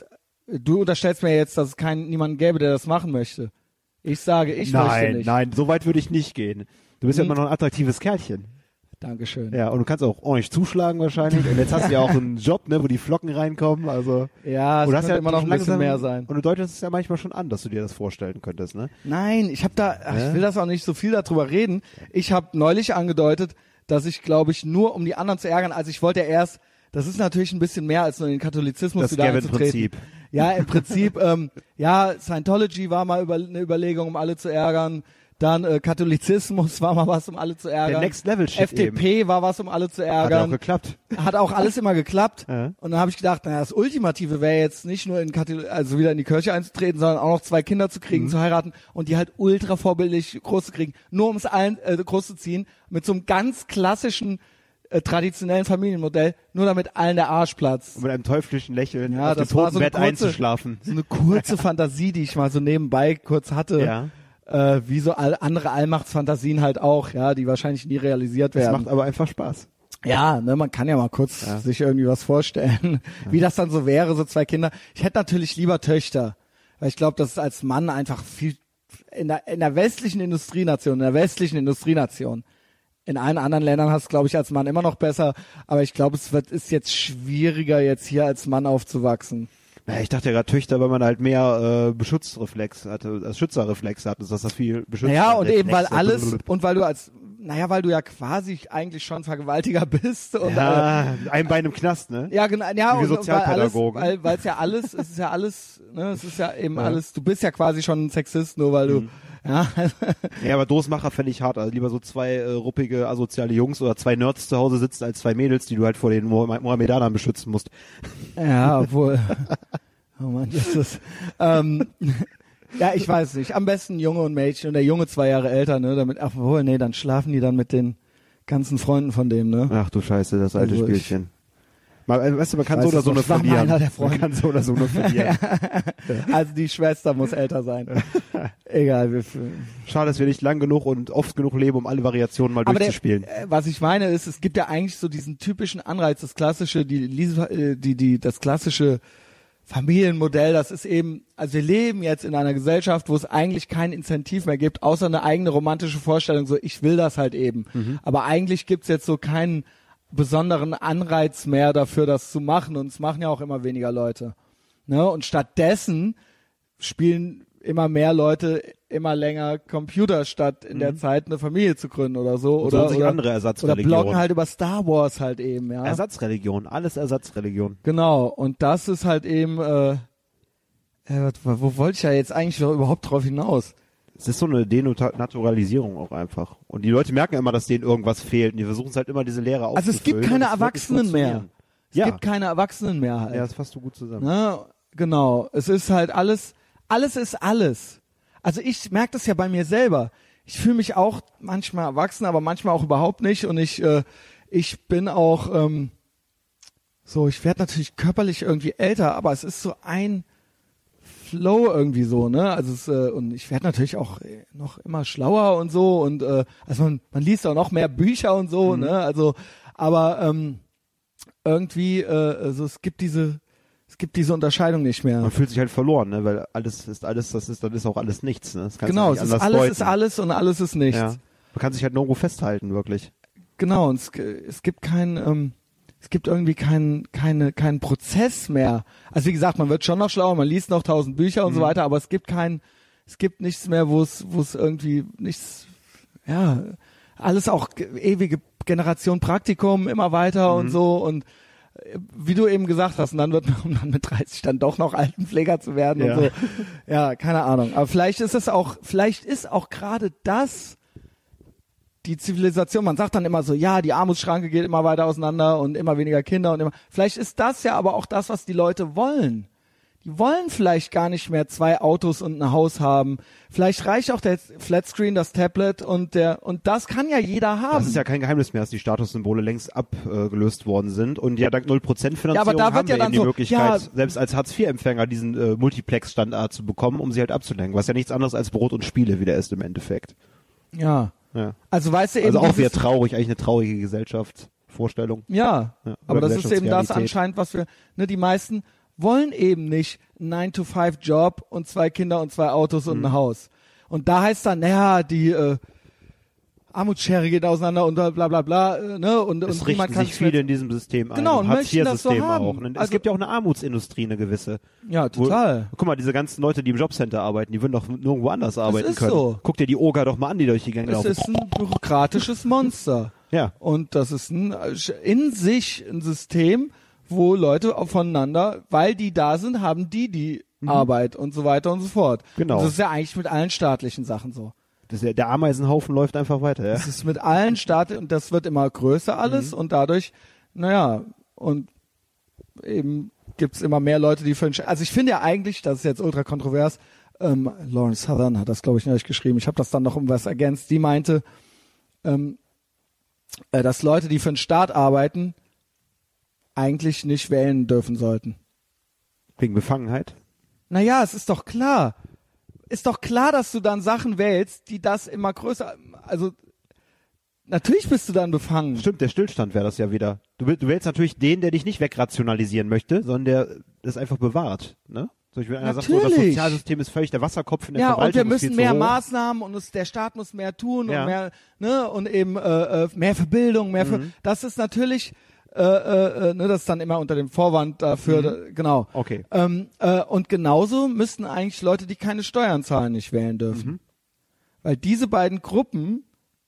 Du unterstellst mir jetzt, dass es keinen niemanden gäbe, der das machen möchte. Ich sage, ich nein, möchte nicht. Nein, nein, so weit würde ich nicht gehen. Du bist hm. ja immer noch ein attraktives Kerlchen. Dankeschön. Ja, und du kannst auch ordentlich zuschlagen wahrscheinlich. Und jetzt hast du ja auch einen Job, ne, wo die Flocken reinkommen. Also ja, es könnte ja immer noch ein bisschen mehr sein. Und du deutest es ja manchmal schon an, dass du dir das vorstellen könntest, ne? Nein, ich habe da, ach, ich will das auch nicht so viel darüber reden. Ich habe neulich angedeutet, dass ich, glaube ich, nur um die anderen zu ärgern, also ich wollte ja erst, das ist natürlich ein bisschen mehr als nur in den Katholizismus das wieder einzutreten. Prinzip. Ja, im Prinzip, ähm, ja, Scientology war mal über, eine Überlegung, um alle zu ärgern. Dann äh, Katholizismus war mal was, um alle zu ärgern. Der Next Level Shit F D P eben. war was, um alle zu ärgern. Hat auch geklappt. Hat auch alles immer geklappt. Ja. Und dann habe ich gedacht, naja, das Ultimative wäre jetzt nicht nur in Kathol- also wieder in die Kirche einzutreten, sondern auch noch zwei Kinder zu kriegen, mhm. zu heiraten und die halt ultra vorbildlich groß zu kriegen. Nur um es allen äh, groß zu ziehen, mit so einem ganz klassischen äh, traditionellen Familienmodell, nur damit allen der Arsch platzt. Und mit einem teuflischen Lächeln ja, auf das dem war so Totenbett eine kurze, einzuschlafen. So eine kurze Fantasie, die ich mal so nebenbei kurz hatte. Ja. Äh, wie so all, andere Allmachtsfantasien halt auch, ja, die wahrscheinlich nie realisiert werden. Das macht aber einfach Spaß. Ja, ne, man kann ja mal kurz ja. sich irgendwie was vorstellen, ja. wie das dann so wäre, so zwei Kinder. Ich hätte natürlich lieber Töchter, weil ich glaube, das ist als Mann einfach viel in der, in der westlichen Industrienation, in der westlichen Industrienation. In allen anderen Ländern hast du, glaube ich, als Mann immer noch besser, aber ich glaube, es wird ist jetzt schwieriger, jetzt hier als Mann aufzuwachsen. Ja, ich dachte ja gerade Töchter, weil man halt mehr äh, Beschutzreflex hatte, als Schützerreflex hatte, dass das viel beschützt. Ja, und Reflexe. eben weil alles und weil du als naja, weil du ja quasi eigentlich schon Vergewaltiger bist. Und, ja, äh, ein Bein im Knast, ne? Ja, genau. Ja, Wie und, Sozialpädagogen. weil weil es ja alles, es ist ja alles, ne, es ist ja eben ja. alles. Du bist ja quasi schon ein Sexist, nur weil du. Mhm. Ja. ja, aber Dosmacher fände ich hart. Also lieber so zwei äh, ruppige, asoziale Jungs oder zwei Nerds zu Hause sitzen als zwei Mädels, die du halt vor den Mohammedanern beschützen musst. Ja, obwohl. Oh Mann, das ist. Ähm, ja, ich weiß nicht. Am besten Junge und Mädchen und der Junge zwei Jahre älter, ne? Damit, ach wohl, nee, dann schlafen die dann mit den ganzen Freunden von dem, ne? Ach du Scheiße, das alte also Spielchen. Man, weißt du, man kann weiß so oder so nur verlieren. Einer der man kann so oder so nur verlieren. Also die Schwester muss älter sein. Egal. Wir Schade, dass wir nicht lang genug und oft genug leben, um alle Variationen mal Aber durchzuspielen. Der, äh, was ich meine ist, es gibt ja eigentlich so diesen typischen Anreiz, das klassische, die, die, die, die das klassische Familienmodell, das ist eben, also wir leben jetzt in einer Gesellschaft, wo es eigentlich kein Incentiv mehr gibt, außer eine eigene romantische Vorstellung, so ich will das halt eben. Mhm. Aber eigentlich gibt's jetzt so keinen besonderen Anreiz mehr dafür, das zu machen, und es machen ja auch immer weniger Leute. Ne? Und stattdessen spielen immer mehr Leute immer länger Computer, statt in mhm. der Zeit eine Familie zu gründen oder so. Und oder sich oder, andere Ersatzreligionen. Oder bloggen halt über Star Wars halt eben, ja. Ersatzreligion, alles Ersatzreligion. Genau, und das ist halt eben, äh, äh, wo, wo wollte ich ja jetzt eigentlich überhaupt drauf hinaus? Es ist so eine Denaturalisierung auch einfach. Und die Leute merken immer, dass denen irgendwas fehlt. Und die versuchen es halt immer, diese Leere aufzufüllen. Also es gibt keine Erwachsenen mehr. Es ja. gibt keine Erwachsenen mehr halt. Ja, das fasst du gut zusammen. Na, genau. Es ist halt alles, alles ist alles. Also ich merke das ja bei mir selber. Ich fühle mich auch manchmal erwachsen, aber manchmal auch überhaupt nicht. Und ich, äh, ich bin auch, ähm, so, ich werde natürlich körperlich irgendwie älter, aber es ist so ein Flow irgendwie so, ne? Also es, äh, und ich werde natürlich auch noch immer schlauer und so, und äh, also man, man liest auch noch mehr Bücher und so, mhm. ne? Also, aber ähm, irgendwie, äh, also es gibt diese, es gibt diese Unterscheidung nicht mehr. Man fühlt sich halt verloren, ne? Weil alles ist alles, das ist, dann ist auch alles nichts, ne? Das genau, es ist alles deuten. Ist alles und alles ist nichts. Ja. Man kann sich halt nirgendwo festhalten, wirklich. Genau, und es, es gibt kein, ähm, es gibt irgendwie keinen keine, keinen Prozess mehr. Also wie gesagt, man wird schon noch schlauer, man liest noch tausend Bücher und mhm. so weiter, aber es gibt kein, es gibt nichts mehr, wo es, wo es irgendwie nichts, ja, alles auch ewige Generation Praktikum, immer weiter mhm. und so, und wie du eben gesagt hast, und dann wird man, um dann mit dreißig dann doch noch Altenpfleger zu werden ja. und so. Ja, keine Ahnung. Aber vielleicht ist es auch, vielleicht ist auch gerade das die Zivilisation. Man sagt dann immer so, ja, die Armutsschranke geht immer weiter auseinander und immer weniger Kinder und immer. Vielleicht ist das ja aber auch das, was die Leute wollen. Die wollen vielleicht gar nicht mehr zwei Autos und ein Haus haben. Vielleicht reicht auch der Flatscreen, das Tablet und der, und das kann ja jeder haben. Das ist ja kein Geheimnis mehr, dass die Statussymbole längst abgelöst worden sind, und ja, dank null Prozent Finanzierung ja, aber da wird haben ja wir dann eben die so, Möglichkeit, ja, selbst als Hartz vier Empfänger diesen äh, Multiplex-Standard zu bekommen, um sie halt abzulenken, was ja nichts anderes als Brot und Spiele wieder ist im Endeffekt. Ja. Ja. Also weißt du eben. Also auch wieder traurig, eigentlich eine traurige Gesellschaftsvorstellung. Ja, ja, aber das ist eben das anscheinend, was wir, ne, die meisten wollen eben nicht einen nine to five Job und zwei Kinder und zwei Autos und Mhm. ein Haus. Und da heißt dann, naja, die äh, Armutsschere geht auseinander und bla bla bla, bla äh, ne? Und, Es und richten niemand kann sich viele in diesem System ein. Genau, Im und möchten das so Hartz-vier-System haben. auch. Ne? Es Also- gibt ja auch eine Armutsindustrie, eine gewisse. Ja, total. Wo, guck mal, diese ganzen Leute, die im Jobcenter arbeiten, die würden doch nirgendwo anders arbeiten ist können. so. Guck dir die Oger doch mal an, die durch die Gänge Es laufen. ist ein bürokratisches Monster. Ja. Und das ist ein, in sich ein System, wo Leute voneinander, weil die da sind, haben die die Arbeit und so weiter und so fort. Genau. Und das ist ja eigentlich mit allen staatlichen Sachen so. Das ist ja, der Ameisenhaufen läuft einfach weiter, ja. Das ist mit allen Staaten und das wird immer größer alles und dadurch, naja, und eben gibt's immer mehr Leute, die für den Sch- also ich finde ja eigentlich, das ist jetzt ultra kontrovers, ähm, Lawrence Southern hat das, glaube ich, neulich geschrieben, ich habe das dann noch um was ergänzt, die meinte, ähm, äh, dass Leute, die für den Staat arbeiten, eigentlich nicht wählen dürfen sollten. Wegen Befangenheit. Naja, es ist doch klar. Ist doch klar, dass du dann Sachen wählst, die das immer größer, also natürlich bist du dann befangen. Stimmt, der Stillstand wäre das ja wieder. Du, will- du wählst natürlich den, der dich nicht wegrationalisieren möchte, sondern der das einfach bewahrt, ne? So, ich will einer sagt so, das Natürlich. Sozialsystem ist völlig der Wasserkopf in der Ja, Verwaltung. und wir ist müssen viel mehr zu hoch. Maßnahmen und es, der Staat muss mehr tun Ja. und mehr, ne, und eben äh, äh, mehr für Bildung, mehr für, das ist natürlich, äh, äh, äh, ne, das ist dann immer unter dem Vorwand dafür, da, genau. Okay. Ähm, äh, und genauso müssten eigentlich Leute, die keine Steuern zahlen, nicht wählen dürfen. Weil diese beiden Gruppen,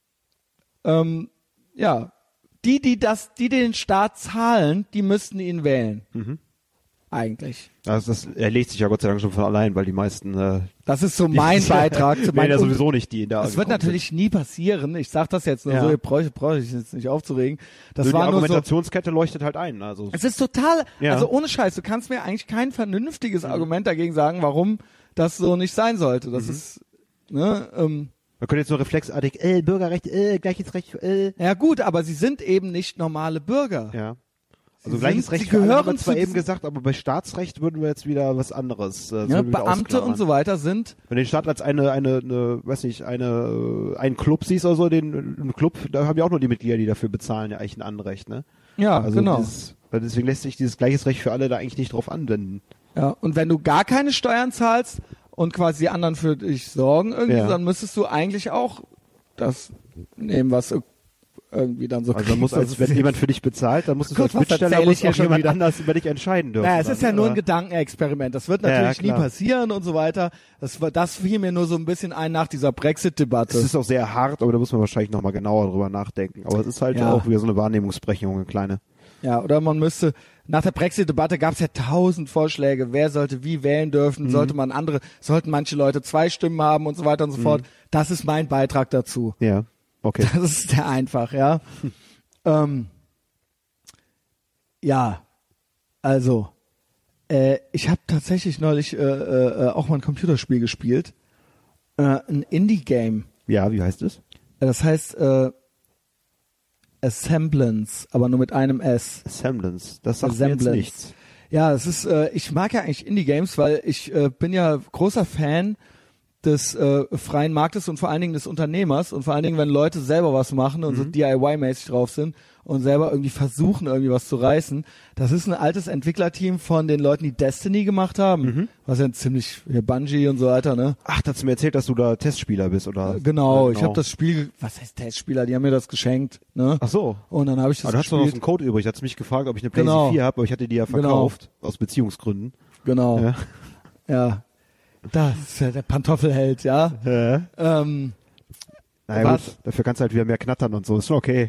ähm, ja, die, die das, die den Staat zahlen, die müssten ihn wählen. Eigentlich. Also das erlegt sich ja Gott sei Dank schon von allein, weil die meisten äh, Das ist so mein Beitrag zu wählen meinem ja sowieso nicht die in der Das wird natürlich nie passieren. Ich sag das jetzt nur Ja. so, ihr braucht, braucht ich jetzt nicht aufzuregen. Das so, die war nur so. Argumentationskette leuchtet halt ein. Also Es ist total, Ja. also ohne Scheiß, du kannst mir eigentlich kein vernünftiges Argument dagegen sagen, warum das so nicht sein sollte. Das ist, ne, ähm, man könnte jetzt nur reflexartig, äh, Bürgerrecht, äh, gleiches Recht, äh. ja gut, aber sie sind eben nicht normale Bürger. Ja. Also Sie gleiches sind- Recht sie für alle haben wir gehören zwar zu eben diesem- gesagt, aber bei Staatsrecht würden wir jetzt wieder was anderes. Äh, Ja, würden wir wieder Beamte ausklammern. und so weiter sind, Wenn du den Staat als eine, eine, eine, weiß nicht, eine, äh, einen Club siehst oder so, den, einen Club, da haben ja auch nur die Mitglieder, die dafür bezahlen, ja eigentlich ein Anrecht, ne? ja, Also genau. dieses, weil deswegen lässt sich dieses gleiches Recht für alle da eigentlich nicht drauf anwenden. Ja, und wenn du gar keine Steuern zahlst und quasi die anderen für dich sorgen irgendwie, Ja. dann müsstest du eigentlich auch das nehmen, was irgendwie dann so Also man muss, kriegst. als Das wenn ist- jemand für dich bezahlt, dann musst du Gott, als was Bittsteller erzähl ich muss hier auch schon jemand wieder? anders über dich entscheiden dürfen. Naja, es ist ja dann, nur ein aber- Gedankenexperiment. Das wird Ja, natürlich nie klar. passieren und so weiter. Das, war- das fiel mir nur so ein bisschen ein nach dieser Brexit-Debatte. Es ist auch sehr hart, aber da muss man wahrscheinlich nochmal genauer drüber nachdenken. Aber es ist halt Ja. auch wieder so eine Wahrnehmungsbrechung, eine kleine. Ja, oder man müsste, nach der Brexit-Debatte gab es ja tausend Vorschläge, wer sollte wie wählen dürfen, Mhm. sollte man andere, sollten manche Leute zwei Stimmen haben und so weiter und so fort. Das ist mein Beitrag dazu. Ja, okay. Das ist sehr einfach, ja. ähm, ja, also, äh, ich habe tatsächlich neulich äh, äh, auch mal ein Computerspiel gespielt. Äh, ein Indie-Game. Ja, wie heißt es? Das heißt äh, Assemblance, aber nur mit einem S. Semblance. Das sagt mir jetzt Semblance. nichts. Ja, es ist, äh, ich mag ja eigentlich Indie-Games, weil ich äh, bin ja großer Fan des äh, freien Marktes und vor allen Dingen des Unternehmers und vor allen Dingen, wenn Leute selber was machen und so D I Y-mäßig drauf sind und selber irgendwie versuchen, irgendwie was zu reißen. Das ist ein altes Entwicklerteam von den Leuten, die Destiny gemacht haben, was ja ziemlich, hier Bungie und so weiter, ne? Ach, da hast du mir erzählt, dass du da Testspieler bist, oder? Genau, Ja, ich habe das Spiel, was heißt Testspieler, die haben mir das geschenkt, ne? Ach so. Und dann habe ich das Aber du hast doch noch so gespielt. einen Code übrig. Du hast mich gefragt, ob ich eine Genau. PlayStation vier habe, aber ich hatte die ja Genau. verkauft. Aus Beziehungsgründen. Genau, Ja. ja. Das ist ja der Pantoffelheld, ja. Ja. Ähm, Naja, Was? gut. Dafür kannst du halt wieder mehr knattern und so. Ist schon okay.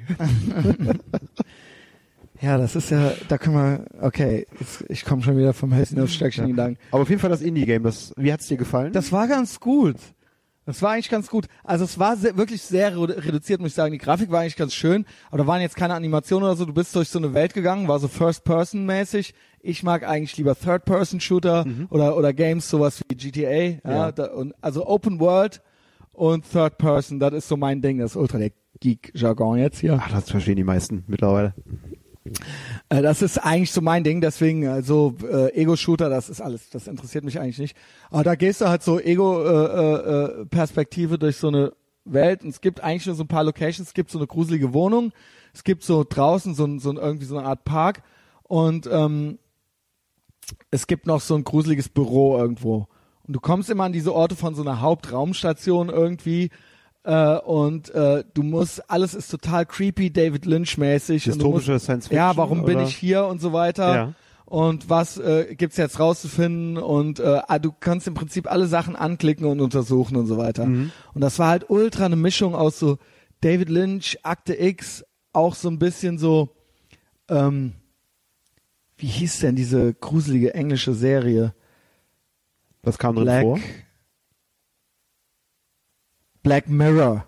ja, das ist ja, da können wir, okay, jetzt, ich komme schon wieder vom Hälften aufs Stöckchen gegangen. Aber auf jeden Fall das Indie-Game. Das, wie hat's dir gefallen? Das war ganz gut. Das war eigentlich ganz gut. Also es war sehr, wirklich sehr redu- reduziert, muss ich sagen. Die Grafik war eigentlich ganz schön, aber da waren jetzt keine Animationen oder so. Du bist durch so eine Welt gegangen, war so First-Person-mäßig. Ich mag eigentlich lieber Third-Person-Shooter oder oder Games, sowas wie G T A. Ja, Ja. Da, und, also Open World und Third-Person, das ist so mein Ding. Das ist ultra der Geek-Jargon jetzt hier. Ach, das verstehen die meisten mittlerweile. Äh, das ist eigentlich so mein Ding, deswegen also äh, Ego-Shooter, das ist alles, das interessiert mich eigentlich nicht. Aber da gehst du halt so Ego-Perspektive durch so eine Welt und es gibt eigentlich nur so ein paar Locations, es gibt so eine gruselige Wohnung, es gibt so draußen so ein, so ein irgendwie so eine Art Park und ähm, es gibt noch so ein gruseliges Büro irgendwo. Und du kommst immer an diese Orte von so einer Hauptraumstation irgendwie äh, und äh, du musst, alles ist total creepy, David Lynch-mäßig. Dystopische Science Fiction? Ja, warum oder? bin ich hier und so weiter. Ja. Und was äh, gibt's jetzt rauszufinden und äh, ah, du kannst im Prinzip alle Sachen anklicken und untersuchen und so weiter. Mhm. Und das war halt ultra eine Mischung aus so David Lynch, Akte X, auch so ein bisschen so, ähm, wie hieß denn diese gruselige englische Serie? Was kam drin Black, vor? Black Mirror.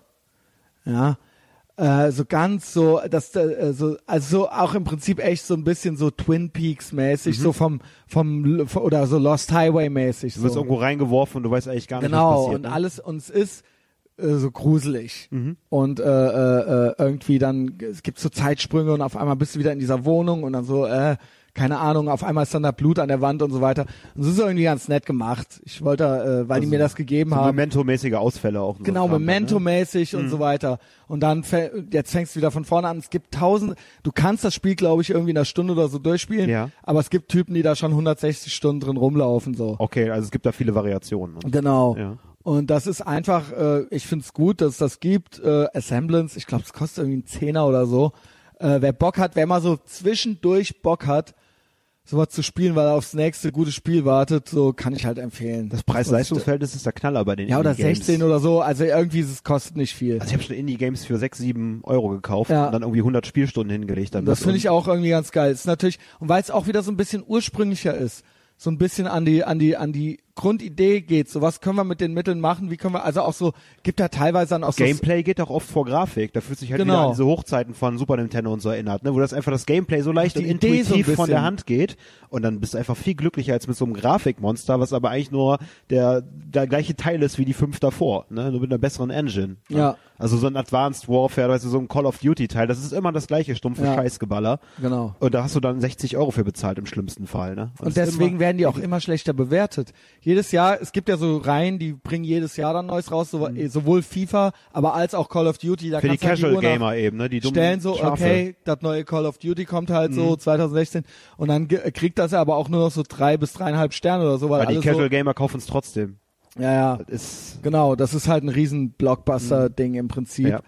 Ja. Äh, so ganz so, das, äh, so, also auch im Prinzip echt so ein bisschen so Twin Peaks mäßig, Mhm. so vom, vom, oder so Lost Highway mäßig. Du wirst so. irgendwo reingeworfen und du weißt eigentlich gar nicht, Genau, was passiert. und ne? alles, und es ist äh, so gruselig. Mhm. Und äh, äh, äh, irgendwie dann, es gibt so Zeitsprünge und auf einmal bist du wieder in dieser Wohnung und dann so, äh, keine Ahnung, auf einmal ist dann da Blut an der Wand und so weiter. Und es ist irgendwie ganz nett gemacht. Ich wollte, äh, weil Also die mir das gegeben so haben. Memento-mäßige Ausfälle auch. und so Genau, Kram dann, ne? Memento-mäßig und Mhm. so weiter. Und dann, fä- jetzt fängst du wieder von vorne an. Es gibt tausend, du kannst das Spiel, glaube ich, irgendwie in einer Stunde oder so durchspielen. Ja. Aber es gibt Typen, die da schon hundertsechzig Stunden drin rumlaufen, so. Okay, also es gibt da viele Variationen. ne? Genau. Ja. Und das ist einfach, äh, ich find's gut, dass es das gibt. Äh, Assemblance, ich glaube, es kostet irgendwie einen Zehner oder so. Äh, wer Bock hat, wer mal so zwischendurch Bock hat, sowas zu spielen, weil er aufs nächste gute Spiel wartet, so kann ich halt empfehlen. Das Preis-Leistungsverhältnis ist der Knaller bei den Ja, oder Indie-Games. sechzehn oder so, also irgendwie ist es kostet nicht viel. Also ich habe schon Indie-Games für sechs, sieben Euro gekauft Ja. und dann irgendwie hundert Spielstunden hingelegt. Damit. Das finde ich Und- auch irgendwie ganz geil. Es ist natürlich, und weil es auch wieder so ein bisschen ursprünglicher ist, so ein bisschen an die, an die, an die Grundidee geht. So, was können wir mit den Mitteln machen? Wie können wir, also auch so, gibt da teilweise dann auch so, Gameplay geht auch oft vor Grafik. Da fühlt sich halt Genau. wieder an diese Hochzeiten von Super Nintendo und so erinnert, ne? Wo das einfach das Gameplay so leicht Die und Idee so ein intuitiv von der bisschen. Hand geht. Und dann bist du einfach viel glücklicher als mit so einem Grafikmonster, was aber eigentlich nur der, der gleiche Teil ist wie die fünf davor, ne? Nur mit einer besseren Engine. Ne? Ja. Also so ein Advanced Warfare, weißt du, so ein Call of Duty Teil, das ist immer das gleiche stumpfe Ja. Scheißgeballer. genau. Und da hast du dann sechzig Euro für bezahlt im schlimmsten Fall, ne? Und das ist deswegen immer- werden die auch immer schlechter bewertet. Jedes Jahr, es gibt ja so Reihen, die bringen jedes Jahr dann Neues raus, so, eh, sowohl FIFA, aber als auch Call of Duty. Da für die kannst du halt Casual Uhr nach- Gamer eben, ne? Die dummen stellen so, Schafe. okay, das neue Call of Duty kommt halt so zwanzig sechzehn und dann ge- kriegt das aber auch nur noch so drei bis dreieinhalb Sterne oder so, weil Aber die alle Casual so, Gamer kaufen es trotzdem. ja, ja, Das ist, genau, das ist halt ein riesen Blockbuster-Ding im Prinzip. ja.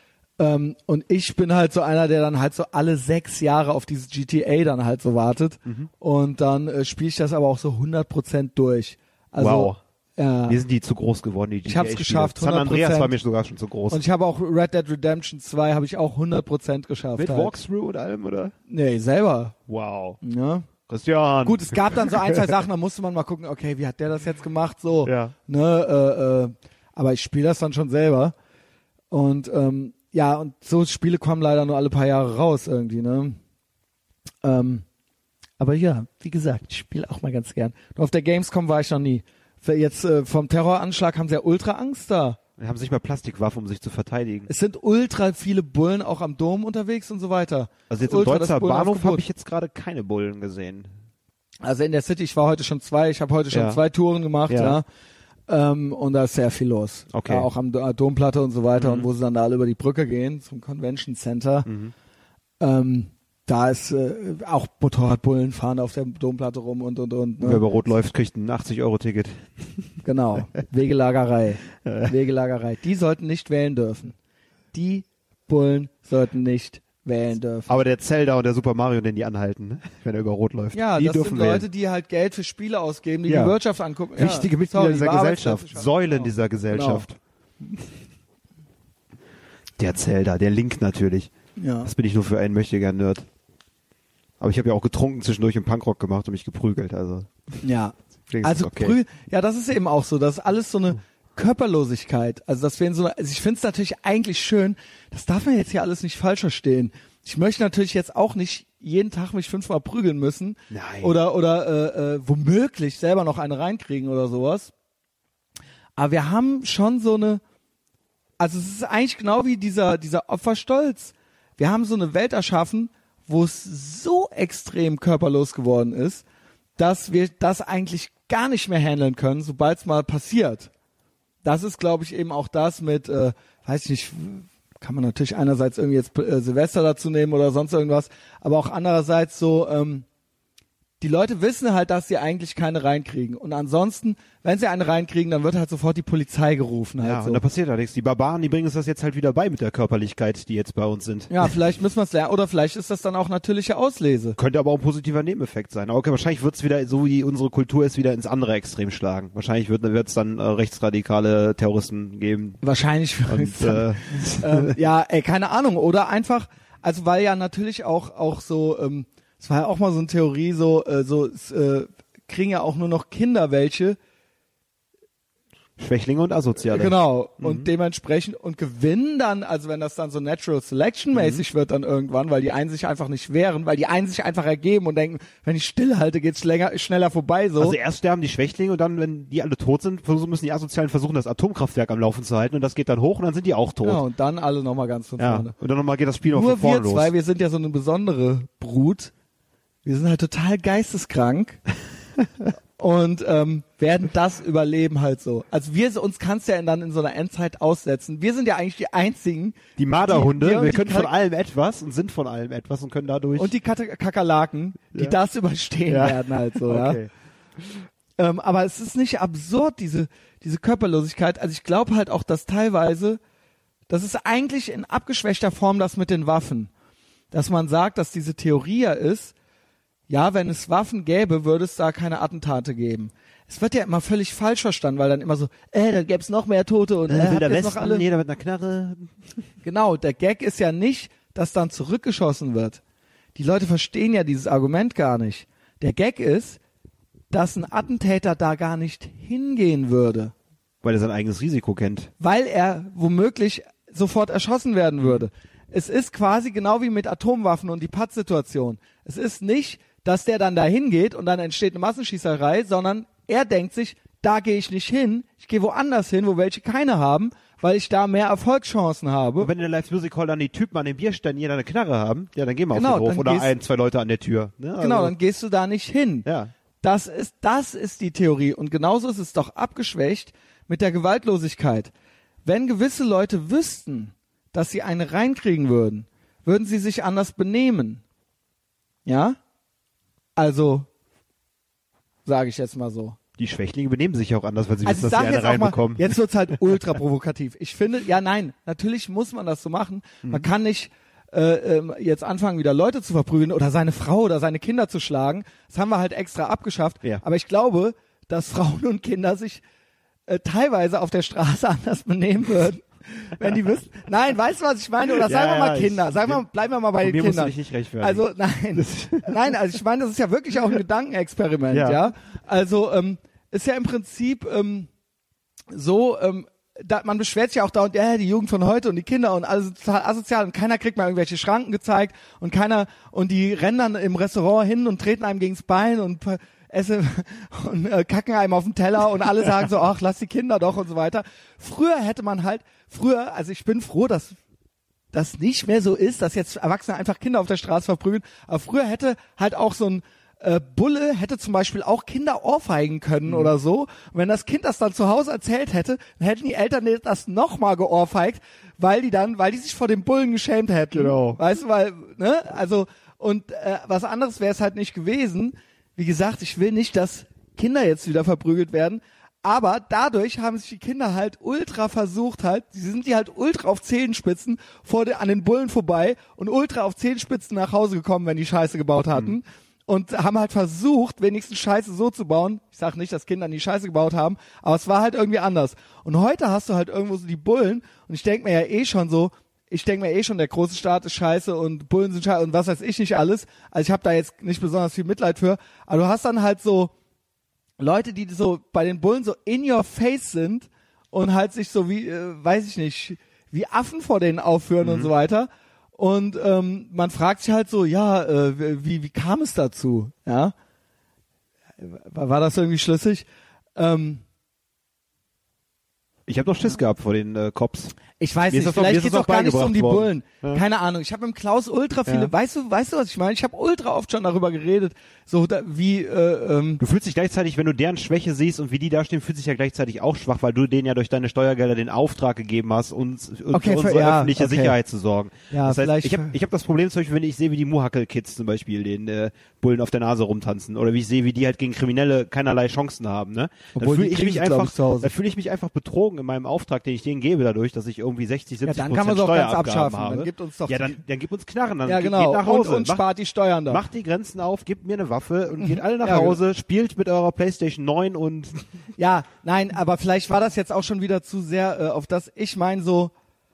Ähm, und ich bin halt so einer, der dann halt so alle sechs Jahre auf dieses G T A dann halt so wartet Mhm. und dann äh, spiele ich das aber auch so hundert Prozent durch. Also, Wow. Ja. Mir sind die zu groß geworden, die G T A Ich hab's Spiele. geschafft, San Andreas hundert Prozent. war mir sogar schon zu groß. Und ich habe auch Red Dead Redemption zwei habe ich auch hundert Prozent geschafft. Mit halt. Walkthrough und allem, oder? Nee, selber. Wow. Ja. Christian. Gut, es gab dann so ein, zwei Sachen, da musste man mal gucken, okay, wie hat der das jetzt gemacht, so. Ja. Ne, äh, äh, aber ich spiele das dann schon selber. Und ähm, ja, und so Spiele kommen leider nur alle paar Jahre raus irgendwie, ne? Ähm, aber ja, wie gesagt, ich spiele auch mal ganz gern. Nur auf der Gamescom war ich noch nie. Für jetzt äh, vom Terroranschlag haben sie ja ultra Angst da. Die haben sich mal Plastikwaffen, um sich zu verteidigen. Es sind ultra viele Bullen auch am Dom unterwegs und so weiter. Also jetzt im Ultra das Deutzer Bahnhof Bullenaufgebot. habe ich jetzt gerade keine Bullen gesehen. Also in der City, ich war heute schon zwei, ich habe heute schon Ja. zwei Touren gemacht, Ja. ja. Ähm, und da ist sehr viel los. Okay. Ja, auch am Do- Domplatte und so weiter Mhm. und wo sie dann da alle über die Brücke gehen zum Convention Center. Mhm. Ähm, da ist äh, auch Motorradbullen fahren auf der Domplatte rum und und und. Wer Ne? über Rot läuft, kriegt ein achtzig Euro Ticket. Genau. Wegelagerei. Wegelagerei. Die sollten nicht wählen dürfen. Die Bullen sollten nicht wählen dürfen. Aber der Zelda und der Super Mario, den die anhalten, ne? wenn er über Rot läuft. Ja, die das dürfen sind Leute, wählen. die halt Geld für Spiele ausgeben, die Ja. die Wirtschaft angucken. Wichtige ja, Mitglieder sorry, dieser die Gesellschaft. Arbeitswirtschaft. Säulen Genau. dieser Gesellschaft. Der Zelda, der Link natürlich. Ja. Das bin ich nur für einen Möchtegern-Nerd. Aber ich habe ja auch getrunken zwischendurch und Punkrock gemacht und mich geprügelt. Also Ja. deswegen ist Also es okay. Prü ja, das ist eben auch so, das ist alles so eine Körperlosigkeit. Also dass wir in so einer, also ich finde es natürlich eigentlich schön, das darf man jetzt hier alles nicht falsch verstehen. Ich möchte natürlich jetzt auch nicht jeden Tag mich fünfmal prügeln müssen. Nein. Oder oder äh, äh, womöglich selber noch eine reinkriegen oder sowas. Aber wir haben schon so eine, also es ist eigentlich genau wie dieser dieser Opferstolz. Wir haben so eine Welt erschaffen, wo es so extrem körperlos geworden ist, dass wir das eigentlich gar nicht mehr handeln können, sobald es mal passiert. Das ist, glaube ich, eben auch das mit, äh, weiß ich nicht, kann man natürlich einerseits irgendwie jetzt äh, Silvester dazu nehmen oder sonst irgendwas, aber auch andererseits so, ähm, die Leute wissen halt, dass sie eigentlich keine reinkriegen. Und ansonsten, wenn sie eine reinkriegen, dann wird halt sofort die Polizei gerufen. Halt ja, so. Und da passiert halt nichts. Die Barbaren, die bringen uns das jetzt halt wieder bei mit der Körperlichkeit, die jetzt bei uns sind. Ja, vielleicht müssen wir es lernen. Oder vielleicht ist das dann auch natürliche Auslese. Könnte aber auch ein positiver Nebeneffekt sein. Aber okay, wahrscheinlich wird es wieder, so wie unsere Kultur ist, wieder ins andere Extrem schlagen. Wahrscheinlich wird es dann äh, rechtsradikale Terroristen geben. Wahrscheinlich. Und, äh, ähm, ja, ey, keine Ahnung. Oder einfach, also weil ja natürlich auch auch so, ähm, es war ja auch mal so eine Theorie, so, äh, so es, äh, kriegen ja auch nur noch Kinder welche. Schwächlinge und Asoziale. Genau. Mhm. Und dementsprechend, und gewinnen dann, also wenn das dann so Natural Selection mäßig mhm. wird dann irgendwann, weil die einen sich einfach nicht wehren, weil die einen sich einfach ergeben und denken, wenn ich stillhalte, geht's länger, schneller vorbei, so. Also erst sterben die Schwächlinge und dann, wenn die alle tot sind, versuchen, müssen die Asozialen versuchen, das Atomkraftwerk am Laufen zu halten und das geht dann hoch und dann sind die auch tot. Genau, und dann alle nochmal ganz von ja. vorne. Und dann nochmal geht das Spiel noch Nur von vorne wir los. zwei, wir sind ja so eine besondere Brut. Wir sind halt total geisteskrank. Und ähm, werden das überleben halt so. Also wir uns kannst ja dann in so einer Endzeit aussetzen. Wir sind ja eigentlich die einzigen. Die Marderhunde, die, die wir die können Kak- von allem etwas und sind von allem etwas und können dadurch. Und die Kat- Kakerlaken, die Ja. das überstehen Ja. werden halt so. okay. Ja. Ähm, aber es ist nicht absurd, diese, diese Körperlosigkeit. Also ich glaube halt auch, dass teilweise, das ist eigentlich in abgeschwächter Form das mit den Waffen. Dass man sagt, dass diese Theorie ja ist, ja, wenn es Waffen gäbe, würde es da keine Attentate geben. Es wird ja immer völlig falsch verstanden, weil dann immer so, äh, dann gäbe es noch mehr Tote und äh, Äh, habt Wilder jetzt noch Westen, alle. jeder mit einer Knarre. Genau, der Gag ist ja nicht, dass dann zurückgeschossen wird. Die Leute verstehen ja dieses Argument gar nicht. Der Gag ist, dass ein Attentäter da gar nicht hingehen würde, Weil er sein eigenes Risiko kennt. weil er womöglich sofort erschossen werden würde. Es ist quasi genau wie mit Atomwaffen und die Pattsituation. Es ist nicht, dass der dann da hingeht und dann entsteht eine Massenschießerei, sondern er denkt sich, da gehe ich nicht hin, ich gehe woanders hin, wo welche keine haben, weil ich da mehr Erfolgschancen habe. Und wenn in der Live Music Hall dann die Typen an den Bierständen jeder eine Knarre haben, ja, dann gehen wir Genau, auf den Hof dann oder gehst- ein, zwei Leute an der Tür. Ne? Genau, Also, dann gehst du da nicht hin. ja. Das ist, das ist die Theorie. Und genauso ist es doch abgeschwächt mit der Gewaltlosigkeit. Wenn gewisse Leute wüssten, dass sie eine reinkriegen würden, würden sie sich anders benehmen. Ja? Also, sage ich jetzt mal so. Die Schwächlinge benehmen sich ja auch anders, weil sie Also wissen, ich dass sag sie eine jetzt auch mal, reinbekommen. jetzt wird's halt ultra provokativ. Ich finde, ja nein, natürlich muss man das so machen. Man kann nicht äh, ähm, jetzt anfangen, wieder Leute zu verprügeln oder seine Frau oder seine Kinder zu schlagen. Das haben wir halt extra abgeschafft. Ja. Aber ich glaube, dass Frauen und Kinder sich äh, teilweise auf der Straße anders benehmen würden. Wenn die wüssten. Nein, weißt du, was ich meine? Oder Ja, sagen wir mal ja, Kinder. ich- Sagen wir, bleiben wir mal bei Von den mir musst du Kindern. dich nicht rechtfertigen. Also nein, nein, also ich meine, das ist ja wirklich auch ein Gedankenexperiment, ja. Ja. Also ähm, ist ja im Prinzip ähm, so, ähm, da, man beschwert sich ja auch dauernd, ja, die Jugend von heute und die Kinder und alles total asozial und keiner kriegt mal irgendwelche Schranken gezeigt und keiner und die rennen dann im Restaurant hin und treten einem gegens Bein und äh, essen und äh, kacken einem auf den Teller und alle sagen so, ach, lass die Kinder doch und so weiter. Früher hätte man halt, früher, also ich bin froh, dass das nicht mehr so ist, dass jetzt Erwachsene einfach Kinder auf der Straße verprügeln, aber früher hätte halt auch so ein äh, Bulle hätte zum Beispiel auch Kinder ohrfeigen können Mhm. oder so. Und wenn das Kind das dann zu Hause erzählt hätte, dann hätten die Eltern das nochmal geohrfeigt, weil die dann, weil die sich vor dem Bullen geschämt hätten. Genau. Weißt du, weil, ne, also, und äh, was anderes wäre es halt nicht gewesen. Wie gesagt, ich will nicht, dass Kinder jetzt wieder verprügelt werden, aber dadurch haben sich die Kinder halt ultra versucht halt, sie sind die halt ultra auf Zehenspitzen vor de, an den Bullen vorbei und ultra auf Zehenspitzen nach Hause gekommen, wenn die Scheiße gebaut hatten. Mhm. Und haben halt versucht, wenigstens Scheiße so zu bauen. Ich sag nicht, dass Kinder nie Scheiße gebaut haben, aber es war halt irgendwie anders. Und heute hast du halt irgendwo so die Bullen und ich denk mir ja eh schon so, ich denk mir eh schon, der große Staat ist scheiße und Bullen sind scheiße und was weiß ich nicht alles. Also ich habe da jetzt nicht besonders viel Mitleid für. Aber du hast dann halt so Leute, die so bei den Bullen so in your face sind und halt sich so wie, äh, weiß ich nicht, wie Affen vor denen aufführen mhm. und so weiter. Und ähm, man fragt sich halt so, ja, äh, wie wie kam es dazu? Ja, war, war das irgendwie schlüssig? Ähm, Ich habe noch Schiss gehabt vor den äh, Cops. Ich weiß Mir ist nicht, das doch- mir vielleicht ist geht's das auch doch gar nicht so um die beigebracht Bullen. worden. Ja. Keine Ahnung. Ich habe mit dem Klaus ultra viele, Ja. weißt du, weißt du, was ich meine? Ich habe ultra oft schon darüber geredet, so da, wie, äh, ähm, Du fühlst dich gleichzeitig, wenn du deren Schwäche siehst und wie die da stehen, fühlst dich ja gleichzeitig auch schwach, weil du denen ja durch deine Steuergelder den Auftrag gegeben hast, uns uns Okay, für für- unsere ja, öffentliche okay. Sicherheit zu sorgen. Ja, das heißt, vielleicht- ich habe ich hab das Problem zum Beispiel, wenn ich sehe, wie die Muhackel-Kids zum Beispiel den äh, Bullen auf der Nase rumtanzen oder wie ich sehe, wie die halt gegen Kriminelle keinerlei Chancen haben. Ne? Dann Obwohl, fühle die ich kriegen mich sie, glaub einfach, ich, zu Hause. dann fühle ich mich einfach betrogen in meinem Auftrag, den ich denen gebe, dadurch, dass ich irgendwie sechzig, ja, siebzig dann kann man Prozent es auch ganz Steuerabgaben abschaffen. habe. Dann gibt uns doch ja, die- dann, dann gib uns Knarren, dann ja, geht genau. nach Hause. Und, und Mach- spart die Steuern da. Macht die Grenzen auf, gebt mir eine Waffe und geht alle nach Ja, Hause, spielt mit eurer PlayStation neun und Ja, nein, aber vielleicht war das jetzt auch schon wieder zu sehr äh, auf das, ich meine so,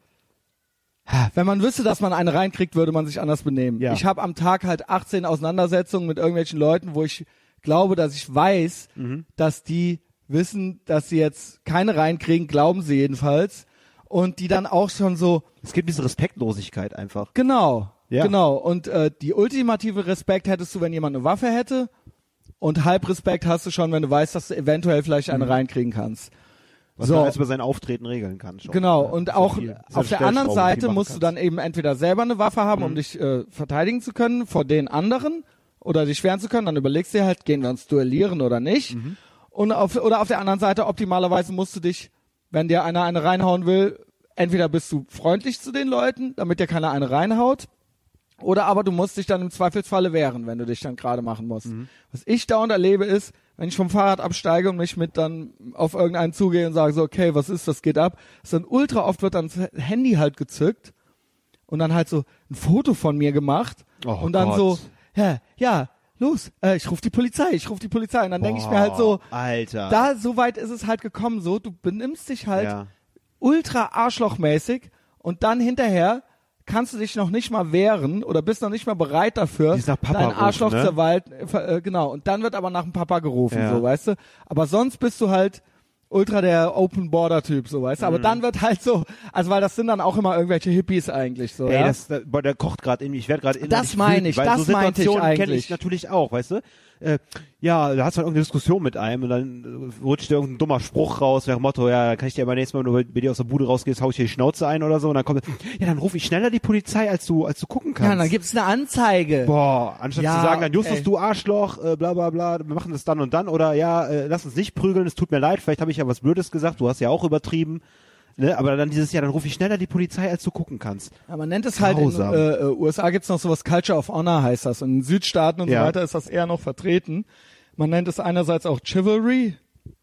wenn man wüsste, dass man eine reinkriegt, würde man sich anders benehmen. Ja. Ich habe am Tag halt achtzehn Auseinandersetzungen mit irgendwelchen Leuten, wo ich glaube, dass ich weiß, Mhm. dass die wissen, dass sie jetzt keine reinkriegen, glauben sie jedenfalls. Und die dann auch schon so, es gibt diese Respektlosigkeit einfach. genau, Ja. genau. Und äh, die ultimative Respekt hättest du, wenn jemand eine Waffe hätte. Und Halbrespekt hast du schon, wenn du weißt, dass du eventuell vielleicht eine reinkriegen kannst. Was So. man alles über seinen Auftreten regeln kann. Schon. Genau, Ja, und so auch viel- so auf der Stellschrauben, anderen die Seite machen musst du kannst. dann eben entweder selber eine Waffe haben, Mhm. um dich äh, verteidigen zu können vor den anderen oder dich wehren zu können. Dann überlegst du dir halt, gehen wir uns duellieren oder nicht. Mhm. Und auf, oder auf der anderen Seite, optimalerweise musst du dich, wenn dir einer eine reinhauen will, entweder bist du freundlich zu den Leuten, damit dir keiner eine reinhaut, oder aber du musst dich dann im Zweifelsfalle wehren, wenn du dich dann gerade machen musst. Mhm. Was ich dauernd erlebe ist, wenn ich vom Fahrrad absteige und mich mit dann auf irgendeinen zugehe und sage so, okay, was ist, was geht ab? Ist dann ultra oft wird dann das Handy halt gezückt und dann halt so ein Foto von mir gemacht Oh und dann Gott. so, ja, ja, los, äh, ich rufe die Polizei, ich rufe die Polizei. Und dann denke ich mir halt so, Alter. da, so weit ist es halt gekommen so, du benimmst dich halt ja. ultra arschlochmäßig und dann hinterher kannst du dich noch nicht mal wehren oder bist noch nicht mal bereit dafür, Die ist nach Papa dein rufen, Arschloch ne? zur Wald, äh, genau. Und dann wird aber nach dem Papa gerufen, Ja. so, weißt du. Aber sonst bist du halt ultra der Open Border Typ, so, weißt du. Mhm. Aber dann wird halt so, also weil das sind dann auch immer irgendwelche Hippies eigentlich, so, Ey, ja. das, da- boah, der kocht gerade in mir. Ich werde gerade innerlich Das meine wütend, ich, weil das so meinte ich Situationen kenne eigentlich. ich natürlich auch, weißt du? Äh, ja, da hast du halt irgendeine Diskussion mit einem und dann äh, rutscht dir irgendein dummer Spruch raus, nach dem Motto, ja, dann kann ich dir aber nächstes Mal, wenn du bei dir aus der Bude rausgehst, hau ich dir die Schnauze ein oder so und dann kommt, ja, dann rufe ich schneller die Polizei, als du, als du gucken kannst. Ja, dann gibt's eine Anzeige. Boah, anstatt Ja, zu sagen, dann Justus, ey. du Arschloch, äh, bla bla bla, wir machen das dann und dann oder ja, äh, lass uns nicht prügeln, es tut mir leid, vielleicht habe ich ja was Blödes gesagt, du hast ja auch übertrieben, ne? Aber dann dieses Jahr, dann rufe ich schneller die Polizei, als du gucken kannst. Ja, man nennt es halt, in Grausam. äh, äh, U S A gibt's noch sowas, Culture of Honor heißt das. Und in Südstaaten und Ja. so weiter ist das eher noch vertreten. Man nennt es einerseits auch Chivalry.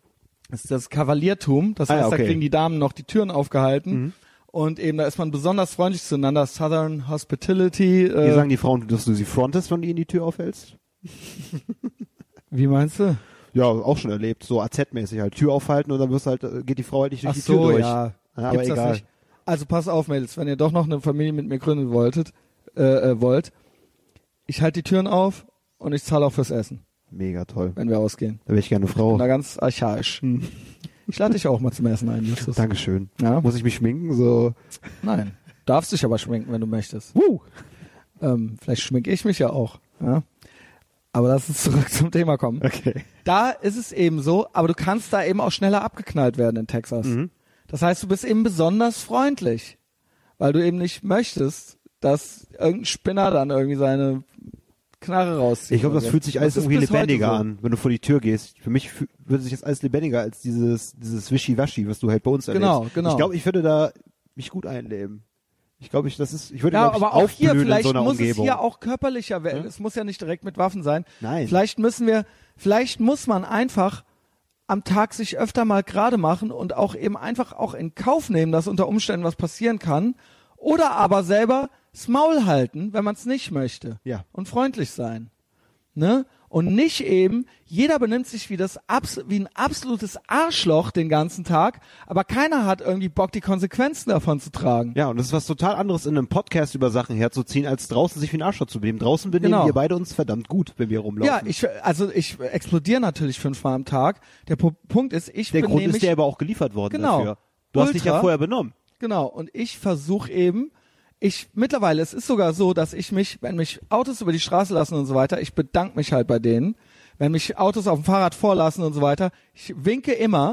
Das ist das Kavaliertum. Das Ah, heißt, ja, da okay. kriegen die Damen noch die Türen aufgehalten. Mhm. Und eben, da ist man besonders freundlich zueinander. Southern Hospitality. Wie Äh, sagen die Frauen, dass du sie frontest, wenn du ihnen die Tür aufhältst? wie meinst du? Ja, auch schon erlebt, so A Z-mäßig halt, Tür aufhalten und dann wirst halt, äh, geht die Frau halt nicht durch Ach die Tür so, durch. ja. Ja, aber Gibt's das egal. nicht? Also pass auf, Mädels, wenn ihr doch noch eine Familie mit mir gründen wolltet, äh, äh, wollt, ich halte die Türen auf und ich zahle auch fürs Essen, Mega toll. wenn wir ausgehen. Da wäre ich gerne Frau. Na, ganz archaisch. Ich lade dich auch mal zum Essen ein, Justus. Dankeschön. Ja? Muss ich mich schminken? So. Nein. Darfst dich aber schminken, wenn du möchtest. Woo. Ähm, vielleicht schminke ich mich ja auch. Ja? Aber lass uns zurück zum Thema kommen. Okay. Da ist es eben so, aber du kannst da eben auch schneller abgeknallt werden in Texas. Mhm. Das heißt, du bist eben besonders freundlich, weil du eben nicht möchtest, dass irgendein Spinner dann irgendwie seine Knarre rauszieht. Ich glaube, das fühlt sich alles ist irgendwie bis heute lebendiger so. an, wenn du vor die Tür gehst. Für mich fü- würde sich das alles lebendiger als dieses, dieses Wischiwaschi, was du halt bei uns erlebst. Genau, genau. Ich glaube, ich würde da mich gut einleben. Ich glaube, ich, das ist, ich würde, Ja, glaub ich, aber auch hier, aufblühen in vielleicht so einer muss Umgebung. es hier auch körperlicher werden. Ja? Es muss ja nicht direkt mit Waffen sein. Nein. Vielleicht müssen wir, vielleicht muss man einfach am Tag sich öfter mal gerade machen und auch eben einfach auch in Kauf nehmen, dass unter Umständen was passieren kann. Oder aber selber das Maul halten, wenn man es nicht möchte. Ja. Und freundlich sein. Ne? Und nicht eben, jeder benimmt sich wie das abs- wie ein absolutes Arschloch den ganzen Tag, aber keiner hat irgendwie Bock, die Konsequenzen davon zu tragen. Ja, und das ist was total anderes, in einem Podcast über Sachen herzuziehen, als draußen sich wie ein Arschloch zu benehmen. Draußen benehmen Genau. wir beide uns verdammt gut, wenn wir rumlaufen. Ja, ich, also ich explodiere natürlich fünfmal am Tag. Der P- Punkt ist, ich Der benehme Grund ist mich, dir aber auch geliefert worden Genau. dafür. Du hast dich ja Ultra. vorher benommen. genau, und ich versuche eben, ich, mittlerweile, es ist sogar so, dass ich mich, wenn mich Autos über die Straße lassen und so weiter, ich bedanke mich halt bei denen. Wenn mich Autos auf dem Fahrrad vorlassen und so weiter, ich winke immer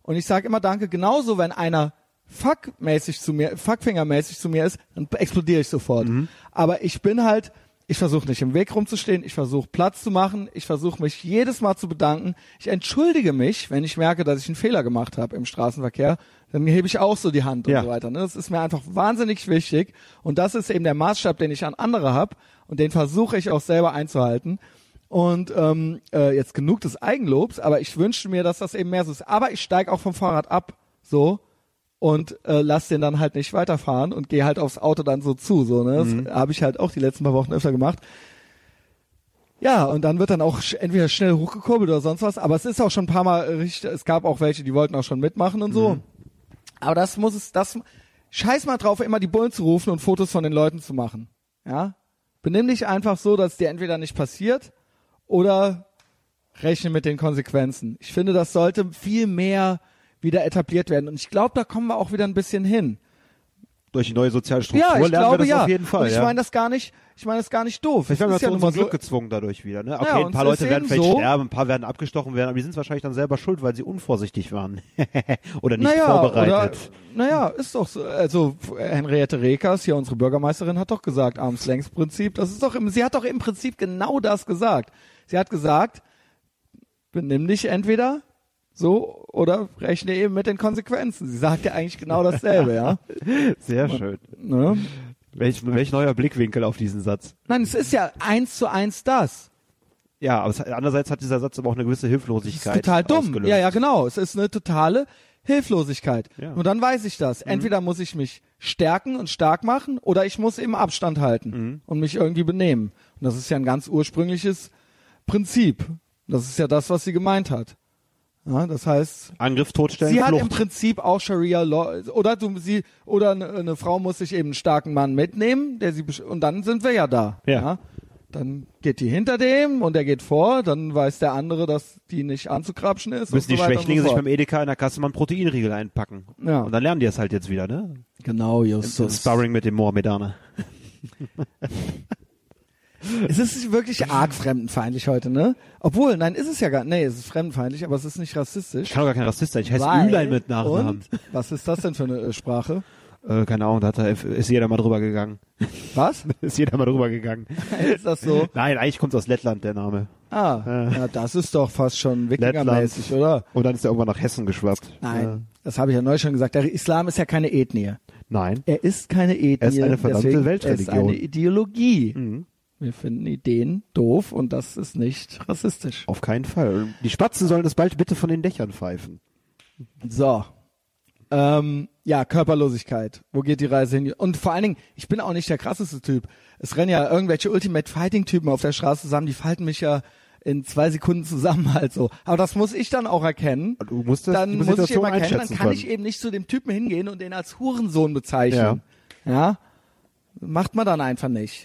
Und ich sage immer Danke. Genauso, wenn einer fuckmäßig zu mir, fuckfingermäßig zu mir ist, dann explodiere ich sofort. Mhm. Aber ich bin halt, ich versuche nicht im Weg rumzustehen, ich versuche Platz zu machen, ich versuche mich jedes Mal zu bedanken. Ich entschuldige mich, wenn ich merke, dass ich einen Fehler gemacht habe im Straßenverkehr, dann hebe ich auch so die Hand und ja. so weiter. Ne? Das ist mir einfach wahnsinnig wichtig und das ist eben der Maßstab, den ich an andere habe und den versuche ich auch selber einzuhalten. Und ähm, äh, jetzt genug des Eigenlobs, aber ich wünschte mir, dass das eben mehr so ist. Aber ich steige auch vom Fahrrad ab, so, und äh, lass den dann halt nicht weiterfahren und gehe halt aufs Auto dann so zu. So, ne? Das mhm. habe ich halt auch die letzten paar Wochen öfter gemacht. Ja, und dann wird dann auch sch- entweder schnell hochgekurbelt oder sonst was. Aber es ist auch schon ein paar Mal richtig, es gab auch welche, die wollten auch schon mitmachen und so. Mhm. Aber das muss es, das, scheiß mal drauf, immer die Bullen zu rufen und Fotos von den Leuten zu machen. Ja? Benimm dich einfach so, dass es dir entweder nicht passiert oder rechne mit den Konsequenzen. Ich finde, das sollte viel mehr wieder etabliert werden. Und ich glaube, da kommen wir auch wieder ein bisschen hin. Durch die neue soziale Struktur ja, ich lernen glaube, wir das ja. auf jeden Fall. Und ich ja. meine das gar nicht, ich meine das gar nicht doof. Ich glaube, wir ja haben uns so, Glück gezwungen dadurch wieder. Ne? Okay, ja, ein paar Leute werden vielleicht so, sterben, ein paar werden abgestochen werden, aber die sind wahrscheinlich dann selber schuld, weil sie unvorsichtig waren. Oder nicht naja, vorbereitet. Oder, naja, ist doch so. Also Henriette Rekas, hier unsere Bürgermeisterin, hat doch gesagt, Arm's-Length-Prinzip. Das ist doch im, sie hat doch im Prinzip genau das gesagt. Sie hat gesagt, benimm dich entweder so oder rechne eben mit den Konsequenzen. Sie sagt ja eigentlich genau dasselbe, ja. Sehr schön. Ne? Welch, welch neuer Blickwinkel auf diesen Satz. Nein, es ist ja eins zu eins das. Ja, aber es, andererseits hat dieser Satz aber auch eine gewisse Hilflosigkeit. Das ist total dumm. Ausgelöst. Ja, ja, genau. Es ist eine totale Hilflosigkeit. Ja. Und dann weiß ich das. Entweder muss ich mich stärken und stark machen oder ich muss eben Abstand halten mhm. und mich irgendwie benehmen. Und das ist ja ein ganz ursprüngliches Prinzip. Das ist ja das, was sie gemeint hat. Ja, das heißt, Angriff, Totstellen, sie hat Flucht. im Prinzip auch Sharia Law, oder du, sie, oder eine, eine Frau muss sich eben einen starken Mann mitnehmen, der sie, besch- und dann sind wir ja da. Ja. ja. Dann geht die hinter dem und der geht vor, dann weiß der andere, dass die nicht anzukrapschen ist. Müssen und die so weiter Schwächlinge und so sich fort. beim Edeka in der Kasse mal einen Proteinriegel einpacken. Ja. Und dann lernen die es halt jetzt wieder, ne? Genau, Im, Justus. im Sparring mit dem Mohammedaner. Es ist wirklich arg fremdenfeindlich heute, ne? Obwohl, nein, ist es ja gar nicht. Nee, es ist fremdenfeindlich, aber es ist nicht rassistisch. Ich kann doch gar kein Rassist sein. Ich heiße Weil- Ülein mit Nachnamen. Und? Was ist das denn für eine äh, Sprache? Äh, keine Ahnung, da hat er, ist jeder mal drüber gegangen. Was? ist jeder mal drüber gegangen. Ist das so? Nein, eigentlich kommt aus Lettland, der Name. Ah, Äh. ja, das ist doch fast schon wikingermäßig, oder? Und dann ist er irgendwann nach Hessen geschwappt. Nein, Äh, das habe ich ja neu schon gesagt. Der Islam ist ja keine Ethnie. nein. Er ist keine Ethnie. Er ist eine verdammte deswegen Weltreligion. Er ist eine Ideologie. Mhm. Wir finden Ideen doof und das ist nicht rassistisch. Auf keinen Fall. Die Spatzen sollen das bald bitte von den Dächern pfeifen. So. Ähm, ja, Körperlosigkeit. Wo geht die Reise hin? Und vor allen Dingen, ich bin auch nicht der krasseste Typ. Es rennen ja irgendwelche Ultimate Fighting Typen auf der Straße zusammen, die falten mich ja in zwei Sekunden zusammen halt so. Aber das muss ich dann auch erkennen. Du musst das, Dann die muss ich Situation eben erkennen, dann einschätzen kann können. ich eben nicht zu dem Typen hingehen und den als Hurensohn bezeichnen. Ja. Macht man dann einfach nicht.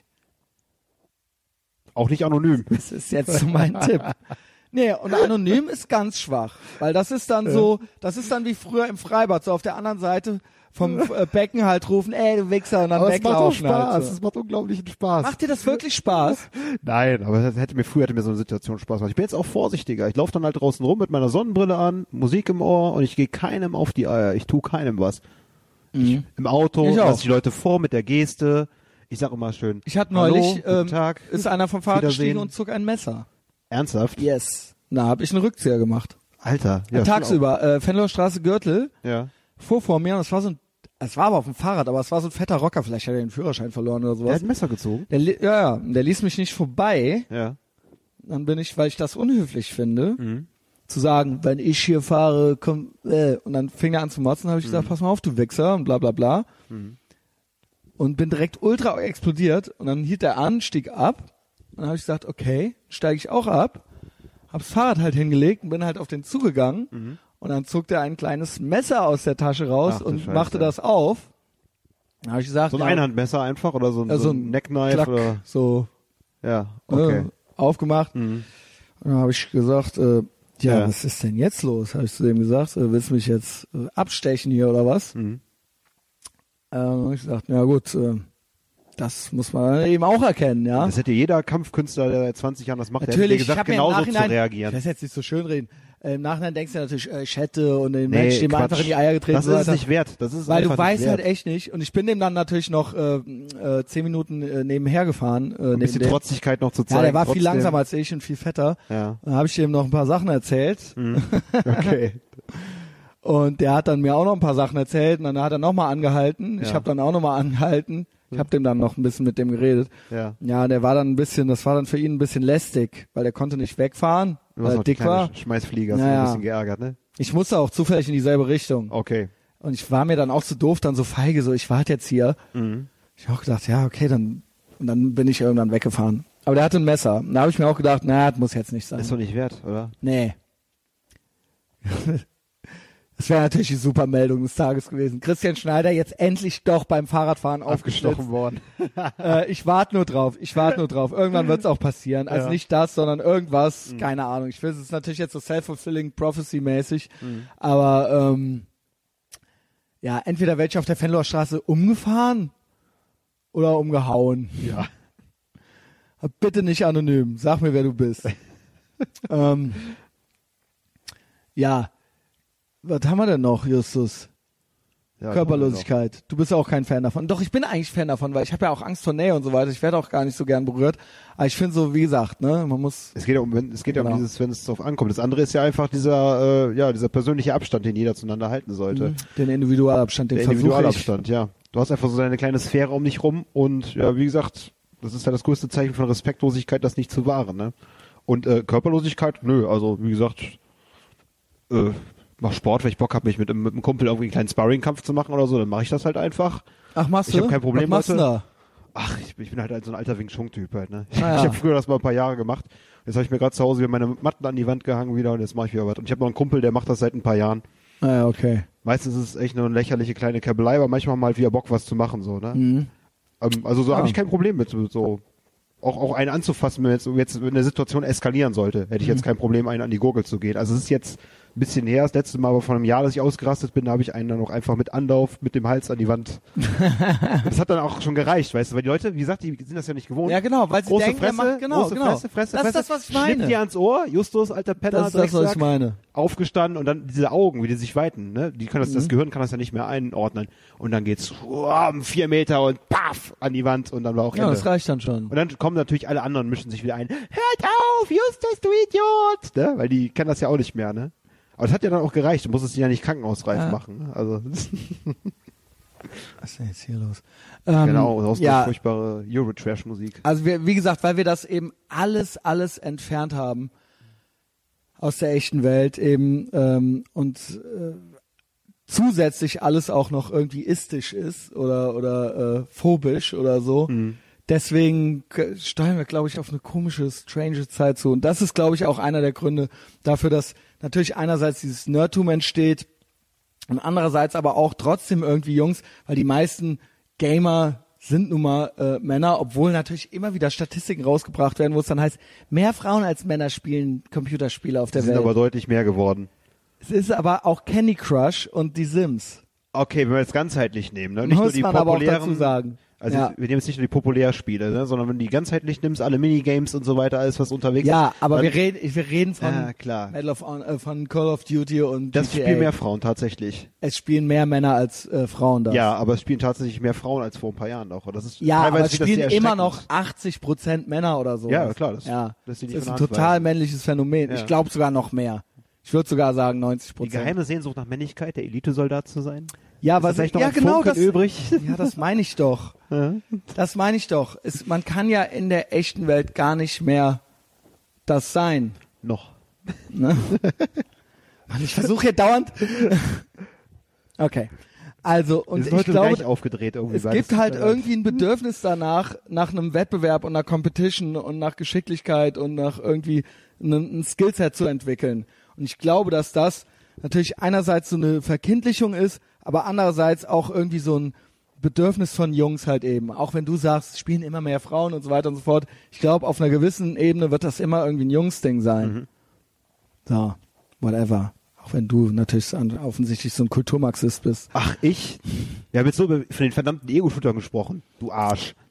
Auch nicht anonym. Das ist jetzt so mein Tipp. Nee, und anonym ist ganz schwach, weil das ist dann so, das ist dann wie früher im Freibad, so auf der anderen Seite vom äh, Becken halt rufen, ey, du Wichser, und dann Aber es macht auch weglaufen Spaß. halt so. Es macht unglaublichen Spaß. Macht dir das wirklich Spaß? Nein, aber das hätte mir früher hätte mir so eine Situation Spaß gemacht. Ich bin jetzt auch vorsichtiger. Ich laufe dann halt draußen rum mit meiner Sonnenbrille an, Musik im Ohr und ich gehe keinem auf die Eier. Ich tue keinem was. Ich, Im Auto Ich auch. lasse die Leute vor mit der Geste. Ich sag immer schön. Ich hatte Hallo, neulich, guten ähm, Tag. ist einer vom Fahrrad Wiedersehen. gestiegen und zog ein Messer. Ernsthaft? Yes. Na, hab ich einen Rückzieher gemacht. Alter. Ja, Tagsüber, äh, Venloer Straße, Gürtel, Ja. fuhr vor mir und es war so ein, es war aber auf dem Fahrrad, aber es war so ein fetter Rocker, vielleicht hat er den Führerschein verloren oder Der sowas. hat ein Messer gezogen. Der, li- ja, ja, der ließ mich nicht vorbei. Ja. Dann bin ich, weil ich das unhöflich finde, Mhm. zu sagen, wenn ich hier fahre, komm, äh, und dann fing er an zu motzen, habe ich gesagt, pass mal auf, du Wichser, und bla bla bla. Mhm. Und bin direkt ultra explodiert und dann hielt er an, stieg ab und dann habe ich gesagt, okay, steige ich auch ab, hab's Fahrrad halt hingelegt und bin halt auf den zugegangen Mhm. und dann zog der ein kleines Messer aus der Tasche raus Ach du und Scheiße. machte das auf. Dann habe ich gesagt, So ein ja, Einhandmesser einfach oder so ein, ja, so ein Neckknife Klack, oder so ja, okay. äh, aufgemacht. Mhm. Und dann habe ich gesagt, äh, ja, Ja. was ist denn jetzt los? Habe ich zu dem gesagt, äh, willst du mich jetzt äh, abstechen hier oder was? Mhm. Äh, dann habe ich gesagt, ja gut, äh, Das muss man eben auch erkennen, ja. Das hätte jeder Kampfkünstler, der seit zwanzig Jahren das macht, Natürlich, der hätte gesagt, ich hab genauso mir im zu Nachhinein, reagieren. Ich will jetzt nicht so schön reden. Äh, Im Nachhinein denkst du natürlich, äh, ich hätte und den Nee, Mensch dem Quatsch. einfach in die Eier getreten. Das so ist es weiter. nicht wert. Das ist Weil du einfach nicht weißt wert. halt echt nicht. Und ich bin dem dann natürlich noch äh, äh, zehn Minuten äh, nebenher gefahren. Äh, Ein bisschen neben dem. Trotzigkeit noch zu zeigen. Ja, der war trotzdem. viel langsamer als ich und viel fetter. Ja. Dann habe ich ihm noch ein paar Sachen erzählt. Mhm. Okay. Und der hat dann mir auch noch ein paar Sachen erzählt und dann hat er nochmal angehalten. Ich Ja. habe dann auch nochmal angehalten. Ich habe dem dann noch ein bisschen mit dem geredet. Ja. Ja, der war dann ein bisschen, das war dann für ihn ein bisschen lästig, weil der konnte nicht wegfahren, Du weil hast er noch die dick kleine war. Schmeißflieger, hast Ja, du ja. ein bisschen geärgert, ne? Ich musste auch zufällig in dieselbe Richtung. Okay. Und ich war mir dann auch zu doof, dann so feige, so ich warte jetzt hier. Mhm. Ich habe auch gedacht, ja, okay, dann und dann bin ich irgendwann weggefahren. Aber der hatte ein Messer. Da habe ich mir auch gedacht, na, das muss jetzt nicht sein. Ist doch nicht wert, oder? Nee. Das wäre natürlich die super Meldung des Tages gewesen. Christian Schneider jetzt endlich doch beim Fahrradfahren aufgeschlossen worden. äh, ich warte nur drauf. Ich warte nur drauf. Irgendwann wird es auch passieren. Also Ja. nicht das, sondern irgendwas. Mhm. Keine Ahnung. Ich weiß, es ist natürlich jetzt so self-fulfilling prophecy mäßig. Mhm. Aber ähm, ja, entweder welche auf der Venloer Straße umgefahren oder umgehauen. Ja. Bitte nicht anonym. Sag mir, wer du bist. ähm, ja. Was haben wir denn noch, Justus? Ja, Körperlosigkeit. Du bist auch kein Fan davon. Doch, ich bin eigentlich Fan davon, weil ich habe ja auch Angst vor Nähe und so weiter. Ich werde auch gar nicht so gern berührt. Aber ich finde so, wie gesagt, ne, man muss... Es geht ja um, wenn, es geht ja Genau. um dieses, wenn es drauf ankommt. Das andere ist ja einfach dieser, äh, ja, dieser persönliche Abstand, den jeder zueinander halten sollte. Den Individualabstand, den Der versuche ich. Individualabstand, ja. Du hast einfach so deine kleine Sphäre um dich rum und ja, wie gesagt, das ist ja das größte Zeichen von Respektlosigkeit, das nicht zu wahren, ne? Und äh, Körperlosigkeit, nö, also wie gesagt, äh, mach Sport, wenn ich Bock habe, mich mit, mit einem Kumpel irgendwie einen kleinen Sparring-Kampf zu machen oder so, dann mache ich das halt einfach. Ach, machst Ich du? hab kein Problem, Was machst du Leute. da? Ach, ich, ich bin halt, halt so ein alter Wing Chun-Typ halt, ne? Ah, ja. Ich habe früher das mal ein paar Jahre gemacht. Jetzt habe ich mir gerade zu Hause wieder meine Matten an die Wand gehangen wieder und jetzt mache ich wieder was. Und ich habe noch einen Kumpel, der macht das seit ein paar Jahren. Ah, ja, okay. Meistens ist es echt nur eine lächerliche kleine Kabelei, aber manchmal haben wir halt wieder Bock, was zu machen, so, ne? Mhm. Ähm, also so Ah. habe ich kein Problem mit, so auch auch einen anzufassen, wenn jetzt, jetzt wenn eine Situation eskalieren sollte, hätte ich jetzt kein Problem, einen an die Gurgel zu gehen. Also es ist jetzt ein bisschen her, das letzte Mal aber vor einem Jahr, dass ich ausgerastet bin, da habe ich einen dann auch einfach mit Anlauf, mit dem Hals an die Wand. Das hat dann auch schon gereicht, weißt du, weil die Leute, wie gesagt, die sind das ja nicht gewohnt. Ja, genau, weil sie Große denken, er Fresse, macht, genau, große genau. Fresse, Fresse, das ist Fresse. das, was ich meine. Schnipp dir ans Ohr, Justus, alter Penner, Das ist das, was ich Drecksack, meine. aufgestanden und dann diese Augen, wie die sich weiten, ne? Die können das, Mhm. das Gehirn kann das ja nicht mehr einordnen. Und dann geht's um vier Meter und paff an die Wand und dann war auch Ja, Ende. das reicht dann schon. Und dann kommen natürlich alle anderen, mischen sich wieder ein. Hört auf, Justus, du Idiot! Ne? Weil die kennen das ja auch nicht mehr, ne? Aber das hat ja dann auch gereicht. Du musst es ja nicht krankenhausreif Ja. machen. Ne? Also, Was ist denn jetzt hier los? Ähm, genau, das ist ja, furchtbare Euro-Trash-Musik. also wir, wie gesagt, weil wir das eben alles, alles entfernt haben aus der echten Welt eben ähm, und äh, zusätzlich alles auch noch irgendwie istisch ist oder oder äh, phobisch oder so. Mhm. Deswegen k- steuern wir, glaube ich, auf eine komische, strange Zeit zu. Und das ist, glaube ich, auch einer der Gründe dafür, dass natürlich einerseits dieses Nerdtum entsteht und andererseits aber auch trotzdem irgendwie Jungs, weil die meisten Gamer sind nun mal äh, Männer, obwohl natürlich immer wieder Statistiken rausgebracht werden, wo es dann heißt, mehr Frauen als Männer spielen Computerspiele auf der Die sind Welt. aber deutlich mehr geworden. Es ist aber auch Candy Crush und die Sims. Okay, wenn wir jetzt ganzheitlich nehmen, ne? Nicht nur Muss die man aber auch populären, dazu sagen. also Ja. wir nehmen jetzt nicht nur die Populärspiele, ne? Sondern wenn du die ganzheitlich nimmst, alle Minigames und so weiter, alles was unterwegs Ja, ist. aber dann, wir reden, wir reden von Ja, klar. Medal of Honor, äh, von Call of Duty und Das G T A. spielen mehr Frauen tatsächlich. Es spielen mehr Männer als äh, Frauen das. Ja, aber es spielen tatsächlich mehr Frauen als vor ein paar Jahren auch. Und das ist Ja, teilweise aber es finde ich das spielen sehr immer erschreckend. noch achtzig Prozent Männer oder so. Ja, klar, das- ja. das ist das nicht ist von ein der Hand total weisen. männliches Phänomen. Ja. Ich glaube sogar noch mehr. Ich würde sogar sagen neunzig Die Prozent. geheime Sehnsucht nach Männlichkeit, der Elitesoldat zu sein? Ja, Ist was das vielleicht noch ja ein genau Funken das übrig? Ja, das meine ich doch. Ja. Das meine ich doch. Es, man kann ja in der echten Welt gar nicht mehr das sein. Noch. Ne? Mann, ich versuche hier dauernd. Okay. Also, Wir und sind ich heute glaube, gleich aufgedreht irgendwie. es beides. gibt halt Tut mir leid. irgendwie ein Bedürfnis danach, nach einem Wettbewerb und einer Competition und nach Geschicklichkeit und nach irgendwie ein, ein Skillset zu entwickeln. Und ich glaube, dass das natürlich einerseits so eine Verkindlichung ist, aber andererseits auch irgendwie so ein Bedürfnis von Jungs halt eben. Auch wenn du sagst, es spielen immer mehr Frauen und so weiter und so fort. Ich glaube, auf einer gewissen Ebene wird das immer irgendwie ein Jungsding sein. Mhm. So, whatever. Auch wenn du natürlich an- offensichtlich so ein Kulturmarxist bist. Ach, ich? Wir haben jetzt so über, von den verdammten Ego-Shootern gesprochen. Du Arsch.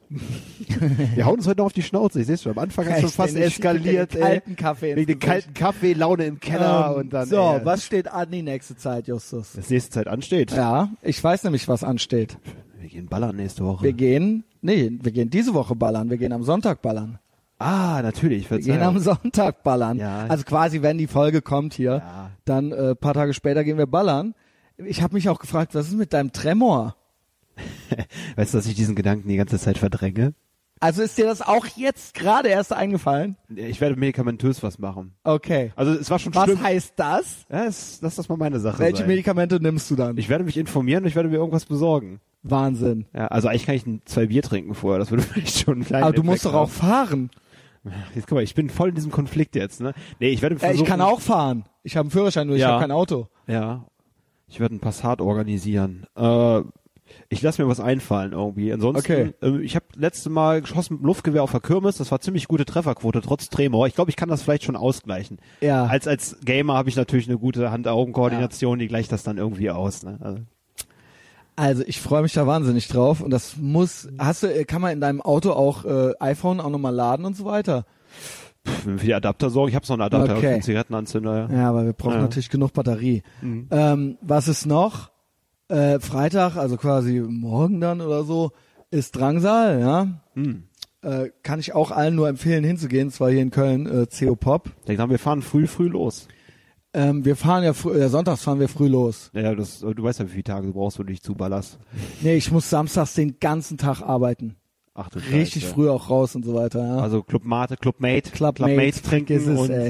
Wir hauen uns heute noch auf die Schnauze, ich sehe schon. Am Anfang hat es schon fast eskaliert. Den kalten Kaffee Wegen dem kalten Kaffee, Laune im Keller ähm, und dann... So, ey, was steht an die nächste Zeit, Justus? das nächste Zeit ansteht. Ja, ich weiß nämlich, was ansteht. Wir gehen ballern nächste Woche. Wir gehen, nee, wir gehen diese Woche ballern. Wir gehen am Sonntag ballern. Ah, natürlich. Wir gehen am Sonntag ballern. Ja. Also quasi, wenn die Folge kommt hier, Ja. dann äh, paar Tage später gehen wir ballern. Ich habe mich auch gefragt, was ist mit deinem Tremor? Weißt du, dass ich diesen Gedanken die ganze Zeit verdränge? Also ist dir das auch jetzt gerade erst eingefallen? Ich werde medikamentös was machen. Okay. Also es war schon Was schlimm. heißt das? Ja, es, lass das mal meine Sache Welche sein. Medikamente nimmst du dann? Ich werde mich informieren und ich werde mir irgendwas besorgen. Wahnsinn. Ja, also eigentlich kann ich ein, zwei Bier trinken vorher, das würde vielleicht schon einen kleinen Aber du Effekt musst doch haben. auch fahren. Jetzt guck mal, ich bin voll in diesem Konflikt jetzt, ne? Nee, ich werde Äh, versuchen... ich kann auch fahren. Ich habe einen Führerschein, nur ich Ja. habe kein Auto. Ja, ich werde einen Passat organisieren. Äh, ich lasse mir was einfallen irgendwie. Ansonsten, Okay. äh, ich habe letzte Mal geschossen mit dem Luftgewehr auf der Kirmes, das war ziemlich gute Trefferquote, trotz Tremor. Ich glaube, ich kann das vielleicht schon ausgleichen. Ja. Als als Gamer habe ich natürlich eine gute Hand-Augen-Koordination, die gleicht das dann irgendwie aus. Ne? Also, Also ich freue mich da wahnsinnig drauf und das muss, hast du, kann man in deinem Auto auch äh, iPhone auch nochmal laden und so weiter? pff, wenn wir für die Adapter sorgen, ich habe noch einen Adapter Okay. für den Zigarettenanzünder. Ja. Ja, aber wir brauchen Ja. natürlich genug Batterie. Mhm. Ähm, was ist noch? Äh, Freitag, also quasi morgen dann oder so, ist Drangsal, ja. Mhm. Äh, kann ich auch allen nur empfehlen hinzugehen, zwar hier in Köln, äh, C O Pop. Denk dran, wir fahren früh, früh los. Ähm, wir fahren ja, früh, äh, sonntags fahren wir früh los. Ja, das, du weißt ja, wie viele Tage du brauchst, wenn du dich zuballerst. Nee, ich muss samstags den ganzen Tag arbeiten. Ach du Richtig Scheiße. früh auch raus und so weiter, ja. Also Club Mate, Club Mate, Club Club Mate, Mate trinken vergiss es, und ey.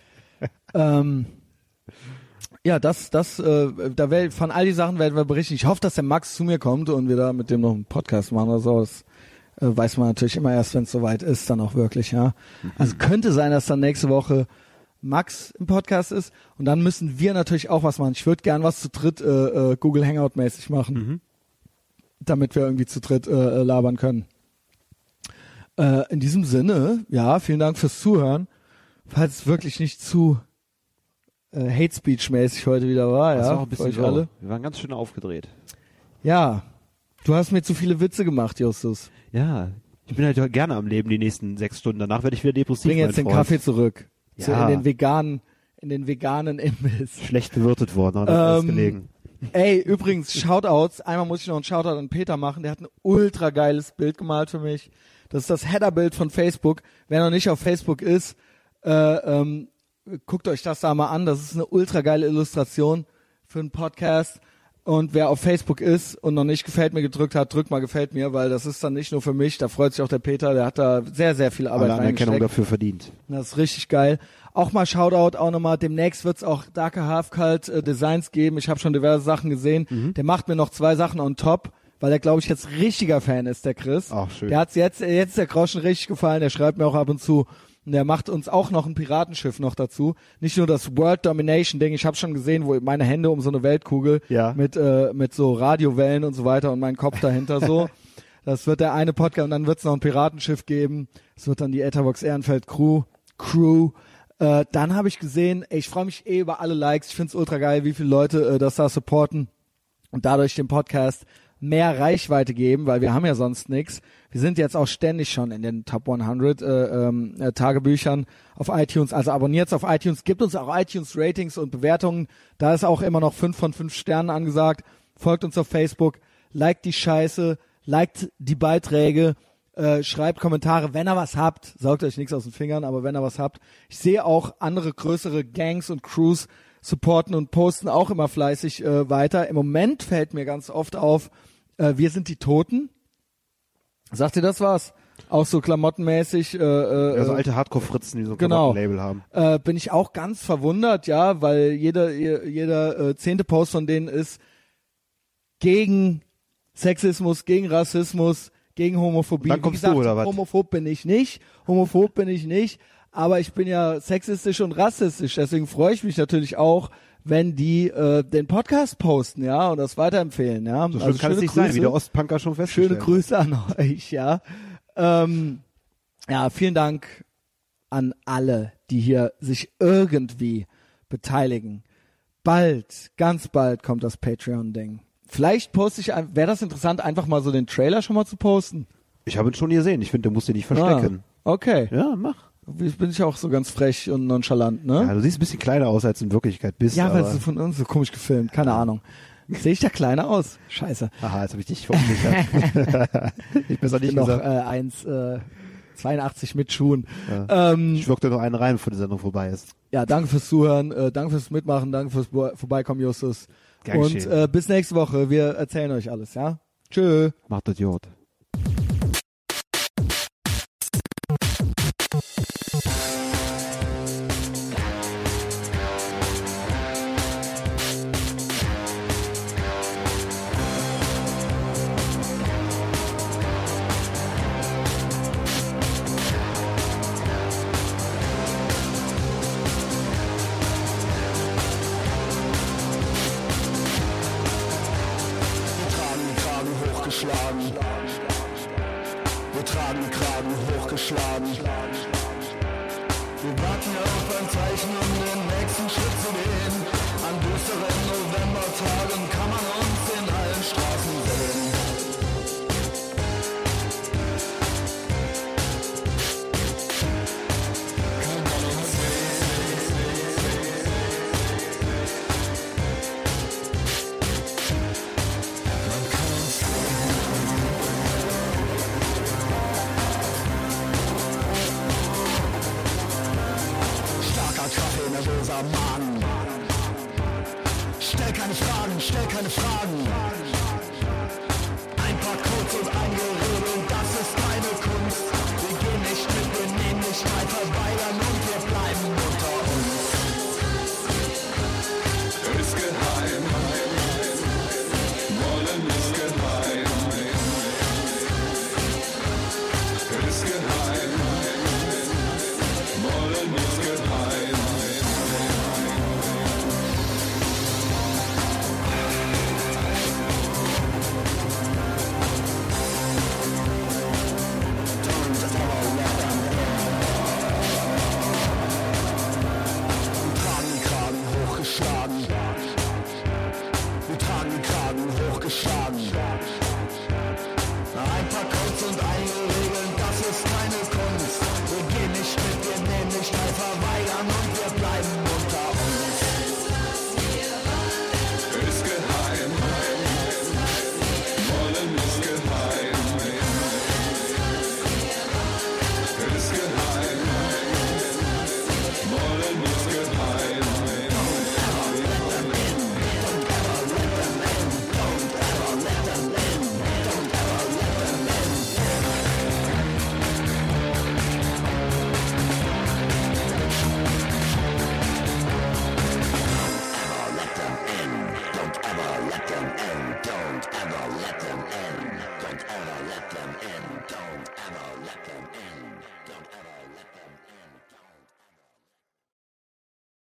ähm, ja, das, das, äh, da wel, von all die Sachen werden wir berichten. Ich hoffe, dass der Max zu mir kommt und wir da mit dem noch einen Podcast machen oder so. Das äh, weiß man natürlich immer erst, wenn es soweit ist, dann auch wirklich, ja. Mhm. Also könnte sein, dass dann nächste Woche Max im Podcast ist und dann müssen wir natürlich auch was machen. Ich würde gern was zu dritt äh, äh, Google Hangout mäßig machen, Mhm. damit wir irgendwie zu dritt äh, äh, labern können. Äh, in diesem Sinne, ja, vielen Dank fürs Zuhören. Falls es wirklich nicht zu äh, Hate Speech mäßig heute wieder war, das ja, war auch ein für bisschen euch so. alle. Wir waren ganz schön aufgedreht. Ja, du hast mir zu viele Witze gemacht, Justus. Ja, ich bin halt gerne am Leben die nächsten sechs Stunden. Danach werde ich wieder depressiv. Bring jetzt mein den Freund. Kaffee zurück. Ja. Zu, in den veganen, in den veganen Imbiss. Schlecht bewirtet worden, hat alles Ähm, gelegen. Ey, übrigens, Shoutouts. Einmal muss ich noch einen Shoutout an Peter machen. Der hat ein ultra geiles Bild gemalt für mich. Das ist das Header-Bild von Facebook. Wer noch nicht auf Facebook ist, äh, ähm, guckt euch das da mal an. Das ist eine ultra geile Illustration für einen Podcast. Und wer auf Facebook ist und noch nicht gefällt mir gedrückt hat, drückt mal gefällt mir, weil das ist dann nicht nur für mich. Da freut sich auch der Peter. Der hat da sehr, sehr viel Arbeit Alle Anerkennung reingesteckt. dafür verdient. Das ist richtig geil. Auch mal Shoutout, auch nochmal, demnächst wird's auch Darker Half-Cult äh, Designs geben. Ich habe schon diverse Sachen gesehen. Mhm. Der macht mir noch zwei Sachen on top, weil er, glaube ich, jetzt richtiger Fan ist, der Chris. Ach, schön. Der hat's jetzt, jetzt ist der Groschen richtig gefallen. Der schreibt mir auch ab und zu. Und der macht uns auch noch ein Piratenschiff noch dazu. Nicht nur das World Domination Ding. Ich habe schon gesehen, wo meine Hände um so eine Weltkugel Ja. mit äh, mit so Radiowellen und so weiter und mein Kopf dahinter so. Das wird der eine Podcast und dann wird's noch ein Piratenschiff geben. Es wird dann die Etherbox Ehrenfeld Crew. Crew. Äh, dann habe ich gesehen, ey, ich freue mich eh über alle Likes. Ich find's ultra geil, wie viele Leute äh, das da supporten und dadurch dem Podcast mehr Reichweite geben, weil wir haben ja sonst nichts. Wir sind jetzt auch ständig schon in den Top hundert äh, ähm, äh, Tagebüchern auf iTunes. Also abonniert's auf iTunes, gibt uns auch iTunes-Ratings und Bewertungen. Da ist auch immer noch fünf von fünf Sternen angesagt. Folgt uns auf Facebook, liked die Scheiße, liked die Beiträge, äh, schreibt Kommentare, wenn ihr was habt. Saugt euch nichts aus den Fingern, aber wenn ihr was habt. Ich sehe auch andere größere Gangs und Crews supporten und posten auch immer fleißig äh, weiter. Im Moment fällt mir ganz oft auf, äh, wir sind die Toten. Sagt ihr das was? Auch so klamottenmäßig. Äh, äh, Ja, so alte Hardcore-Fritzen, die so ein Genau. Label haben. äh, bin ich auch ganz verwundert, ja, weil jeder jeder äh, zehnte Post von denen ist gegen Sexismus, gegen Rassismus, gegen Homophobie. Dann Wie kommst gesagt, du, oder was? Homophob bin ich nicht, homophob bin ich nicht, aber ich bin ja sexistisch und rassistisch, deswegen freue ich mich natürlich auch, wenn die äh, den Podcast posten, ja, und das weiterempfehlen, ja. So schlimm Also kann es schöne nicht sein, Grüße. wie der Ostpunker schon Schöne festgestellt hat. Grüße an euch, ja. Ähm, ja, vielen Dank an alle, die hier sich irgendwie beteiligen. Bald, ganz bald kommt das Patreon-Ding. Vielleicht poste ich, wäre das interessant, einfach mal so den Trailer schon mal zu posten. Ich habe ihn schon gesehen. Ich finde, der muss den nicht verstecken. Ah, okay. Ja, mach. Wie bin ich auch so ganz frech und nonchalant, ne? Ja, du siehst ein bisschen kleiner aus, als du in Wirklichkeit bist. Ja, weil aber es ist von uns so komisch gefilmt. Keine Ahnung. Sehe ich da kleiner aus? Scheiße. Aha, jetzt habe ich dich verunsichert. Ich besser Ich nicht bin noch gesagt. äh, eins zweiundachtzig mit Schuhen. Ja, ähm, ich wirkte noch einen rein, bevor die Sendung vorbei ist. Ja, danke fürs Zuhören, äh, danke fürs Mitmachen, danke fürs Bo- Vorbeikommen, Justus. Gern und geschehen. äh, bis nächste Woche. Wir erzählen euch alles, ja? Tschö. Macht das Jod. Wir tragen Kragen hochgeschlagen. Wir warten auf ein Zeichen, um den nächsten Schritt zu gehen. An düsteren Novembertagen kann man uns in allen Straßen sehen. Kann man uns Kaffee, nervöser Magen. Stell keine Fragen, stell keine Fragen.